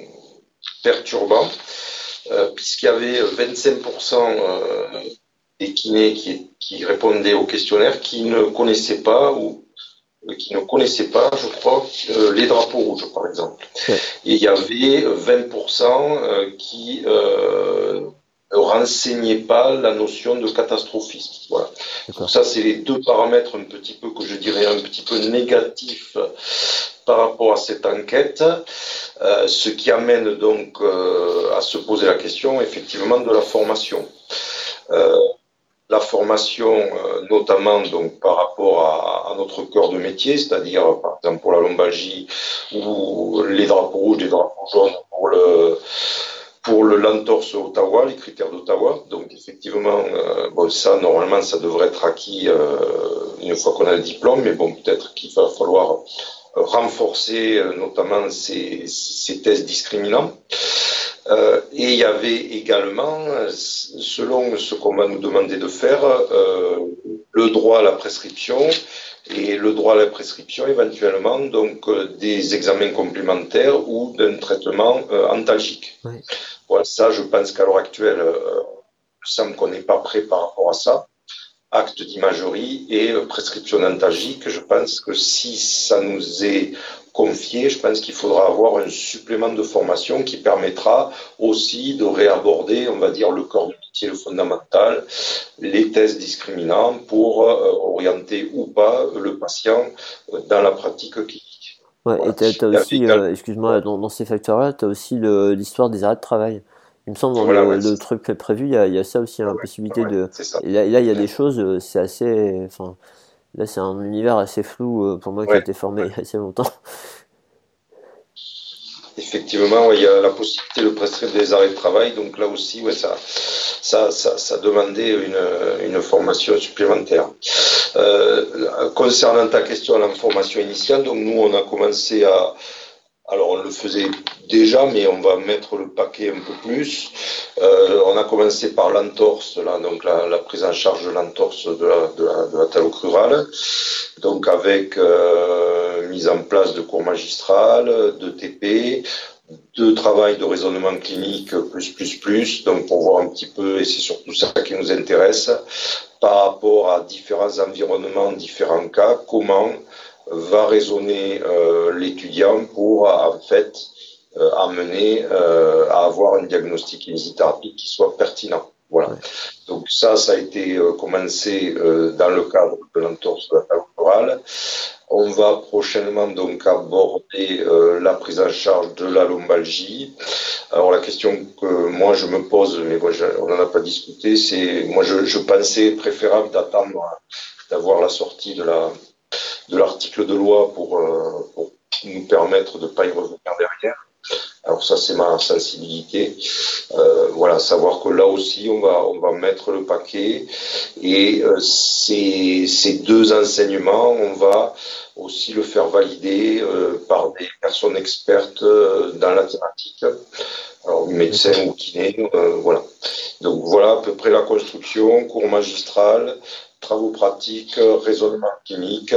S2: perturbants, euh, puisqu'il y avait vingt-cinq pour cent euh, des kinés qui, qui répondaient au questionnaire qui ne connaissaient pas ou euh, qui ne connaissaient pas, je crois, euh, les drapeaux rouges, par exemple.
S1: ouais,
S2: Et il y avait vingt pour cent euh, qui euh, ne renseignaient pas la notion de catastrophisme. Voilà. Donc
S1: d'accord.
S2: ça, c'est les deux paramètres un petit peu que je dirais un petit peu négatifs par rapport à cette enquête, euh, ce qui amène donc euh, à se poser la question effectivement de la formation. Euh, la formation, euh, notamment donc par rapport à, à notre cœur de métier, c'est-à-dire par exemple pour la lombalgie ou les drapeaux rouges, les drapeaux jaunes pour le pour le Lantorse Ottawa, les critères d'Ottawa. Donc effectivement, euh, bon ça normalement ça devrait être acquis euh, une fois qu'on a le diplôme, mais bon peut-être qu'il va falloir renforcer euh, notamment ces, ces tests discriminants. Euh, et il y avait également, selon ce qu'on va nous demander de faire, euh, le droit à la prescription et le droit à la prescription éventuellement donc euh, des examens complémentaires ou d'un traitement euh, antalgique.
S1: Ouais.
S2: Voilà, ça, je pense qu'à l'heure actuelle, euh, il semble qu'on n'est pas prêt par rapport à ça. Acte d'imagerie et euh, prescription antalgique, je pense que si ça nous est confié, je pense qu'il faudra avoir un supplément de formation qui permettra aussi de réaborder, on va dire, le corps du métier, le fondamental, les tests discriminants pour euh, orienter ou pas le patient dans la pratique clinique.
S1: Ouais, et
S2: Voilà.
S1: t'as, t'as
S2: Il y avait
S1: aussi,
S2: également-
S1: euh, excuse-moi, dans, dans ces facteurs-là, t'as aussi le- l'histoire des arrêts de travail. Il me semble dans
S2: Voilà,
S1: le,
S2: ouais,
S1: le
S2: c'est ça.
S1: truc prévu, il y a, il y a ça aussi, hein,
S2: Ouais,
S1: la
S2: ouais,
S1: possibilité
S2: ouais,
S1: de.
S2: c'est ça.
S1: Et là, et là, il y a des choses, euh, c'est assez, enfin, là, c'est un univers assez flou euh, pour moi qui a
S2: Ouais.
S1: été formé il y a assez longtemps.
S2: effectivement, ouais, il y a la possibilité de prescrire des arrêts de travail. Donc là aussi, ouais, ça, ça, ça, ça demandait une, une formation supplémentaire. Euh, concernant ta question à la formation initiale, donc nous, on a commencé à, alors on le faisait déjà, mais on va mettre le paquet un peu plus. Euh, on a commencé par l'entorse, là, donc la, la prise en charge de l'entorse de la, de la, de la talloque rurale, donc avec euh, mise en place de cours magistrales, de T P, de travail de raisonnement clinique plus plus plus, donc pour voir un petit peu, et c'est surtout ça qui nous intéresse, par rapport à différents environnements, différents cas, comment va raisonner euh, l'étudiant pour en fait euh, amener euh, à avoir un diagnostic kinésithérapie qui soit pertinent. Voilà. Ouais. Donc ça, ça a été euh, commencé euh, dans le cadre de l'entorse de la talloque rurale. On va prochainement donc aborder euh, la prise en charge de la lombalgie. Alors la question que moi je me pose, mais bon, je, on n'en a pas discuté, c'est moi je, je pensais préférable d'attendre d'avoir la sortie de la de l'article de loi pour, euh, pour nous permettre de ne pas y revenir derrière. Alors ça c'est ma sensibilité. Euh, voilà, savoir que là aussi on va on va mettre le paquet et euh, ces ces deux enseignements on va aussi le faire valider euh, par des personnes expertes euh, dans la thématique. Alors médecin ou kiné, euh, voilà. Donc voilà à peu près la construction, cours magistral, travaux pratiques, raisonnement clinique.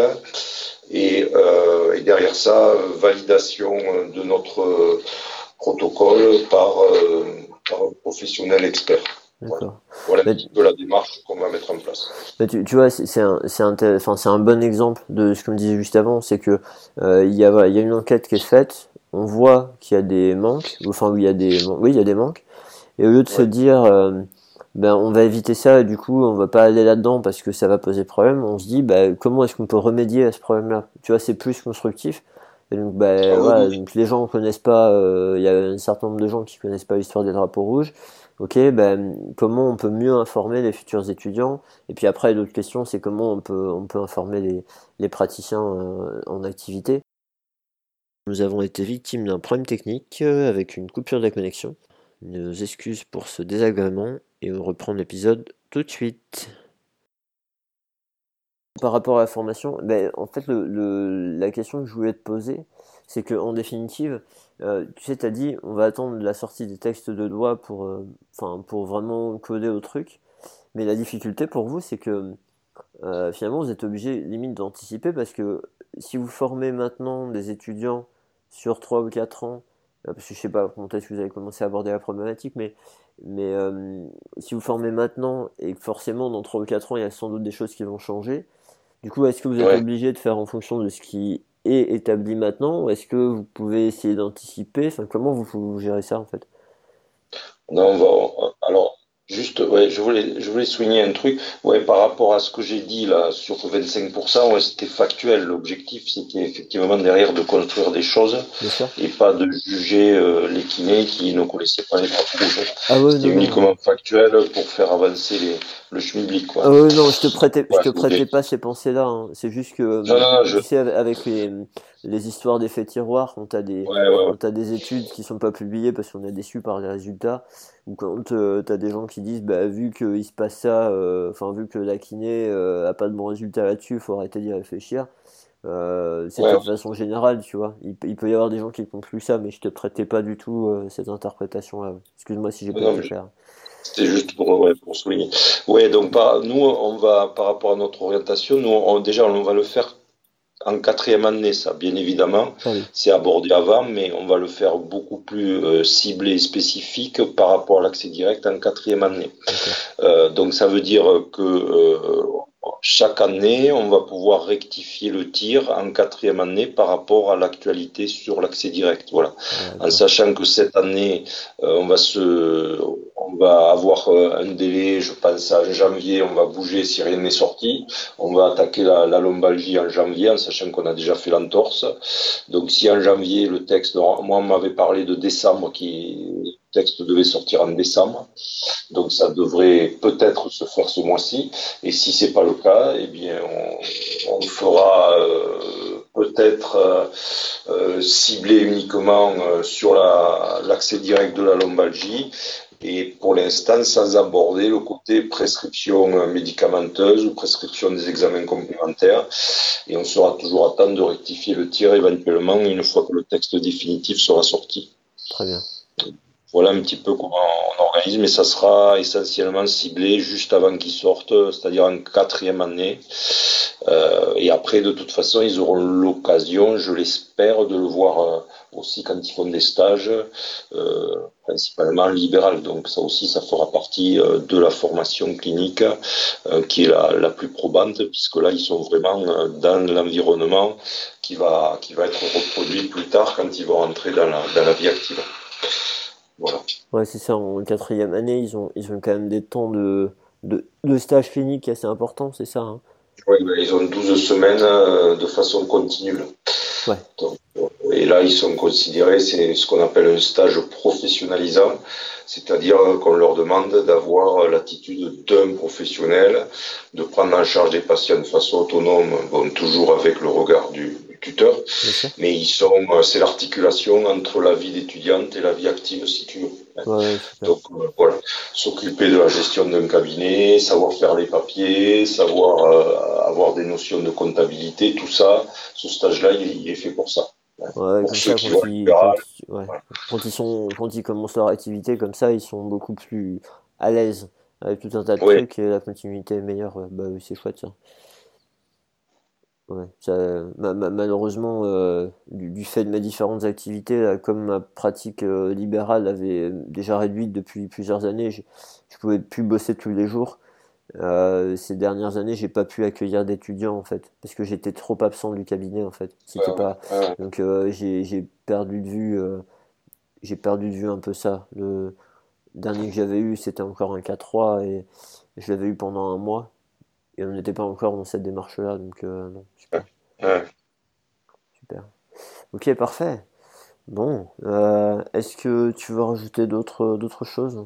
S2: Et, euh, et derrière ça, validation de notre protocole par, euh, par un professionnel expert. Voilà, voilà un petit peu la démarche qu'on va mettre en place.
S1: Bah tu, tu vois, c'est, c'est, un, c'est, un, enfin, c'est un bon exemple de ce que me disais juste avant, c'est que euh, il y a, voilà, il y a une enquête qui est faite, on voit qu'il y a des manques, enfin oui, il y a des, oui, il y a des manques, et au lieu de ouais. se dire, euh, ben on va éviter ça, et du coup on va pas aller là-dedans parce que ça va poser problème, on se dit, bah, comment est-ce qu'on peut remédier à ce problème-là? Tu vois, c'est plus constructif. Et donc, bah, ah, voilà, oui. Donc les gens connaissent pas, euh, il y a un certain nombre de gens qui connaissent pas l'histoire des drapeaux rouges. Ok, ben comment on peut mieux informer les futurs étudiants? Et puis après, l'autre question, c'est comment on peut on peut informer les les praticiens euh, en activité. Nous avons été victimes d'un problème technique euh, avec une coupure de la connexion. Nos excuses pour ce désagrément et on reprend l'épisode tout de suite. Par rapport à la formation, ben, en fait, le, le, la question que je voulais te poser, c'est que en définitive, euh, tu sais, t'as dit, on va attendre la sortie des textes de loi pour, euh, enfin, pour vraiment coder au truc. Mais la difficulté pour vous, c'est que euh, finalement, vous êtes obligé limite d'anticiper parce que si vous formez maintenant des étudiants sur trois ou quatre ans, euh, parce que je sais pas comment est-ce que vous avez commencé à aborder la problématique, mais mais euh, si vous formez maintenant et que forcément dans trois ou quatre ans, il y a sans doute des choses qui vont changer. Du coup, est-ce que vous êtes ouais. obligé de faire en fonction de ce qui est établi maintenant ou est-ce que vous pouvez essayer d'anticiper? Enfin, comment vous, vous gérez ça en fait?
S2: Non, bon, alors juste, ouais, je voulais, je voulais souligner un truc. Ouais, par rapport à ce que j'ai dit là sur vingt-cinq pour cent, ouais, c'était factuel. L'objectif, c'était effectivement derrière de construire des choses et pas de juger euh, les kinés qui ne connaissaient pas les drapeaux rouges. Ah ouais, c'était non, uniquement non. factuel pour faire avancer les, le schmilblick, quoi.
S1: Ah ouais, non, je te prêtais, ouais, je te prêtais pas ces pensées-là. Hein. C'est juste que, non, non, non, tu je... sais, avec les, les histoires d'effets tiroirs, quand t'as des, ouais, ouais, quand t'as des études qui sont pas publiées parce qu'on est déçu par les résultats, ou quand euh, t'as des gens qui disent, bah, vu qu'il se passe ça, enfin, euh, vu que la kiné euh, a pas de bons résultats là-dessus, faut arrêter d'y réfléchir. Euh, c'est ouais. de façon générale, tu vois. Il, il peut y avoir des gens qui concluent ça, mais je te prêtais pas du tout euh, cette interprétation-là. Excuse-moi si j'ai pas été clair.
S2: C'était juste pour, ouais, pour souligner. Ouais, donc par, nous, on va, par rapport à notre orientation, nous, on, déjà, on va le faire en quatrième année, ça, bien évidemment. Ah oui. C'est abordé avant, mais on va le faire beaucoup plus euh, ciblé et spécifique par rapport à l'accès direct en quatrième année. Okay. Euh, donc, ça veut dire que euh, chaque année, on va pouvoir rectifier le tir en quatrième année par rapport à l'actualité sur l'accès direct. Voilà. Ouais, en sachant que cette année, euh, on va se, on va avoir un délai, je pense à janvier, on va bouger si rien n'est sorti. On va attaquer la, la lombalgie en janvier, en sachant qu'on a déjà fait l'entorse. Donc, si en janvier, le texte, moi, on m'avait parlé de décembre, qui, le texte devait sortir en décembre. Donc, ça devrait peut-être se faire ce mois-ci. Et si c'est pas le cas, eh bien, on, on fera euh, peut-être euh, euh, ciblé uniquement euh, sur la, l'accès direct de la lombalgie et pour l'instant sans aborder le côté prescription médicamenteuse ou prescription des examens complémentaires. Et on sera toujours à temps de rectifier le tir éventuellement une fois que le texte définitif sera sorti.
S1: Très bien.
S2: Voilà un petit peu comment on organise, mais ça sera essentiellement ciblé juste avant qu'ils sortent, c'est-à-dire en quatrième année. Euh, et après, de toute façon, ils auront l'occasion, je l'espère, de le voir euh, aussi quand ils font des stages, euh, principalement libéral. Donc ça aussi, ça fera partie euh, de la formation clinique euh, qui est la, la plus probante, puisque là, ils sont vraiment euh, dans l'environnement qui va, qui va être reproduit plus tard quand ils vont rentrer dans la, dans la vie active. Voilà.
S1: Ouais, c'est ça, en quatrième année, ils ont, ils ont quand même des temps de, de, de stage clinique assez importants, c'est ça, hein.
S2: Oui, ben, ils ont douze semaines euh, de façon continue.
S1: Ouais.
S2: Donc, et là, ils sont considérés, c'est ce qu'on appelle un stage professionnalisant, c'est-à-dire qu'on leur demande d'avoir l'attitude d'un professionnel, de prendre en charge des patients de façon autonome, bon, toujours avec le regard du, du tuteur, mais ils sont, c'est l'articulation entre la vie d'étudiante et la vie active, si tu veux.
S1: Ouais,
S2: Donc euh, voilà, s'occuper de la gestion d'un cabinet, savoir faire les papiers, savoir euh, avoir des notions de comptabilité, tout ça, ce stage-là, il, il est fait pour ça.
S1: ouais,
S2: pour
S1: comme
S2: ceux
S1: ça,
S2: qui
S1: quand
S2: vont
S1: ils,
S2: libéral,
S1: quand, ils, ouais.
S2: voilà.
S1: Quand ils sont, quand ils commencent leur activité comme ça, ils sont beaucoup plus à l'aise avec tout un tas de
S2: Oui,
S1: trucs et la continuité est meilleure. Ouais. Bah oui, c'est chouette ça. Ouais, ça, ma- ma- malheureusement, euh, du, du fait de mes différentes activités, là, comme ma pratique euh, libérale avait déjà réduite depuis plusieurs années, je, je pouvais plus bosser tous les jours. Euh, ces dernières années, j'ai pas pu accueillir d'étudiants en fait, parce que j'étais trop absent du cabinet en fait. C'était
S2: ouais, ouais,
S1: pas,
S2: ouais.
S1: donc euh, j'ai j'ai perdu de vue, euh, j'ai perdu de vue un peu ça. Le dernier que j'avais eu, c'était encore un K trois et je l'avais eu pendant un mois et on n'était pas encore dans cette démarche-là, donc euh, non, super,
S2: Ouais.
S1: super. Ok, parfait. Bon, euh, est-ce que tu veux rajouter d'autres d'autres choses?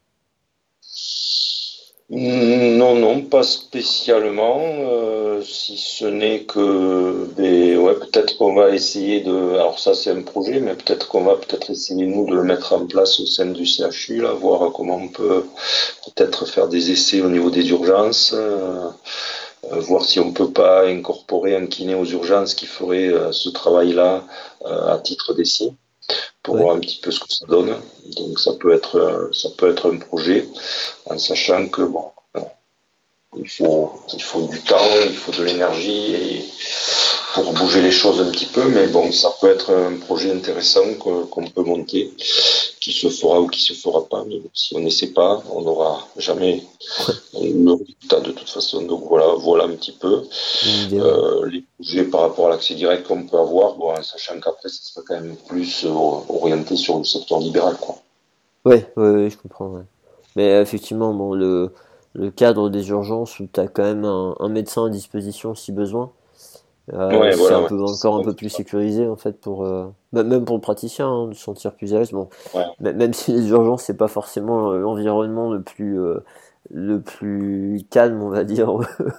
S2: Non, non, pas spécialement, euh, si ce n'est que des, ouais, peut-être qu'on va essayer de, alors ça c'est un projet, mais peut-être qu'on va peut-être essayer nous de le mettre en place au sein du C H U, là, voir comment on peut peut-être faire des essais au niveau des urgences, euh, euh, voir si on peut pas incorporer un kiné aux urgences qui ferait euh, ce travail-là euh, à titre d'essai pour
S1: Ouais.
S2: voir un petit peu ce que ça donne. Donc ça peut être, euh, ça peut être un projet, en sachant que bon, euh, il faut, il faut du temps, il faut de l'énergie et pour bouger les choses un petit peu, mais bon, ça peut être un projet intéressant que- qu'on peut monter, qui se fera ou qui se fera pas, mais bon, si on n'essaie pas, on n'aura jamais le résultat de toute façon. Donc voilà, voilà un petit peu
S1: Une idée, ouais.
S2: euh, les projets par rapport à l'accès direct qu'on peut avoir, bon, en sachant qu'après, ça sera quand même plus euh, orienté sur le secteur libéral, quoi.
S1: Ouais, ouais, ouais, je comprends, ouais. Mais euh, effectivement, bon, le, le cadre des urgences où tu as quand même un, un médecin à disposition si besoin, euh,
S2: Ouais,
S1: c'est
S2: voilà,
S1: un
S2: ouais.
S1: peu encore un peu plus sécurisé en fait pour euh, même même pour le praticien hein, de se sentir plus à l'aise. Bon,
S2: Ouais.
S1: même même si les urgences c'est pas forcément euh, l'environnement le plus euh, le plus calme, on va dire.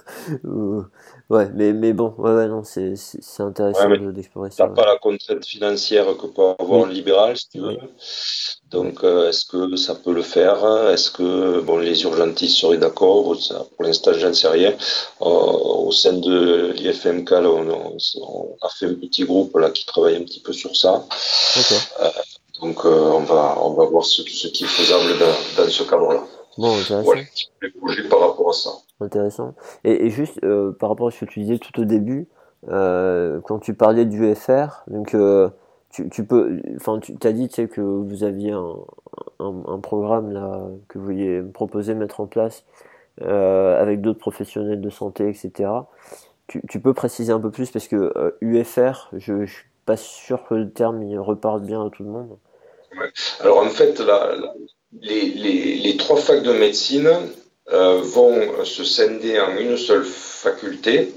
S1: Ou- ouais, mais mais bon, ouais, ouais, non, c'est c'est c'est
S2: Ouais,
S1: intéressant
S2: mais
S1: de d'explorer
S2: t'as
S1: ça. Ouais.
S2: pas la contrainte financière que peut avoir un
S1: Oui,
S2: libéral, si tu veux.
S1: oui, ouais.
S2: Donc, euh, est-ce que ça peut le faire? Est-ce que bon, les urgentistes seraient d'accord? Bon, ça, pour l'instant, j'en sais rien. Euh, au sein de l'I F M K, là, on, on- on a fait un petit groupe là qui travaille un petit peu sur ça.
S1: D'accord.
S2: Donc, euh, on va on va voir ce, ce qui est faisable dans, dans ce cadre-là.
S1: Bon,
S2: Voilà,
S1: intéressant.
S2: un petit peu les projets par rapport à ça.
S1: Intéressant. Et, et juste euh, par rapport à ce que tu disais tout au début, euh, quand tu parlais du F R, donc euh, tu, tu peux, enfin tu t'as dit tu sais que vous aviez un, un, un programme là que vous vouliez me proposer de mettre en place euh, avec d'autres professionnels de santé, et cetera. Tu, tu peux préciser un peu plus parce que euh, U F R, je, je suis pas sûr que le terme il reparle bien à tout le monde.
S2: Ouais. Alors en fait, la- la- les, les, les trois facs de médecine euh, vont se scinder en une seule faculté.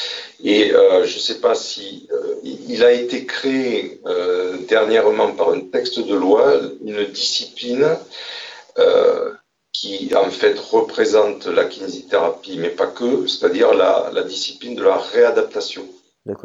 S2: Et euh, je ne sais pas si euh, il a été créé euh, dernièrement par un texte de loi une discipline euh, qui en fait représente la kinésithérapie, mais pas que, c'est-à-dire la, la discipline de la réadaptation.
S1: D'accord.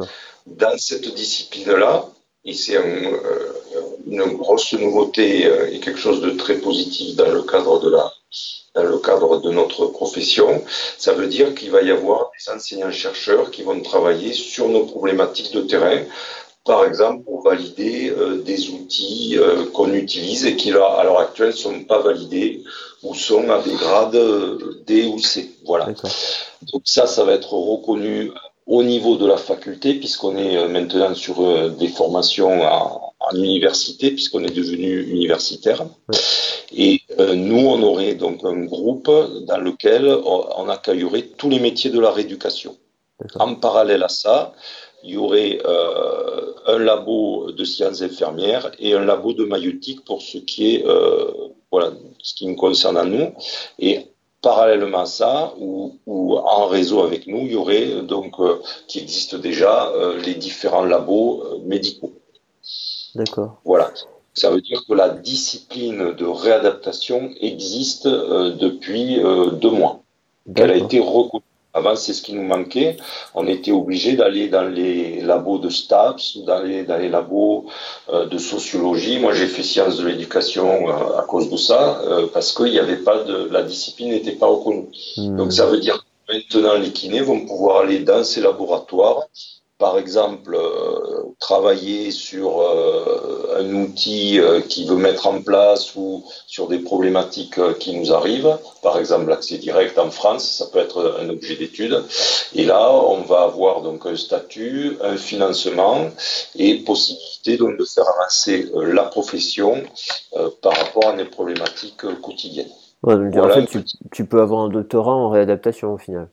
S2: dans cette discipline-là, et c'est un, euh, une grosse nouveauté euh, et quelque chose de très positif dans le cadre de la, dans le cadre de notre profession, ça veut dire qu'il va y avoir des enseignants-chercheurs qui vont travailler sur nos problématiques de terrain, par exemple pour valider euh, des outils euh, qu'on utilise et qui là, à l'heure actuelle ne sont pas validés ou sont à des grades euh, D ou C. Voilà.
S1: D'accord.
S2: Donc ça, ça va être reconnu au niveau de la faculté, puisqu'on est euh, maintenant sur euh, des formations en, en université, puisqu'on est devenu universitaire.
S1: Ouais.
S2: Et euh, nous, on aurait donc un groupe dans lequel on, on accueillerait tous les métiers de la rééducation.
S1: D'accord.
S2: En parallèle à ça, il y aurait euh, un labo de sciences infirmières et un labo de maïeutique pour ce qui est, euh, voilà, ce qui nous concerne à nous. Et parallèlement à ça, ou, ou en réseau avec nous, il y aurait donc, euh, qui existe déjà, euh, les différents labos euh, médicaux.
S1: D'accord.
S2: Voilà. Ça veut dire que la discipline de réadaptation existe euh, depuis euh, deux mois. Qu'elle a
S1: D'accord.
S2: été reconnue. Avant, c'est ce qui nous manquait. On était obligé d'aller dans les labos de STAPS ou dans les, dans les labos euh, de sociologie. Moi, j'ai fait sciences de l'éducation euh, à cause de ça, euh, parce qu'il n'y avait pas de, la discipline n'était pas reconnue.
S1: Hmm.
S2: Donc, ça veut dire que maintenant, les kinés vont pouvoir aller dans ces laboratoires, par exemple, euh, travailler sur euh, un outil euh, qu'il veut mettre en place ou sur des problématiques euh, qui nous arrivent. Par exemple, l'accès direct en France, ça peut être un objet d'étude. Et là, on va avoir donc un statut, un financement et possibilité donc de faire avancer euh, la profession euh, par rapport à des problématiques euh, quotidiennes.
S1: Ouais, donc en
S2: Voilà
S1: fait,
S2: un
S1: tu,
S2: petit.
S1: tu peux avoir un doctorat en réadaptation au final,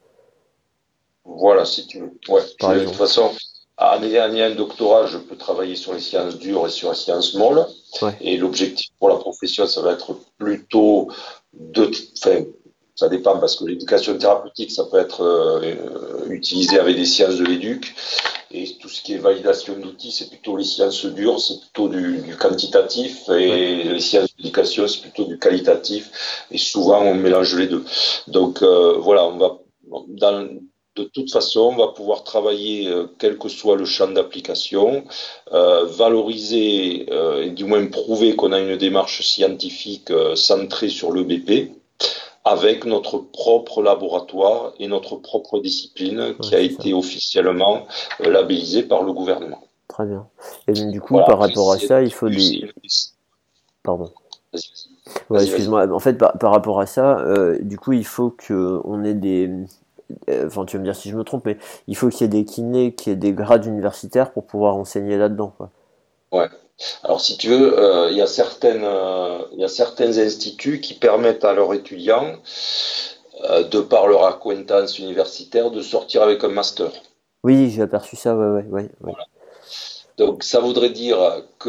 S2: Voilà, si tu veux. Ouais,
S1: par
S2: je- de toute
S1: exemple.
S2: façon, en ayant un doctorat, je peux travailler sur les sciences dures et sur les sciences molles.
S1: Ouais.
S2: Et l'objectif pour la profession, ça va être plutôt de, enfin, ça dépend parce que l'éducation thérapeutique, ça peut être euh, utilisé avec des sciences de l'éduc. Et tout ce qui est validation d'outils, c'est plutôt les sciences dures, c'est plutôt du, du quantitatif.
S1: Ouais.
S2: Et les sciences d'éducation, c'est plutôt du qualitatif. Et souvent, on mélange les deux. Donc euh, voilà, on va dans de toute façon, on va pouvoir travailler, euh, quel que soit le champ d'application, euh, valoriser euh, et du moins prouver qu'on a une démarche scientifique euh, centrée sur l'E B P avec notre propre laboratoire et notre propre discipline
S1: Ouais,
S2: qui a
S1: c'est ça.
S2: été officiellement euh, labellisée par le gouvernement.
S1: Très bien. Et donc, du coup,
S2: Voilà,
S1: par
S2: après,
S1: rapport à
S2: c'est
S1: ça, il faut
S2: c'est
S1: des...
S2: une...
S1: Pardon.
S2: Vas-y,
S1: Ouais,
S2: vas-y, vas-y.
S1: excuse-moi. En fait, par, par rapport à ça, euh, du coup, il faut que on ait des... euh, Enfin, tu vas me dire si je me trompe, mais il faut qu'il y ait des kinés, qu'il y ait des grades universitaires pour pouvoir enseigner là-dedans, quoi.
S2: Ouais. Alors, si tu veux, euh, il y a certaines, euh, il y a certains instituts qui permettent à leurs étudiants, euh, de par leur acquaintance universitaire, de sortir avec un master.
S1: Oui, j'ai aperçu ça, ouais, ouais, ouais, ouais.
S2: Donc, ça voudrait dire que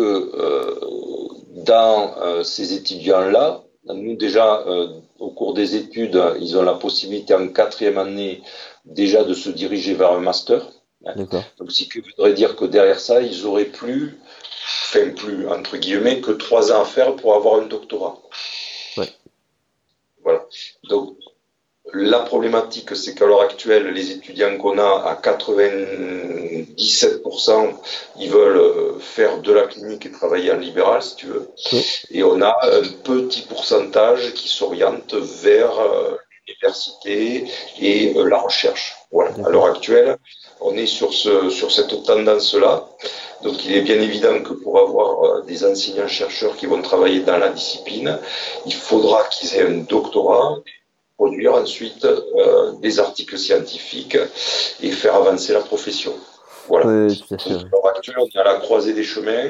S2: euh, dans euh, ces étudiants-là, nous déjà, euh, au cours des études, ils ont la possibilité en quatrième année déjà de se diriger vers un master.
S1: D'accord.
S2: Donc, ce qui voudrait dire que derrière ça, ils auraient plus, enfin plus, entre guillemets, que trois ans à faire pour avoir un doctorat.
S1: Ouais.
S2: Voilà. Donc, la problématique, c'est qu'à l'heure actuelle, les étudiants qu'on a à quatre-vingt-dix-sept pour cent, ils veulent faire de la clinique et travailler en libéral, si tu veux.
S1: Oui.
S2: Et on a un petit pourcentage qui s'oriente vers euh, l'université et euh, la recherche. Voilà. À l'heure
S1: D'accord.
S2: actuelle, on est sur, ce, sur cette tendance-là. Donc il est bien évident que pour avoir euh, des enseignants-chercheurs qui vont travailler dans la discipline, il faudra qu'ils aient un doctorat, produire ensuite euh, des articles scientifiques et faire avancer la profession. Voilà.
S1: Oui, tout à fait,
S2: Donc,
S1: ouais.
S2: à l'heure actuelle, on est à la croisée des chemins.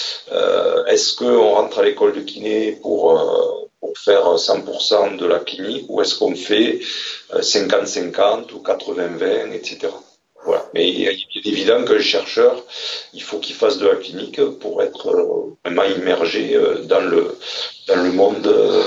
S2: Euh, est-ce qu'on rentre à l'école de kiné pour, euh, pour faire cent pour cent de la clinique ou est-ce qu'on fait cinquante cinquante ou quatre-vingts vingt, et cetera. Voilà. Mais il est bien évident qu'un chercheur, il faut qu'il fasse de la clinique pour être euh, vraiment immergé euh, dans le, dans le monde euh,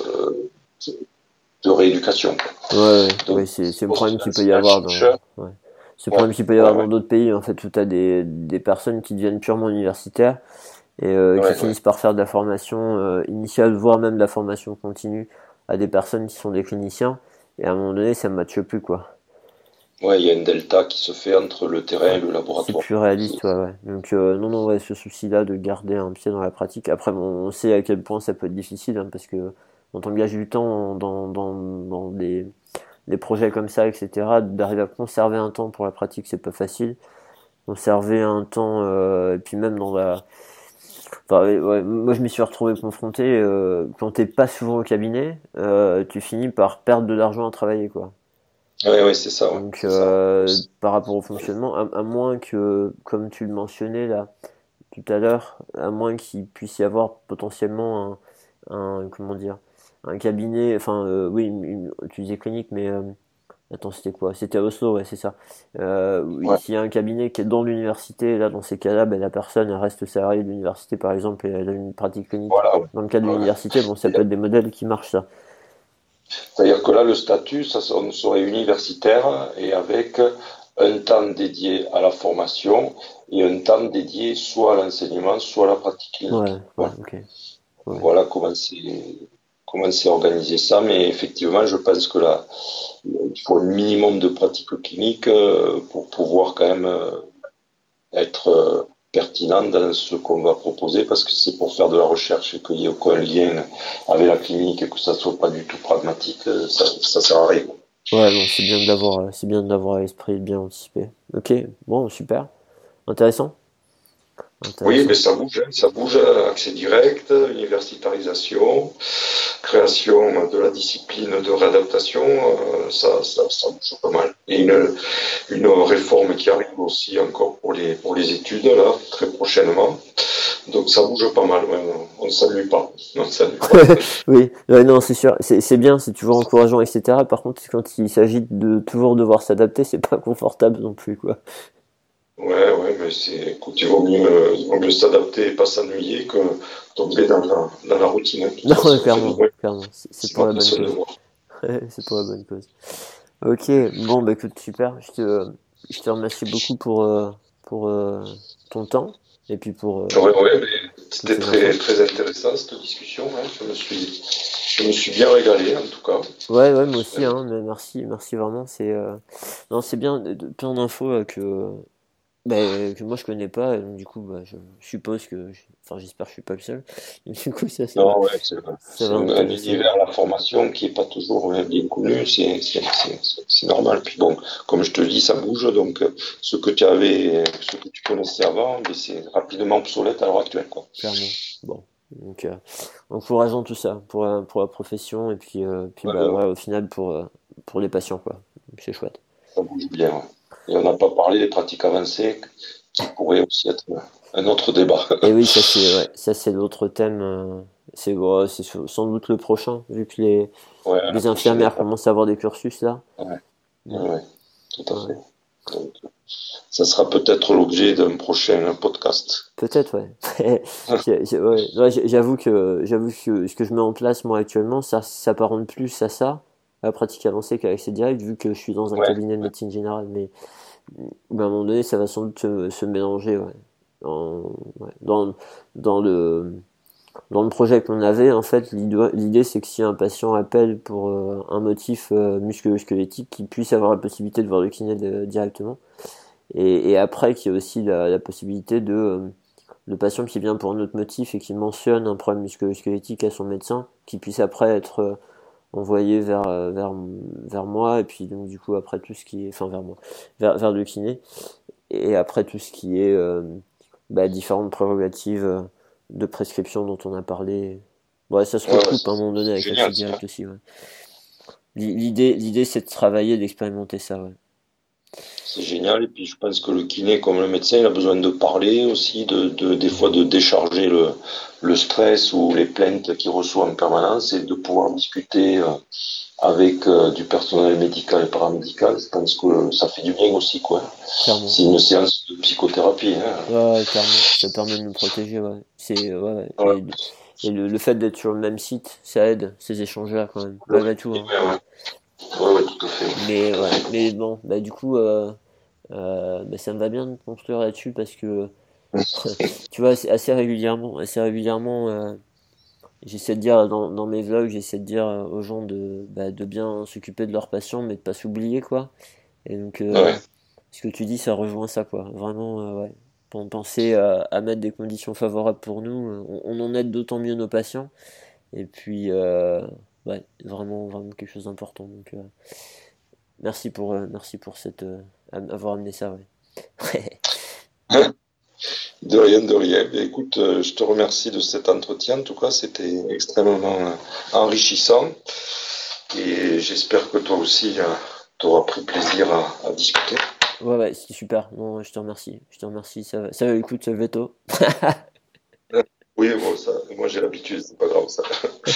S2: de rééducation.
S1: Ouais, ouais,
S2: Donc,
S1: ouais, c'est c'est le
S2: poste
S1: problème qu'il peut y avoir dans,
S2: d'enseignant-chercheur,
S1: ouais. C'est le
S2: ouais,
S1: problème qu'il peut y
S2: ouais,
S1: avoir
S2: ouais,
S1: dans d'autres pays, en fait, où t'as des, des personnes qui deviennent purement universitaires et euh, qui
S2: ouais, ouais.
S1: finissent par faire de la formation euh, initiale, voire même de la formation continue à des personnes qui sont des cliniciens, et à un moment donné, ça ne matche plus, quoi.
S2: Ouais, il y a un delta qui se fait entre le terrain
S1: Ouais.
S2: et le
S1: C'est
S2: laboratoire.
S1: plus réaliste, ouais, ouais. Donc euh, non, non, ouais, ce souci-là de garder un pied dans la pratique. Après, bon, on sait à quel point ça peut être difficile, hein, parce que quand t'engages du temps dans, dans, dans des, des projets comme ça, et cetera, d'arriver à conserver un temps pour la pratique, c'est pas facile. Conserver un temps, euh, et puis même dans la... Enfin, ouais, ouais, moi, je m'y suis retrouvé confronté, euh, quand t'es pas souvent au cabinet, euh, tu finis par perdre de l'argent à travailler, quoi.
S2: Ouais, ouais, c'est ça, ouais,
S1: Donc,
S2: c'est ça.
S1: euh, par rapport au fonctionnement, à, à moins que, comme tu le mentionnais là tout à l'heure, à moins qu'il puisse y avoir potentiellement un, un comment dire, un cabinet, enfin, euh, oui, une, une- tu disais clinique, mais euh, attends, c'était quoi? C'était à Oslo, ouais, c'est ça. Euh, oui,
S2: Ouais,
S1: s'il y a un cabinet qui est dans l'université, là, dans ces cas-là, ben, la personne elle reste salariée de l'université, par exemple, et elle a une pratique clinique.
S2: voilà. Ouais.
S1: Dans le cas de
S2: Ouais.
S1: l'université, bon, ça peut être des modèles qui marchent, ça.
S2: C'est-à-dire que là, le statut, ça on serait universitaire et avec un temps dédié à la formation et un temps dédié soit à l'enseignement, soit à la pratique
S1: Ouais,
S2: clinique.
S1: ouais,
S2: Voilà,
S1: ok. Ouais.
S2: voilà comment c'est comment c'est organisé ça. Mais effectivement, je pense que là, il faut un minimum de pratique clinique euh, pour pouvoir quand même euh, être euh, pertinent dans ce qu'on va proposer parce que c'est pour faire de la recherche et qu'il n'y ait aucun lien avec la clinique et que ça soit pas du tout pragmatique, euh, ça, ça sert à rien.
S1: Ouais, non, c'est bien de l'avoir, euh, c'est bien de l'avoir à l'esprit, de bien anticiper. Ok, bon, super. Intéressant.
S2: Oui, mais
S1: Intéressant.
S2: ça bouge, hein, ça bouge, euh, accès direct, universitarisation, création de la discipline de réadaptation, euh, ça, ça, ça bouge pas mal. Et une, une réforme qui arrive aussi encore pour les, pour les études, là, très prochainement. Donc ça bouge pas mal, ouais, on ne s'ennuie pas. On ne s'ennuie pas.
S1: Oui, ouais, non, c'est sûr. C'est c'est bien, c'est toujours encourageant, et cetera. Par contre, quand il s'agit de toujours devoir s'adapter, c'est pas confortable non plus, quoi.
S2: Ouais, ouais, mais c'est, écoute, il vaut mieux, euh, il vaut mieux s'adapter et pas s'ennuyer que tomber dans la, dans la routine, hein. De toute
S1: Non, ouais,
S2: façon, c'est
S1: clairement,
S2: moi,
S1: clairement. C'est c'est
S2: c'est
S1: pour
S2: ma
S1: la bonne
S2: façon de
S1: cause.
S2: voir.
S1: C'est pour la bonne cause. Ok, bon, bah écoute, super. Je te, je te remercie beaucoup pour, euh, pour euh, ton temps et puis pour euh,
S2: Ouais, ouais, mais
S1: toutes
S2: c'était
S1: ces
S2: très,
S1: infos.
S2: très intéressant cette discussion, hein. Je me suis, je me suis bien régalé, en tout cas.
S1: Ouais, ouais, moi aussi,
S2: Euh,
S1: hein, mais merci, merci vraiment. C'est euh... non, c'est bien, de, de- plein d'infos euh, que, bah, que moi je connais pas, et donc du coup, bah, je suppose que, enfin, j'espère que je suis pas le seul. Et du coup, ça, ça va,
S2: non, ouais, c'est
S1: ça
S2: c'est
S1: va
S2: un, un
S1: intéresser.
S2: univers, la formation, qui est pas toujours euh, bien connu, c'est c'est- c'est- c'est normal. Puis bon, comme je te dis, ça bouge, donc euh, ce que tu avais, ce que tu connaissais avant, mais c'est rapidement obsolète à l'heure actuelle, quoi.
S1: Clairement. Bon, donc euh, encourageant tout ça pour la, pour la profession et puis, euh, puis
S2: Ouais,
S1: bah
S2: ouais,
S1: ouais, au final pour, euh, pour les patients quoi. Donc c'est chouette.
S2: ça bouge bien, ouais. Et on n'a pas parlé des pratiques avancées, qui pourraient aussi être un autre débat.
S1: Et oui, ça c'est ouais, ça c'est l'autre thème. euh, c'est ouais, c'est sans doute le prochain vu que les,
S2: Ouais, la
S1: les
S2: prochaine
S1: infirmières
S2: étape.
S1: commencent à avoir des cursus là.
S2: Ouais,
S1: Mm,
S2: ouais, ouais, tout à
S1: ouais.
S2: fait. Donc, ça sera peut-être l'objet d'un prochain podcast.
S1: Peut-être ouais. J'ai- j'ai- ouais. Ouais, j'ai- J'avoue que j'avoue que ce que je mets en place moi actuellement, ça s'apparente plus à ça, à la pratique avancée qu'à l'accès direct vu que je suis dans un
S2: Ouais,
S1: cabinet de médecine générale. Mais ben, à un moment donné, ça va sans doute se, se mélanger, ouais. Dans, ouais. Dans, dans le, dans le projet qu'on avait, en fait, l'idée, l'idée, c'est que si un patient appelle pour euh, un motif euh, musculo-squelettique, qu'il puisse avoir la possibilité de voir le kiné de- directement. Et, et après, qu'il y ait aussi la, la possibilité de euh, le patient qui vient pour un autre motif et qui mentionne un problème musculo-squelettique à son médecin, qui puisse après être euh, envoyé vers, euh, vers, vers moi, et puis donc du coup après tout ce qui est, enfin vers moi, vers, vers le kiné. Et après tout ce qui est euh, bah, différentes prérogatives euh, de prescription dont on a parlé. Ouais, ça se
S2: ouais, ouais,
S1: recoupe
S2: c'est
S1: à un moment donné
S2: c'est
S1: avec l'accès
S2: génial ça.
S1: direct aussi. Ouais. L'idée, l'idée c'est de travailler, d'expérimenter ça. Ouais.
S2: C'est génial. Et puis je pense que le kiné, comme le médecin, il a besoin de parler aussi, de, de des fois de décharger le, le stress ou les plaintes qu'il reçoit en permanence et de pouvoir discuter euh, avec euh, du personnel médical et paramédical. Je pense que ça fait du bien aussi, quoi.
S1: Clairement.
S2: C'est une séance de psychothérapie, hein.
S1: Ouais, ouais, clairement. Ça permet de nous protéger. Ouais. C'est, ouais, ouais.
S2: Ouais,
S1: Et, et le, le fait d'être sur le même site, ça aide ces échanges-là quand même,
S2: ouais,
S1: malgré tout. Hein.
S2: ouais, ouais, ouais, tout à fait.
S1: Mais
S2: Tout à
S1: ouais,
S2: fait.
S1: mais bon, bah du coup, euh, euh, bah, ça me va bien de construire là-dessus parce que tu vois, c'est assez régulièrement, assez régulièrement. Euh, J'essaie de dire dans, dans mes vlogs, j'essaie de dire euh, aux gens de, bah, de bien s'occuper de leurs patients, mais de pas s'oublier quoi. Et donc, euh,
S2: Ouais.
S1: ce que tu dis, ça rejoint ça, quoi. Vraiment, euh, ouais. Pen- Penser à, à mettre des conditions favorables pour nous, euh, on, on en aide d'autant mieux nos patients. Et puis, euh, ouais, vraiment, vraiment quelque chose d'important. Donc, euh, merci pour, euh, merci pour cette, euh, am- avoir amené ça, ouais.
S2: De rien, de rien. Et écoute, euh, je te remercie de cet entretien. En tout cas, c'était extrêmement euh, enrichissant. Et j'espère que toi aussi, tu auras pris plaisir à, à discuter.
S1: Ouais, ouais, c'est super. Non, je te remercie. Je te remercie. Ça, va- ça va, écoute, ça va tôt.
S2: Oui, bon, ça, moi j'ai l'habitude, c'est pas grave ça.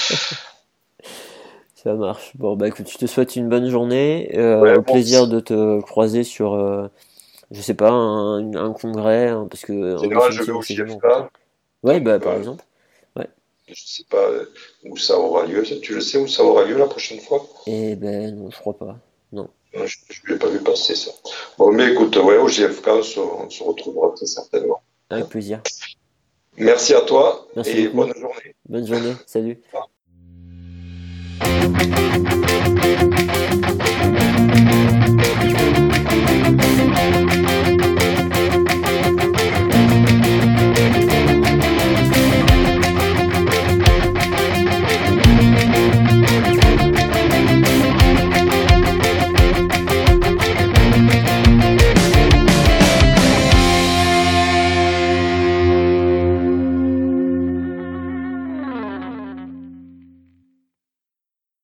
S1: Ça marche. Bon, bah écoute, je te souhaite une bonne journée. Euh,
S2: Ouais,
S1: au
S2: moi
S1: plaisir
S2: aussi.
S1: de te croiser sur, euh, je sais pas, un, un congrès, hein, parce que
S2: En
S1: en
S2: général, je vais
S1: définitive, on
S2: au
S1: s'est jamais rencontrés.
S2: J F K,
S1: Ouais,
S2: donc
S1: bah par
S2: euh,
S1: exemple. Ouais.
S2: je sais pas où ça aura lieu. Tu le sais où ça aura lieu la prochaine fois?
S1: Eh ben non, je crois pas. Non.
S2: Non, Je ne l'ai pas vu passer ça. Bon, mais écoute, ouais, au J F K, on se, on se retrouvera très certainement.
S1: Avec plaisir.
S2: Merci à toi
S1: Merci
S2: et
S1: beaucoup.
S2: bonne journée.
S1: Bonne journée. Salut.